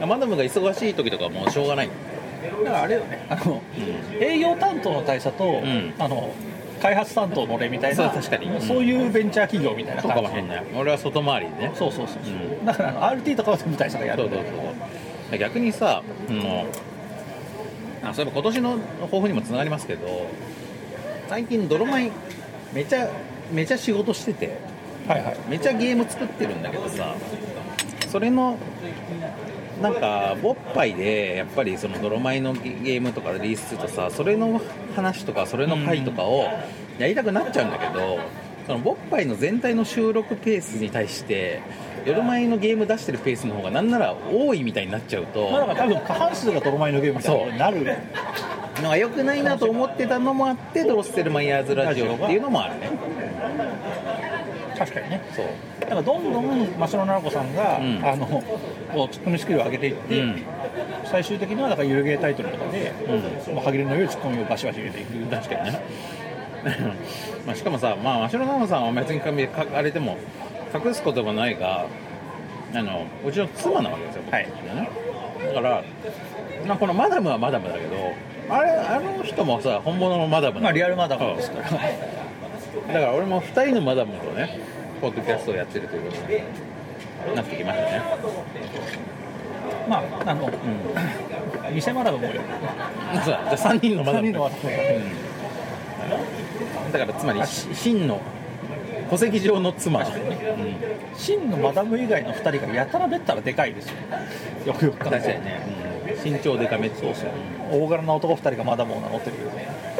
マダムが忙しい時とかはもうしょうがない。 だからあれよね、営業担当の大佐と、開発担当の俺みたいな、 確かに、 そういうベンチャー企業みたいな感じ。 そうかもしれない。俺は外回りでね。 そう、だからRT とかは全部大佐がやる。 そう逆にさ、そういえば今年の抱負にもつながりますけど、最近泥米めちゃ仕事してて、めちゃゲーム作ってるんだけどさ、それのなんかボッパイでやっぱりその泥米のゲームとかリリースするとさ、それの話とかそれの回とかをやりたくなっちゃうんだけど、そのボッパイの全体の収録ペースに対して泥米のゲーム出してるペースの方がなんなら多いみたいになっちゃうと、 だから多分過半数が泥米のゲームみたいになるのが良くないなと思ってたのもあって、ドロッセルマイヤーズラジオっていうのもあるね。 確かにね。 そうだからどんどん真城奈々子さんが、こうツッコミスキルを上げていって、最終的にはだからゆるゲータイトルとかで、もう歯切れの良いツッコミをバシバシ入れていく。 確かにねしかもさ、真城奈々さんは別にあれでも隠すことがないが、うちの妻なわけですよ、だからこのマダムはマダムだけど、あの人もさ本物のマダムリアルマダムですからだから俺も2人のマダムとねポッドキャストをやってるということになってきましたね。 偽マダムもいる。 じゃあ3人のマダム、だからつまり真の戸籍上の妻、 真のマダム以外の2人がやたらべったらでかいですよ。よく考えてね、身長でかめってそうそう、 大柄な男2人がマダムを名乗ってるけど、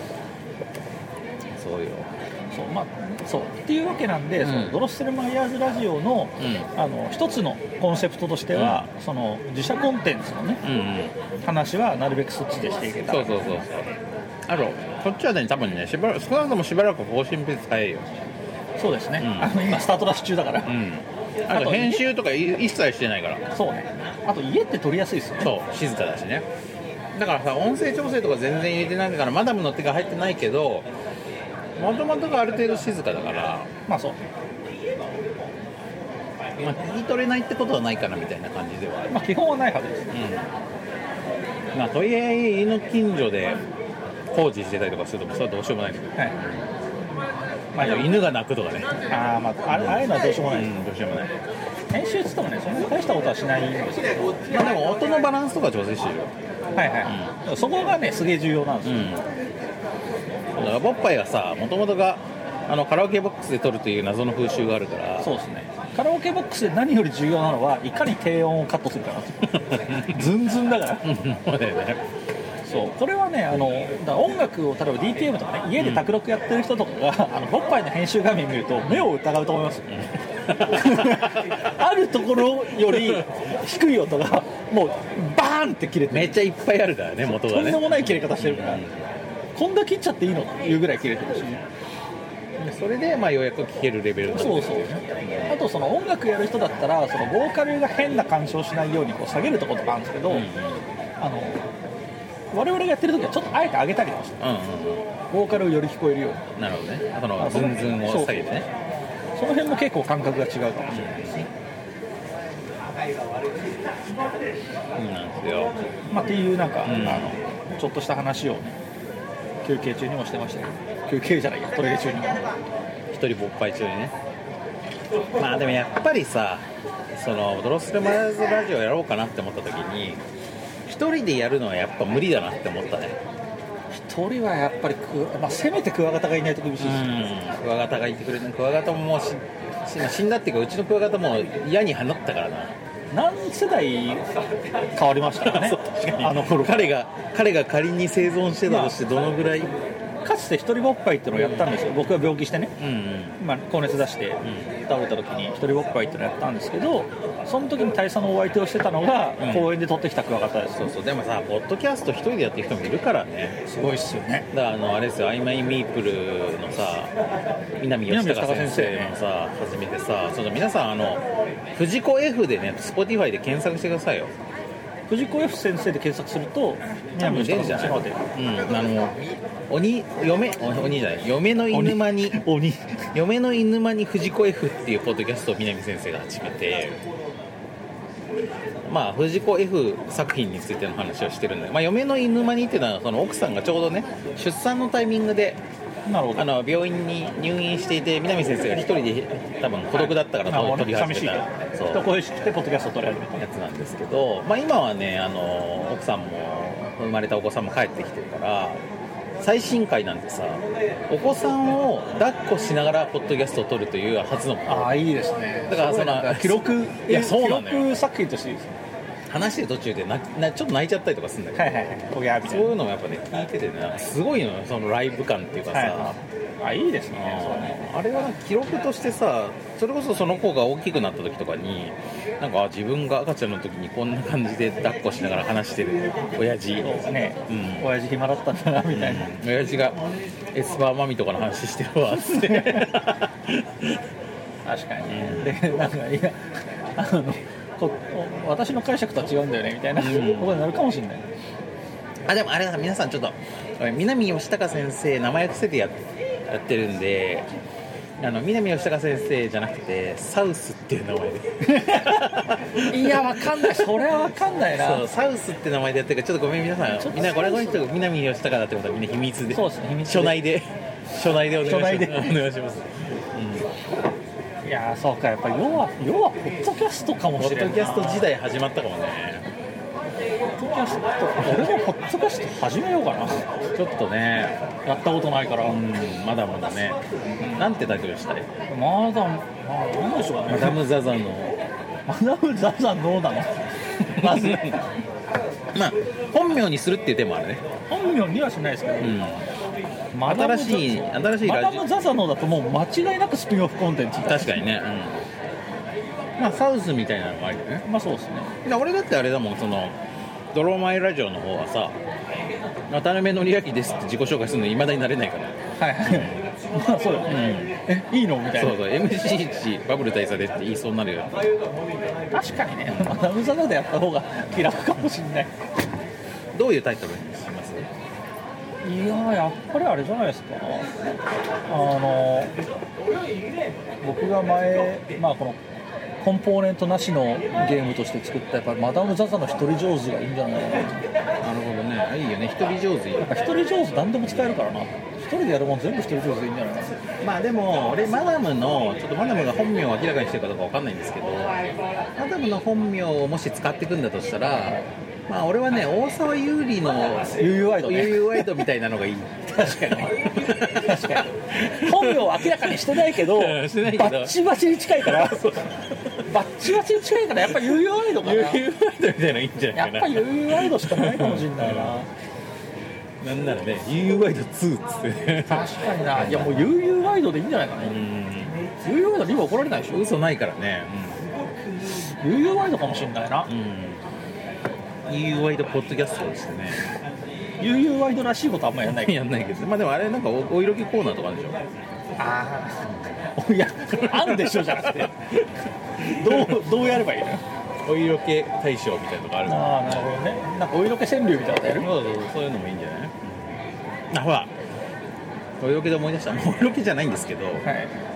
そうよ。 そうっていうわけなんで、そのドロッセルマイヤーズラジオの、一つのコンセプトとしては、その自社コンテンツのね、話はなるべくそっちでしていけたら。 そうこっちはね多分ね少なくともしばらく更新ペース変えよ。 そうですね、今スタートダッシュ中だから、 あと編集とか一切してないから。 そうね、あと家って撮りやすいですよね。 そう静かだしね。だからさ音声調整とか全然入れてないからマダムの手が入ってないけど、もともとがある程度静かだから、 そう、 聞き取れないってことはないかなみたいな感じではある。 基本はないはずです。 とりあえず家の近所で工事してたりとかするとそれはどうしようもないですけど、 まあ、犬が鳴くとかね。 ああいうのはどうしようもないです、 どうしようもない。 編集つってもね、そんなに大したことはしないんですけど、 まあ、でも音のバランスとか調整してるよ。 はいはい、そこがねすげえ重要なんですよ、 だからボッパイはさ、もともとがカラオケボックスで撮るという謎の風習があるから。 そうですね、カラオケボックスで何より重要なのはいかに低音をカットするかなズンズンだからそうだよね。 そうこれはねだから音楽を例えば DTM とかね家で卓録やってる人とかが、ボッパイの編集画面見ると目を疑うと思いますよあるところより低い音がもうバーンって切れてめっちゃいっぱいあるからね、元がね。 とんでもない切れ方してるから、こんな切っちゃっていいのっていうぐらい切れてるし、 それでまあようやく聴けるレベルになってる。 そうあとその音楽やる人だったらそのボーカルが変な干渉しないようにこう下げるところとかあるんですけど、我々がやってる時はちょっとあえて上げたりとかして、ボーカルをより聞こえるように。 なるほどね。ズンズンを下げてね。 その辺も結構感覚が違うかもしれないですね。 なんですよ。 っていうなんか、ちょっとした話をね休憩中にもしてましたけど、休憩じゃないやトイレ中にも一人勃発中にね。まあでもやっぱりさ、そのドロッセルマイヤーズラジオやろうかなって思った時に一人でやるのはやっぱ無理だなって思ったね。 一人はやっぱりせめてクワガタがいないと厳しいです、 クワガタがいてくれる。クワガタももう死んだっていうか、うちのクワガタも嫌に放ったからな。 何世代変わりましたかね頃彼が仮に生存してたとしてどのぐらい、 かつて一人ぼっぱいっていうのをやったんですよ。僕が病気してね、高熱出して倒れた時に一人ぼっぱいっていうのをやったんですけど、その時に大佐のお相手をしてたのが公園で撮ってきたクワガタです。 でもさ、ポッドキャスト一人でやってる人もいるからね。 すごいっすよね。 だからあれですよ、アイマイミープルのさ南吉高先生もさ初めてさ、皆さん藤子 F でね Spotify で検索してくださいよ。 藤子 F 先生で検索すると南吉高先生の嫁の犬間に嫁の犬間に藤子 F っていうポッドキャストを南先生が始めて、藤子 F 作品についての話をしてるんで、嫁の犬間にっていうのはその奥さんがちょうどね出産のタイミングで病院に入院していて、南先生が一人で多分孤独だったから撮り始めた人声知ってポッドキャストを撮り始めたやつなんですけど、今はね奥さんも生まれたお子さんも帰ってきてるから最新回なんてさ、お子さんを抱っこしながらポッドキャストを撮るという初のいいですね。 だから記録そうなのよ、 記録作品としていいですね。 話してる途中でちょっと泣いちゃったりとかするんだけど、そういうのもやっぱね聞いててねすごいのよ、そのライブ感っていうかさ、 いいですね。 あれは記録としてさ、それこそその子が大きくなった時とかになんか自分が赤ちゃんの時にこんな感じで抱っこしながら話してる親父、 そうですね、親父暇だったんだなみたいな、 親父がエスパーマミとかの話してるわっつって確かに、でなんかいや私の解釈とは違うんだよねみたいなことになるかもしれない。 でもあれだ、皆さんちょっと南吉高先生名前伏せてやってるんで、南吉高先生じゃなくてサウスっていう名前でいやわかんない、それはわかんないな。 そう、サウスって名前でやってるから、ちょっとごめん皆さん、みんなこの人南吉高だってことはみんな秘密で、 そうですね、秘密で初内でお願いします。 いやそうか、やっぱり要はポッドキャストかもしれない。 ポッドキャスト時代始まったかもね。 ポッドキャスト、俺もポッドキャスト始めようかな。 ちょっとね、 やったことないから。 まだまだね。なんてタイトルしたい？ なんでしょうね。 マダムザザのなの。 まず本名にするっていう手もあるね。 本名にはしないですけど。 新しいラジオ。 マダムザザノだともう間違いなくスピンオフコンテンツ。 確かにね。サウスみたいなのもあるよね。 そうですね。 俺だってあれだもん、そのドロマイラジオの方はさ、渡辺則明ですって自己紹介するの未だになれないから。そうだね。いいのみたいな。そう MC1 バブル大佐でって言いそうになるよ。 確かにね、マダムザザでやった方が気楽かもしれない。 どういうタイトルにします？ やっぱりあれじゃないですか。僕が前、このコンポーネントなしのゲームとして作ったやっぱりマダムザザの一人上手がいいんじゃないかな。 なるほどね。いいよね、一人上手。 やっぱ一人上手何でも使えるからな。一人でやるもん全部一人ずつでいいんじゃないかな。 まあでも俺マダムのちょっとマダムが本名を明らかにしてるかどうかわかんないんですけど、マダムの本名をもし使っていくんだとしたら、まあ俺はね大沢優里の悠々ワイドね。 悠々ワイドみたいなのがいい。 確かに確かに本名を明らかにしてないけどしてないけどバッチバチに近いからバッチバチに近いからやっぱ悠々ワイドかな。 悠々ワイドみたいなのいいんじゃないかな。 やっぱ悠々ワイドしかないかもしれないな。 なんならね悠々ワイド2っつってね。 確かにな。いやもう悠々ワイドでいいんじゃないかな。悠々ワイドで今怒られないでしょ。 嘘ないからね。 悠々ワイドかもしれないな。 悠々ワイドポッドキャストですね。 悠々ワイドらしいことあんまやんないけど。 やんないけど、まあでもあれなんかお色気コーナーとかあるでしょ。 ああいやあるでしょじゃなくてどうやればいいの。 お色気大賞みたいなのがあるから。 ああなるほどね。なんかお色気川柳みたいなことやる。 そういうのもいいんじゃない。あほらお色気で思い出した。お色気じゃないんですけど、 はい、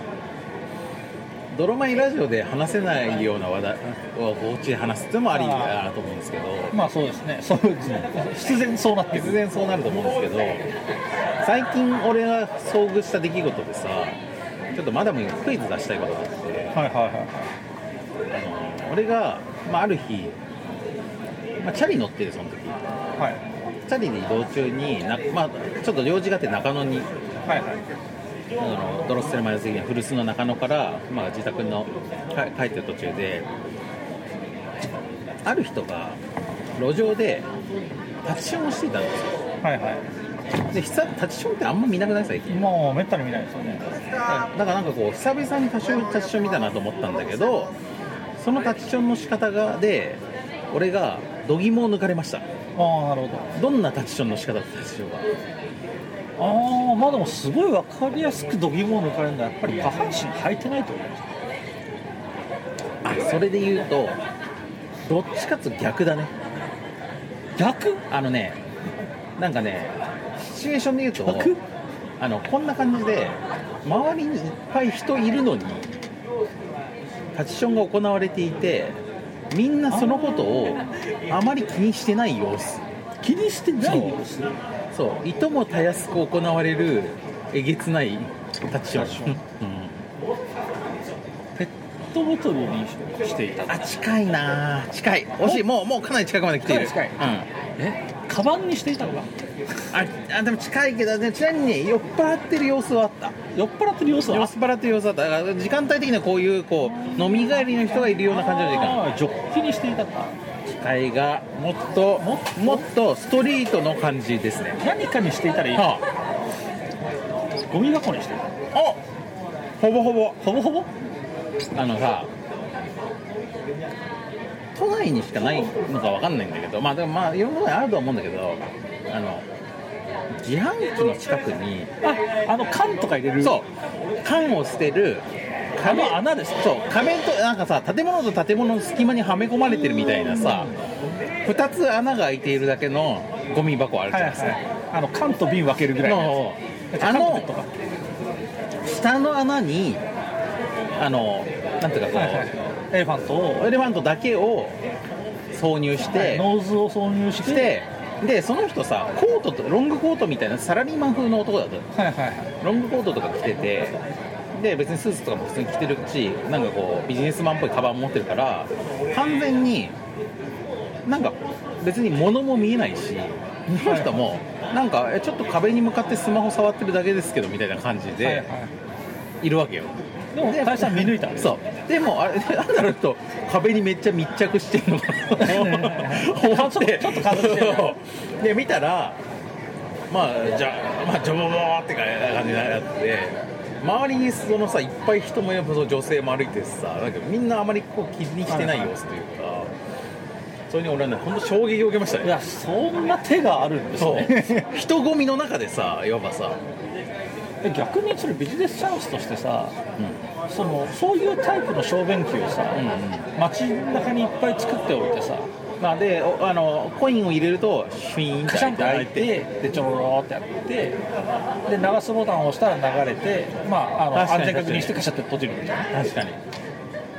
ドロマイラジオで話せないような話題をお家で話すってのもありだと思うんですけど、 まあそうですね。そう必然そうなってる。 必然そうなると思うんですけど、最近俺が遭遇した出来事でさ、ちょっとマダムにクイズ出したいことがあって、 はいはいはい俺が、まあ、ある日、まあ、チャリ乗ってるその時、 はいチャリで移動中にまあ、ちょっと用事があって中野に、 はいはいドロッセルマイル的な古巣の中野から、まあ、自宅の帰ってる途中である人が路上でタッチションをしていたんですよ。 はいはい。 でタッチションってあんま見なくない最近。 もうめったに見ないですよね。 だからなんかこう久々にタッチション見たなと思ったんだけど、そのタッチションの仕方で俺が度肝を抜かれました。 ああなるほどんなタッチションの仕方だったでしょうか。 ど。ああまあでもすごい分かりやすく度肝を抜かれるのはやっぱり下半身履いてないと思います。 それで言うとどっちかつ逆だね。 逆？ なんかねシチュエーションで言うとこんな感じで周りにいっぱい人いるのにタッチションが行われていて、みんなそのことをあまり気にしてない様子。 気にしてない様子。 そういともたやすく行われるえげつないタッチション、 ペットボトルにしていた。 近いな。近い。惜しい。もうかなり近くまで来ている。 近い。カバンにしていたのか。 でも近いけど、ね、ちなみにね酔っ払ってる様子はあった。 酔っ払ってる様子は。 酔っ払ってる様子はあった。だから時間帯的にはこういう飲み帰りの人がいるような感じの時間。 ジョッキにしていたか。 機械がもっとストリートの感じですね。 何かにしていたらいい。ゴミ箱にしていた。 ほぼほぼさ、都内にしかないのか分かんないんだけど、まあでもまあいろんなところにあると思うんだけど、自販機の近くに缶とか入れる。 そう缶を捨てる穴です。 そう壁となんかさ、建物と建物の隙間にはめ込まれてるみたいなさ、2つ穴が開いているだけのゴミ箱あるじゃないですか。 缶と瓶分けるぐらいの下の穴になんていうかエレファントだけを挿入して、 ノーズを挿入してでその人さロングコートみたいなサラリーマン風の男だと、ロングコートとか着てて、で別にスーツとかも普通に着てるし、なんかこうビジネスマンっぽいカバン持ってるから、完全になんか別に物も見えないし、その人もなんかちょっと壁に向かってスマホ触ってるだけですけどみたいな感じでいるわけよ。 でも大さん見抜いた。 そうでもなんだろうと壁にめっちゃ密着してるのかな思ってちょっと感じてで見たらジョボボーって感じになって周りにそのさいっぱい人もいれば女性も歩いてさ、なんかみんなあまりこう気にしてない様子というか、それに俺はね本当衝撃を受けましたね。 いやそんな手があるんですね。 人混みの中でさ、いわばさ逆にそれビジネスチャンスとしてさ、そういうタイプの小便器をさ、街中にいっぱい作っておいてさ、 でコインを入れるとシュイーンカシャンって開いて、でちょろろってやってで流すボタンを押したら流れて、安全確認してカシャって閉じるみたいな。 確かに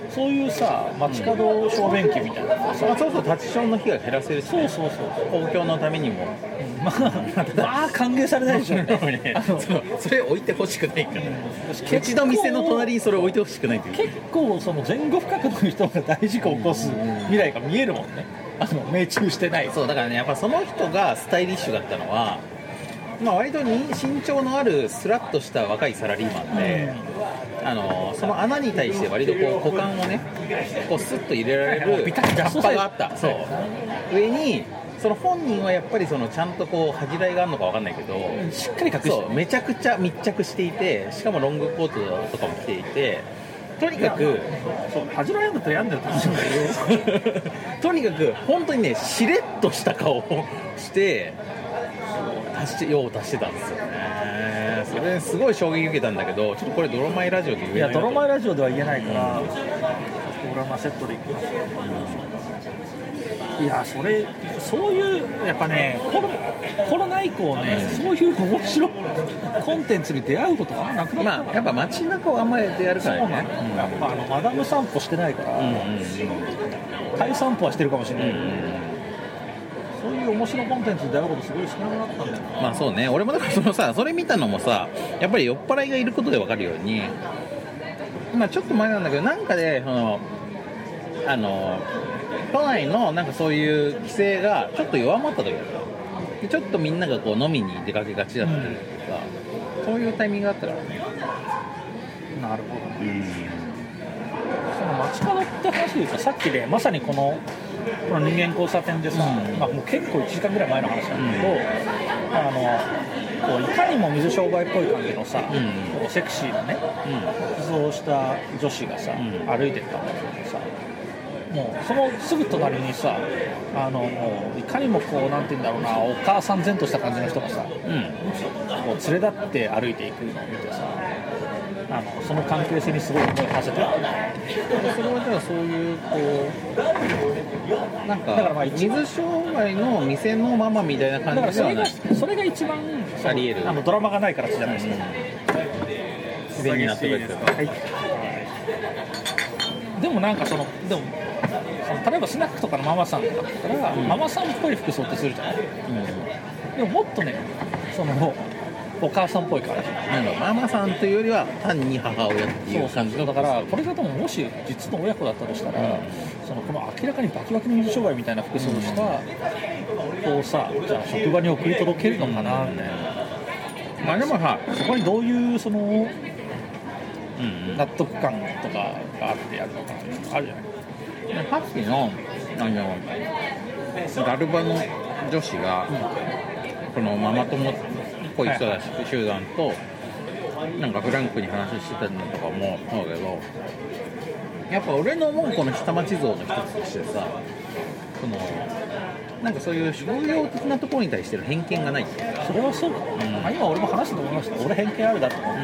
そういうさ街角小便器みたいなのがさ、 そうそう、立ちションの日が減らせるし、ね、 そう公共のためにも、 まあ歓迎されないでしょうねそれ置いてほしくないから、うちの店の隣にそれ置いてほしくないという。 結構その前後不覚の人が大事故を起こす未来が見えるもんね、命中してない。 そうだからね、やっぱその人がスタイリッシュだったのは、まあ、割と身長のあるスラッとした若いサラリーマンで、その穴に対して割とこう股間をねこうスッと入れられるタッパがあった。そう上にその本人はやっぱりそのちゃんとこう恥じらいがあるのか分かんないけど、 しっかり隠して、 そうめちゃくちゃ密着していて、しかもロングコートとかも着ていて、とにかく恥じらいなんだったら病んでると思うんだけどとにかく本当にねしれっとした顔をして用を足してたんですよね。それすごい衝撃受けたんだけど、ちょっとこれドロマイラジオで言えない。 いやドロマイラジオでは言えないから、俺はまあセットでいきますよ、いやそういうやっぱねコロナ以降ね、そういう面白いコンテンツに出会うことがなくなった、 まあ、やっぱ街中をあんまりやるからね。 やっぱマダム散歩してないから、タイ散歩はしてるかもしれないけど、そういう面白いコンテンツに出会うことすごい少なくなったんだよ。 まあそうね、俺もだからそれ見たのもさ、やっぱり酔っ払いがいることで分かるように、まあちょっと前なんだけど、なんかで都内のなんかそういう規制がちょっと弱まった時だった。ちょっとみんながこう飲みに出かけがちだったりとか、そういうタイミングがあったからね。 なるほどね。その街角って話でいうと、さっきでまさにこの人間交差点でさ、まあ、もう結構1時間ぐらい前の話なんだけど、こういかにも水商売っぽい感じのさ、こうセクシーなね、服装をした女子がさ、歩いてったんだけどさ、もうそのすぐ隣にさ、もういかにもこうなんていうんだろうな、お母さん然とした感じの人がさ、こう連れ立って歩いていくのを見てさ、その関係性にすごい思い馳せてる。 それはじゃあそういうこうなんかだからまあ水商売の店のママみたいな感じではない。 それが一番あり得る。 ドラマがないからじゃないですか。 自然になってくれてる。はい。 でもなんか例えばスナックとかのママさんとかだったら、ママさんっぽい服装ってするじゃない。でももっとね、お母さんっぽい感じ。 ママさんというよりは単に母親っていう感じの。 だからこれがもし実の親子だったとしたら、この明らかにバキバキの水商売みたいな服装をした子をさ、じゃあ職場に送り届けるのかなみたいな。 まあでもさ、 そこにどういう納得感とかがあってやるのかあるじゃない。 さっきのガルバの女子が、このママ友っぽい人たち集団となんかフランクに話してたのとかもそうだけど、やっぱ俺の思うこの下町像の一つとしてさ、なんかそういう商業的なところに対しての偏見がないっていうか。 それはそうだ、今俺も話して思いました。俺偏見あるだと思って、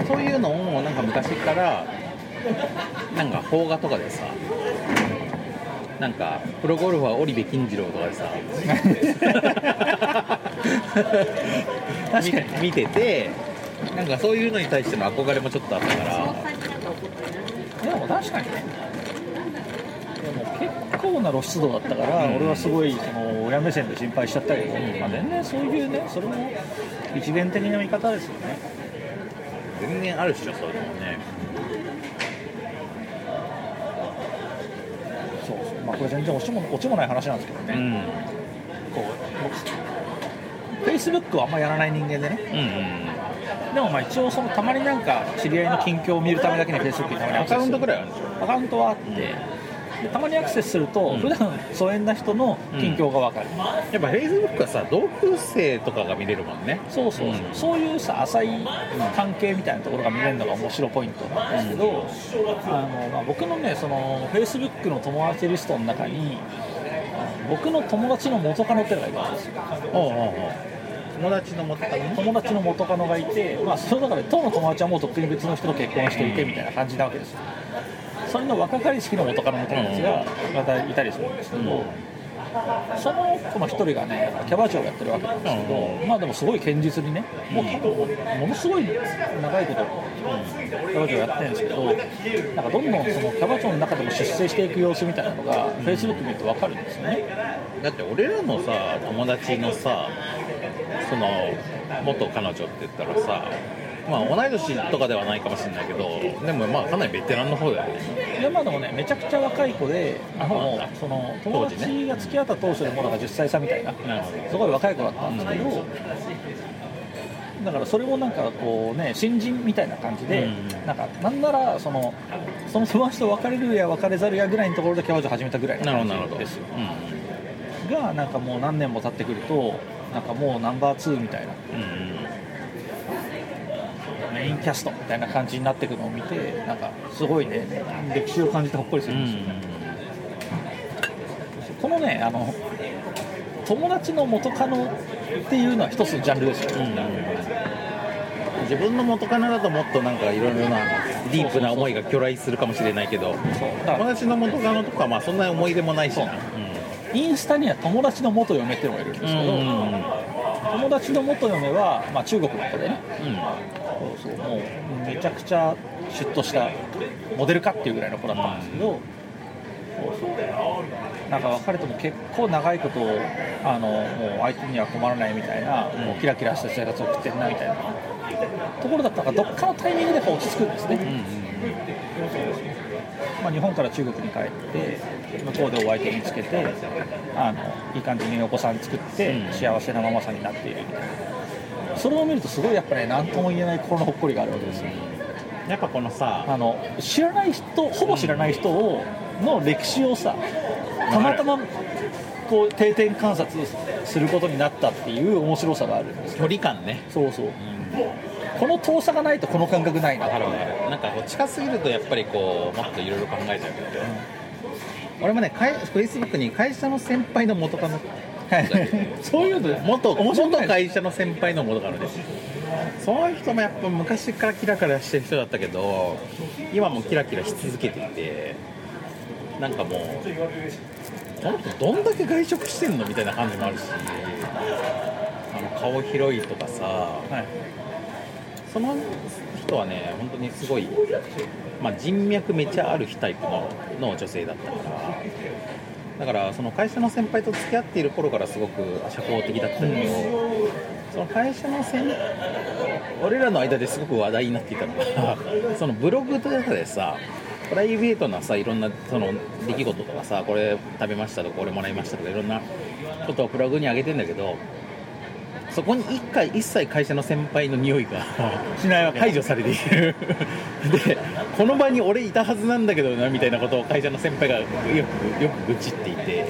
そういうのをなんか昔からなんか邦画とかでさ、なんかプロゴルファー織部金次郎とかでさ確かに見てて、なんかそういうのに対しての憧れもちょっとあったから。 でも確かにね、でも結構な露出度だったから、俺はすごい親目線で心配しちゃったけど、まあ、全然そういうね、それも一元的な見方ですよね。 全然あるっしょ、そういうのもね。 そうそう、まあ、これ全然オチもない話なんですけどね、こうフェイスブックはあんまやらない人間でね、でもまあ一応たまになんか知り合いの近況を見るためだけにフェイスブックにたまにアクセスする。 アカウントくらいあるんですよ。 アカウントはあって、でたまにアクセスすると、普段疎遠な人の近況が分かる。 やっぱ Facebook はさ、同級生とかが見れるもんね。 そうそう、そういうさ浅い関係みたいなところが見れるのが面白いポイントなんですけど、まあ、僕のねFacebook の友達リストの中に僕の友達の元カノっていうのがいたんですよ。友達の元カノがいて、まあ、その中で当の友達はもうとっくに別の人と結婚していてみたいな感じなわけですよ。それの若かりしきの元カノみたいなやつがまたいたりするんですけど、 その子の一人がねキャバ嬢をやってるわけなんですけど、まあでもすごい堅実にね、もう多分ものすごい長いことキャバ嬢をやってるんですけど、なんかどんどんそのキャバ嬢の中でも出世していく様子みたいなのが、フェイスブック見ると分かるんですよね。 だって俺らのさ友達のさその元彼女って言ったらさ、まあ同い年とかではないかもしれないけど、でもまあかなりベテランの方だよね。 いやまあでもねめちゃくちゃ若い子で、もうその友達が付き合った当初でもなんか10歳差みたいな、すごい若い子だったんですけど、だからそれもなんかこうね新人みたいな感じで、なんならその友達と別れるや別れざるやぐらいのところでキャバ嬢始めたぐらいの感じですよ。がなんかもう何年も経ってくるとなんかもうナンバー2みたいな、メインキャストみたいな感じになっていくのを見て、なんかすごいね歴史を感じてほっこりするんですよね。このね友達の元カノっていうのは一つのジャンルですよね。 自分の元カノだともっとなんかいろいろなディープな思いが去来するかもしれないけど、友達の元カノとかまあそんな思い出もないしな。 インスタには友達の元嫁っていうのがいるんですけど、友達の元嫁は、まあ、中国の子でね、そうもうめちゃくちゃシュッとしたモデルかっていうぐらいの子だったんですけど、なんか別れても結構長いこともう相手には困らないみたいな、もうキラキラした生活を送ってるなみたいなところだったのが、どっかのタイミングで落ち着くんですね。まあ、日本から中国に帰って向こうでお相手見つけていい感じにお子さん作って幸せなママさんになっているみたいな、それを見るとすごいやっぱり何とも言えない心のほっこりがあるわけですよ。 やっぱこのさ知らない人、ほぼ知らない人の歴史をさたまたまこう定点観察することになったっていう面白さがあるんです。 距離感ね。 そうそう、この遠さがないとこの感覚ないな。 なんかこう近すぎるとやっぱりこうもっといろいろ考えちゃうけど、俺もねフェイスブックに会社の先輩の元カノそういうの元会社の先輩の元カノです。その人もやっぱ昔からキラキラしてる人だったけど、今もキラキラし続けていて、なんかもうこの人どんだけ外食してんのみたいな感じもあるし、顔広いとかさ、その人はね本当にすごい、まあ、人脈めっちゃあるタイプの女性だったから、だからその会社の先輩と付き合っている頃からすごく社交的だったけど、その会社の俺らの間ですごく話題になっていたのがそのブログとかでさ、プライベートなさいろんなその出来事とかさ、これ食べましたとかこれもらいましたとかいろんなことをブログに上げてんだけど、そこに一切会社の先輩の匂いがしないわけ排除されているで、この場に俺いたはずなんだけどなみたいなことを会社の先輩がよく愚痴っていて、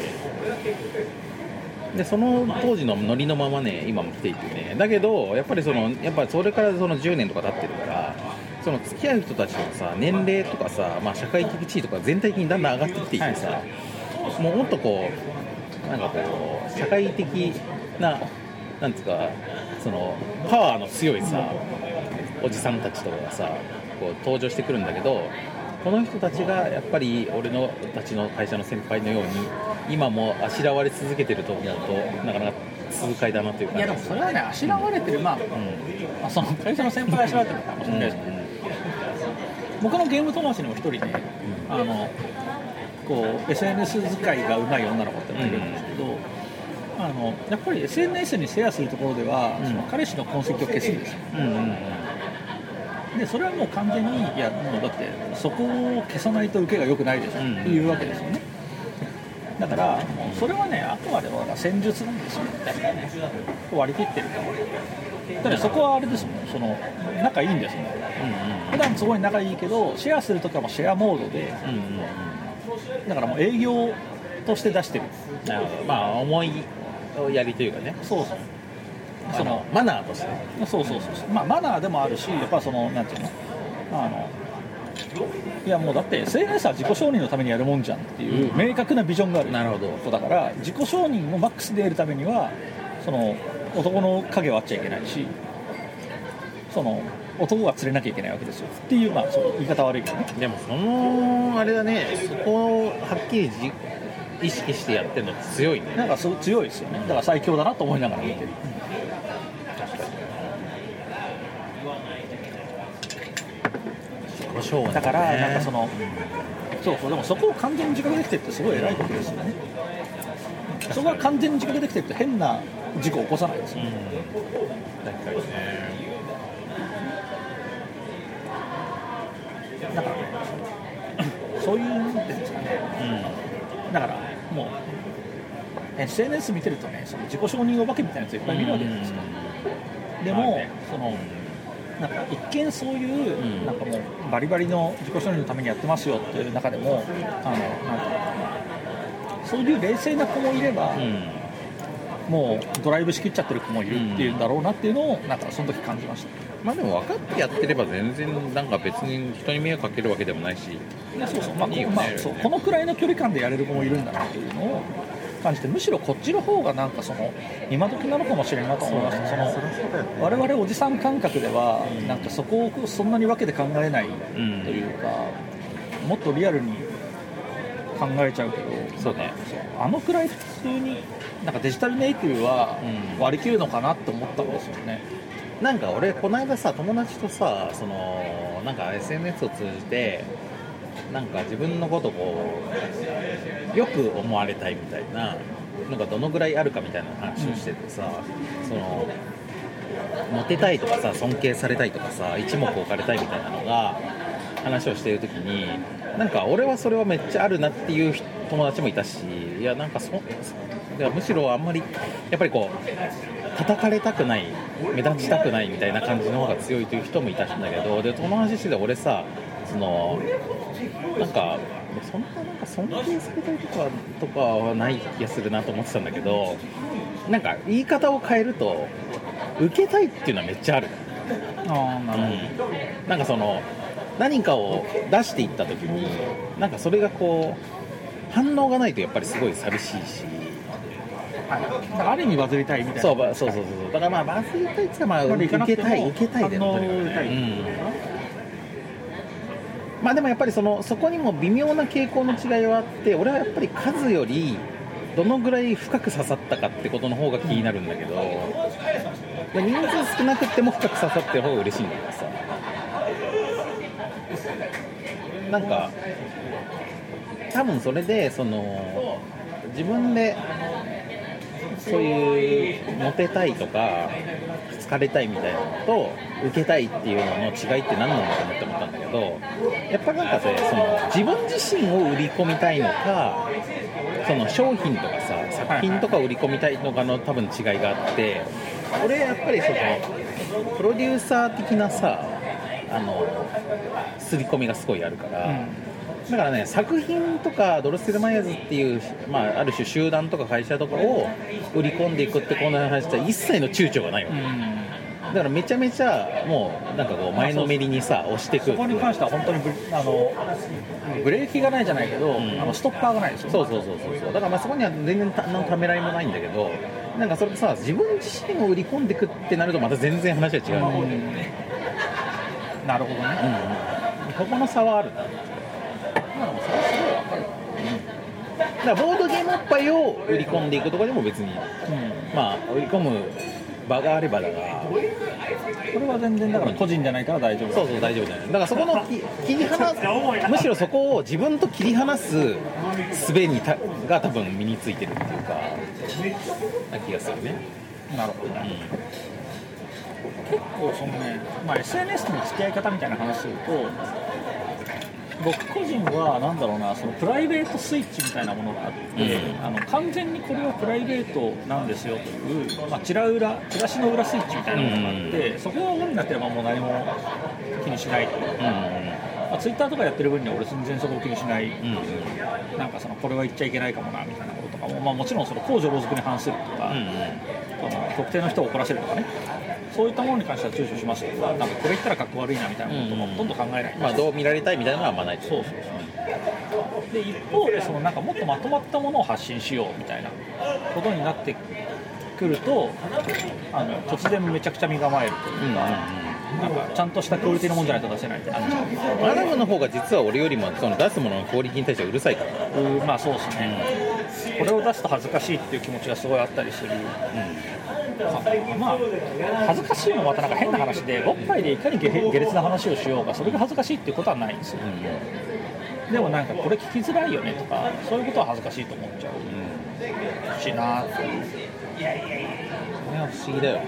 でその当時のノリのままね今も来ていてね、だけどやっぱりそれからその10年とか経ってるから、その付き合う人たちのさ年齢とかさ、まあ、社会的地位とか全体的にだんだん上がってきていてさ、もうもっとこうなんかこう社会的ななんつうかそのパワーの強いさおじさんたちとかがさこう登場してくるんだけど、この人たちがやっぱり俺のたちの会社の先輩のように今もあしらわれ続けてると思うとなかなか痛快だなというか。 いやでもそれはねあしらわれてる、まあその会社の先輩があしらわれてるかもしれないですけど、僕のゲーム友達にも一人ね、こう SNS 使いがうまい女の子ってのがいるんですけど、やっぱり SNS にシェアするところでは、その彼氏の痕跡を消すんですよ。でそれはもう完全にいやもうだってそこを消さないと受けが良くないでしょっていうわけですよね。だからそれはねあくまでも戦術なんですよみたいなね割り切ってるから。だからそこはあれですもん、その仲いいんですね。普段すごい仲いいけどシェアするときはもうシェアモードで、だからもう営業として出してる。 まあ思いやりというかね。 そうそう。 そのマナーとして。 そう。まあマナーでもあるし、やっぱそのなんていうの、いやもうだって SNS は自己承認のためにやるもんじゃんっていう明確なビジョンがある。 なるほど。 だから自己承認をマックスで得るためにはその男の影はあっちゃいけないし、その男が釣れなきゃいけないわけですよっていう、まあそう言い方悪いけどね。 でもそのあれだね、そこをはっきり意識してやってるのって強いね。 なんかそう強いですよね。だから最強だなと思いながら見てる。だからなんかその、そうでもそこを完全に自覚できてるってすごい偉いことですよね。そこは完全に自覚できてるって変な事故を起こさないですよね。 確かにね。 だからそういうんですかね。だからもう SNS 見てるとね、その自己承認お化けみたいなやついっぱい見るわけじゃないですか。でも、そのなんか一見そういう、なんかもうバリバリの自己承認のためにやってますよっていう中でも、なんていうのかな、そういう冷静な子もいれば、もうドライブしきっちゃってる子もいるっていうんだろうなっていうのをなんかその時感じました。 まあでも分かってやってれば全然なんか別に人に迷惑かけるわけでもないし、 いやそうそう、まあいいよね。 まあ、そうこのくらいの距離感でやれる子もいるんだなっていうのを感じて、むしろこっちの方がなんかその今時なのかもしれないなと思いました。その我々おじさん感覚ではなんかそこをそんなに分けて考えないというか、もっとリアルに考えちゃうけど、 そうね、 あのくらい普通になんかデジタルネイティブは割り切るのかなって思ったんですよね。 なんか俺この間さ、友達とさ、そのなんか SNS を通じてなんか自分のことをよく思われたいみたいなのがどのぐらいあるかみたいな話をしててさ、そのモテたいとかさ、尊敬されたいとかさ、一目置かれたいみたいなのが話をしている時に、なんか俺はそれはめっちゃあるなっていう友達もいたし、いやなんかいやむしろあんまりやっぱりこう叩かれたくない、目立ちたくないみたいな感じの方が強いという人もいたんだけど、で友達してて俺さ、そのなんかそんななんか尊敬されたいとかはない気がするなと思ってたんだけど、なんか言い方を変えると受けたいっていうのはめっちゃある。なんかその何かを出していった時になんかそれがこう反応がないとやっぱりすごい寂しいし、 だからある意味バズりたいみたいな。 そうだからまあバズりたいっていうか、まあ受けたいで、まあでもやっぱりそこにも微妙な傾向の違いはあって、俺はやっぱり数よりどのぐらい深く刺さったかってことの方が気になるんだけど、人数少なくても深く刺さってる方が嬉しいんだけどさ、なんか多分それでその自分でそういうモテたいとか好かれたいみたいなのと受けたいっていうのの違いって何なのかなって思ったんだけど、やっぱなんかその自分自身を売り込みたいのか、その商品とかさ作品とかを売り込みたいのかの多分違いがあって、俺やっぱりそのプロデューサー的なさ刷り込みがすごいあるから、だからね、作品とかドロッセルマイヤーズっていう、まあ、ある種集団とか会社とかを売り込んでいくってこの話は一切の躊躇がないわけ、だからめちゃめちゃもうなんかこう前のめりにさ押していく。 そこに関しては本当にブレーキがないじゃないけど、ストッパーがないですよ。 そうだからまあそこには全然ためらいもないんだけど、なんかそれさ自分自身を売り込んでいくってなるとまた全然話は違う、 なるほどね、 ここの差はあるな。それはすごい分かる。だからボードゲームおっぱいを売り込んでいくとかでも別に、まあ売り込む場があればだが、 これは全然だから個人じゃないから大丈夫。 そう大丈夫じゃない。だからそこの切り離す、むしろそこを自分と切り離す術が多分身についてるっていうかな気がするね。 なるほどね、結構そのね、まあ、SNS との付き合い方みたいな話すると、僕個人はなんだろうな、そのプライベートスイッチみたいなものがあって、完全にこれはプライベートなんですよという、まあ、チラシの裏スイッチみたいなものがあって、そこがオンになってればもう何も気にしないというか、まあ、ツイッターとかやってる分には俺全然そこを気にしない、なんかそのこれは言っちゃいけないかもなみたいなこととかも、まあ、もちろんその公序良俗に反するとか、特定の人を怒らせるとかね、そういったものに関しては躊躇しますけど、なんかこれ言ったらかっこ悪いなみたいなこともほとんど考えない、 まあ、どう見られたいみたいなのはあんまない。 そうで一方でそのなんかもっとまとまったものを発信しようみたいなことになってくると、突然めちゃくちゃ身構えるというか、なんかちゃんとしたクオリティのものじゃないと出せないってなっちゃう。 マダムの方が実は俺よりもその出すもののクオリティに対してはうるさいから。 まあそうですね、 これを出すと恥ずかしいっていう気持ちがすごいあったりする、まあ恥ずかしいのもまたなんか変な話で、ボッパイでいかに下劣な話をしようがそれが恥ずかしいっていうことはないんですよ、でもなんかこれ聞きづらいよねとかそういうことは恥ずかしいと思っちゃうしなっていう。 これは不思議だよ。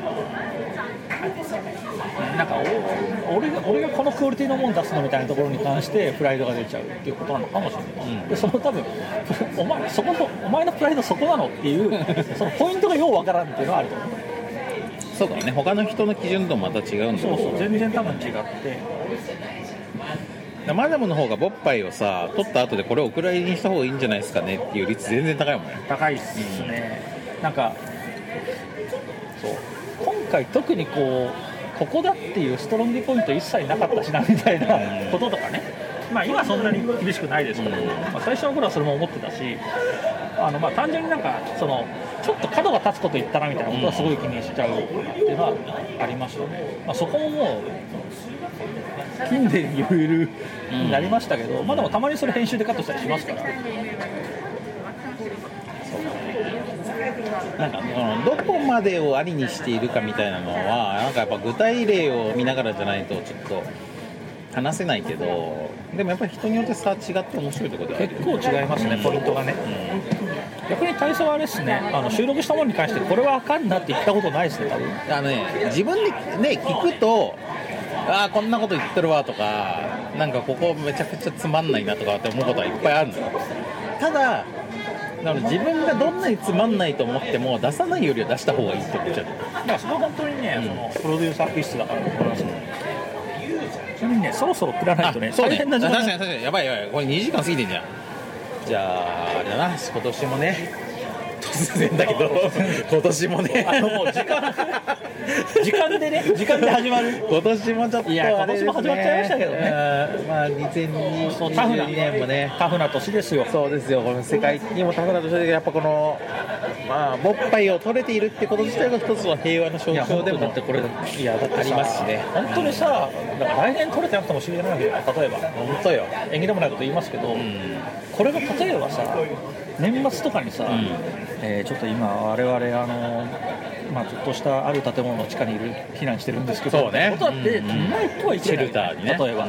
なんか俺がこのクオリティのもの出すのみたいなところに関してプライドが出ちゃうっていうことなのかもしれない、でその多分お前のプライドそこなのっていうそのポイントがようわからんっていうのはあると思う。 そうだね、他の人の基準とまた違うんだ。 そう全然多分違って、 マダムの方がボッパイをさ取った後でこれをお蔵入りにした方がいいんじゃないですかねっていう率全然高いもんね。 高いっすね、なんかそう今回特にここだっていうストロングポイント一切なかったしなみたいなこととかね、まあ今そんなに厳しくないですけど、まあ、最初の頃はそれも思ってたし、まあ単純になんかそのちょっと角が立つこと言ったなみたいなことはすごい気にしちゃうっていうのはありましたね、まあ、そこももう近年ゆるゆるになりましたけど、まあでもたまにそれ編集でカットしたりしますから。 なんかどこまでをありにしているかみたいなのはなんかやっぱ具体例を見ながらじゃないとちょっと話せないけど、でもやっぱり人によって差違って面白いところではある。 結構違いますね、ポイントがね、逆に大佐はあれですね、収録したものに関してこれはあかんなって言ったことないですね、多分。 自分でね聞くとこんなこと言ってるわとか、なんかここめちゃくちゃつまんないなとかって思うことはいっぱいあるんだよ。ただ自分がどんなにつまんないと思っても出さないよりは出した方がいいって思っちゃう。 だからそれは本当にね、そのプロデューサー気質だからと思いますね。ちなみにね、そろそろ切らないとね、 そうね、 大変な時間。 確かにやばいこれ2時間過ぎてんじゃん。じゃああれだな、今年もね突然だけど今年もねもう時間で始まる。 今年もちょっと、 いや今年も始まっちゃいましたけどね。 まあ2022年もねタフな年ですよ。 そうですよ、この世界にもタフな年で、やっぱこのまあボッパイを取れているってこと自体が一つの平和の象徴でもだってこれだってありますしね。 本当にさ、だから来年取れてなくても知りないわけよ。例えば本当よ、 縁起でもないこと言いますけど、これが例えばさ年末とかにさ、ちょっと今我々まあ、ちょっとしたある建物の地下に避難してるんですけど、 そうね、 ことだってないとは言ってない、 シェルターにね、 例えば、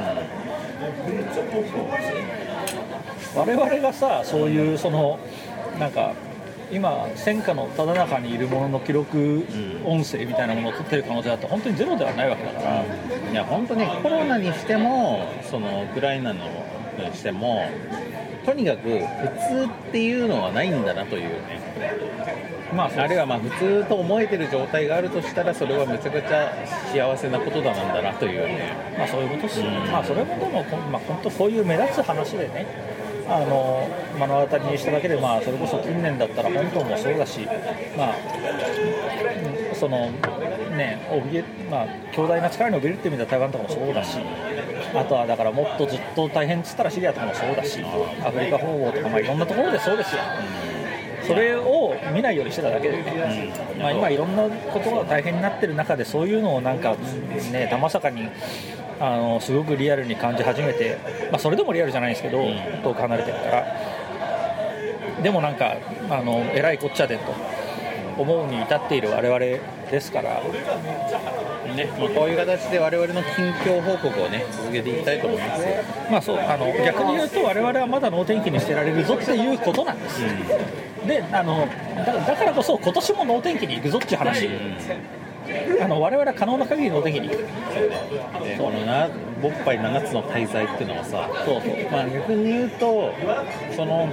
我々がさそういうそのなんか今戦火のただ中にいるものの記録音声みたいなものを取ってる可能性だと本当にゼロではないわけだから、 いや本当ね、コロナにしてもそのウクライナのにしてもとにかく普通っていうのはないんだなというね、まあ、あるいはまあ普通と思えてる状態があるとしたらそれはめちゃくちゃ幸せなことだなんだなというね、 まあそういうことですよ、まあそれもでも、まあ、本当こういう目立つ話でね目の当たりにしただけで、まあ、それこそ近年だったら香港もそうだし、まあそのねまあ、強大な力に怯えるっていう意味では台湾とかもそうだし、あとはだからもっとずっと大変っつったらシリアとかもそうだし、アフリカ訪問とか、まあ、いろんなところでそうですよ、それを見ないようにしてただけで、まあ、今いろんなことが大変になってる中でそういうのをなんかねたまさかにすごくリアルに感じ始めて、まあ、それでもリアルじゃないんですけど、遠く離れてるからでもなんかえらいこっちゃでと思うに至っている我々ですからね、まあ、こういう形で我々の近況報告をね続けていきたいと思います。 まあそう逆に言うと我々はまだ能天気にしてられるぞっていうことなんです、でだからこそ今年も能天気に行くぞっていう話、我々は可能な限り能天気に行く。 このボッパイ7つの大罪っていうのはさ、まあ、逆に言うとその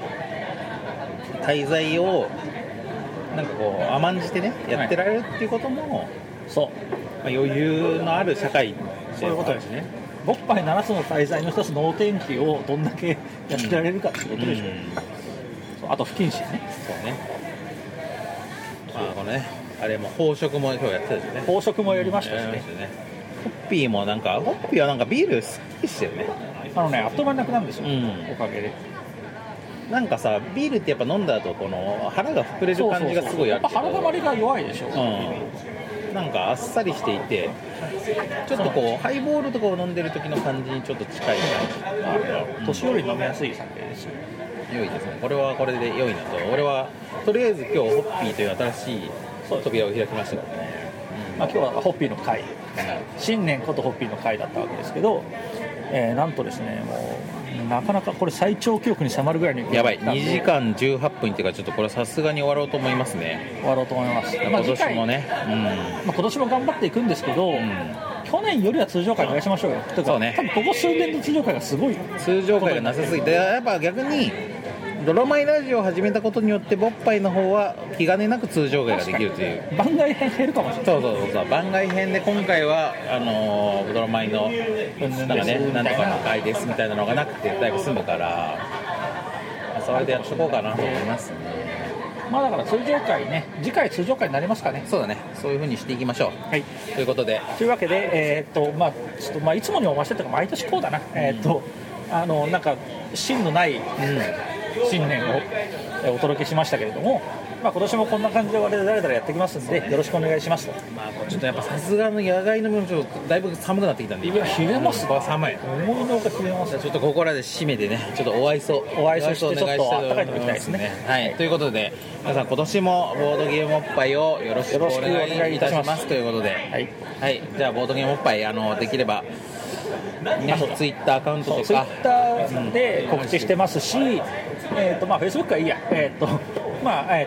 大罪をなんかこう甘んじてねやってられるっていうことも、 そう、 まあ、余裕のある社会、 そういうことですね。ボッパイ7つの大罪の一つ能天気をどんだけやってられるかっていうことでしょう、そうあと不謹慎ね。 そうね、まあこのねあれも飽食も今日やってたしね、 飽食もやりましたしね、 ホッピーもなんかホッピーはなんかビール好きしてるね、 あっという間になくなるんですよ、おかげで。 なんかさビールってやっぱ飲んだ後この腹が膨れる感じがすごいあるけど、 腹溜まりが弱いでしょ、 なんかあっさりしていてちょっとこうハイボールとかを飲んでる時の感じにちょっと近い感じ、 年寄り飲みやすい酒ですよ。 良いですね。これはこれで良いなと。俺はとりあえず今日ホッピーという新しい扉を開きましたからね。 まあ、今日はホッピーの会、新年ことホッピーの会だったわけですけど、なんとですね、もうなかなかこれ最長記録に迫るぐらいにやばい、2時間18分っていうか、ちょっとこれさすがに終わろうと思いますね。 終わろうと思います。 今年もね、 今年も頑張っていくんですけど、去年よりは通常会お願いしましょうよ。 そうね、 多分ここ数年の通常会がすごい通常会がなさすぎて、やっぱ逆にドラマイラジオを始めたことによってボッパイの方は気兼ねなく通常会ができるという。 番外編減るかもしれない。 そう番外編で今回はドラマイのなんかね、なんとかの会ですみたいなのがなくてだいぶ済むから、それでやっとこうかなと思いますね。 まあだから通常会ね、次回通常会になりますかね。 そうだね、そういう風にしていきましょう。 はい、 ということで、 というわけでまあちょっとまあいつもにおましてとか毎年こうだな、なんか芯のない新年をお届けしましたけれども、まあ今年もこんな感じで我々だらだらやっていきますんで、よろしくお願いしますと。 まあちょっとやっぱさすがの野外のみもちょっとだいぶ寒くなってきたんで、 いや冷えますわ、寒い。 思いのほか冷えます。 ちょっとここらで締めてね、ちょっとお愛想してちょっと暖かいとこ行きたいですね。 はい、ということで皆さん今年もボードゲームおっぱいをよろしくお願いいたしますということで、はい、じゃあボードゲームおっぱいできればツイッターアカウントとかツイッターで告知してますし、まあフェイスブックはいいや、まあ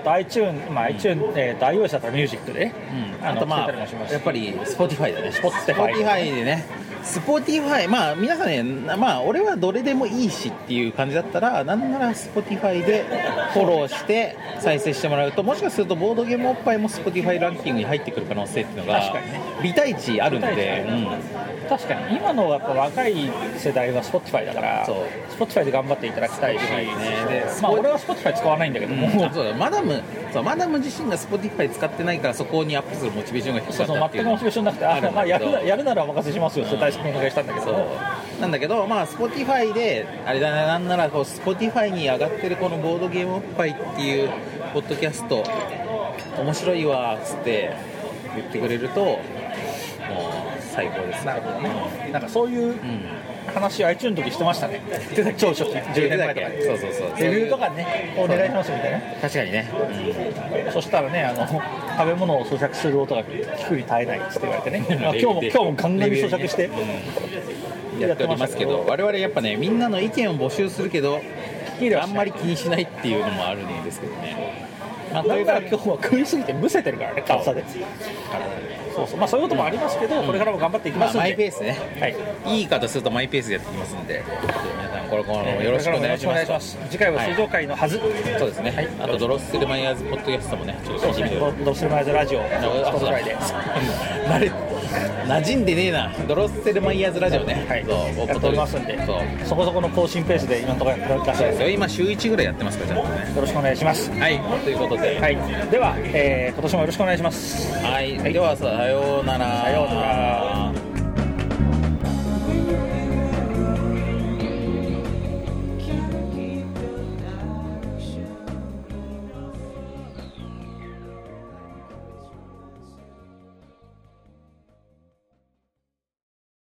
iTunes、iOS だったらミュージックで、 あとまあやっぱり Spotify だね。Spotify でね。Spotify、まあ皆さんね、まあ俺はどれでもいいしっていう感じだったら、なんなら Spotify でフォローして再生してもらうと、もしかするとボードゲームおっぱいも Spotify ランキングに入ってくる可能性っていうのが微対値あるんで、 確かに今のやっぱ若い世代は Spotify だから、Spotify で頑張っていただきたいし、まあ俺は Spotify 使わないんだけども、 マダム自身が Spotify 使ってないから、そこにアップするモチベーションが低かったっていう。 全くモチベーションなくて、まあやるならお任せしますよって大好きにお願いしたんだけど、 なんだけど、まあ Spotify であれだね、なんならこう Spotify に上がってるこのボードゲームおっぱいっていうポッドキャスト面白いわっつって言ってくれるともう最高です。 なるほどね。なんかそういう話、iTunes の時してましたね。超初期10年前とかに。 そうレビューとかね、お願いしますみたいな。 確かにね。 そしたらね、食べ物を咀嚼する音が聞くに耐えないって言われてね。今日もガンガンに咀嚼してやっておりますけど、我々やっぱね、みんなの意見を募集するけど、あんまり気にしないっていうのもあるんですけどね。 だから今日は食いすぎてむせてるからね、辛さで。そうまあそういうこともありますけど、これからも頑張っていきますので、 マイペースね、いい言い方するとマイペースでやっていきますんで、皆さんこれからもよろしくお願いします。 次回は通常会のはず。 そうですね。あとドロッセルマイヤーズポッドキャストもね、ちょっと聞いてみて。 ドロッセルマイヤーズラジオ、Spotify で。 馴染んでねえな。ドロッセルマイヤーズラジオね。 やっておりますんで、そこそこの更新ペースで今のところやってるらしいですよ。 今週1ぐらいやってますから、ちゃんとね。 よろしくお願いします。 はい。ということで、 では今年もよろしくお願いします。 はい。ではさようなら。 さようなら。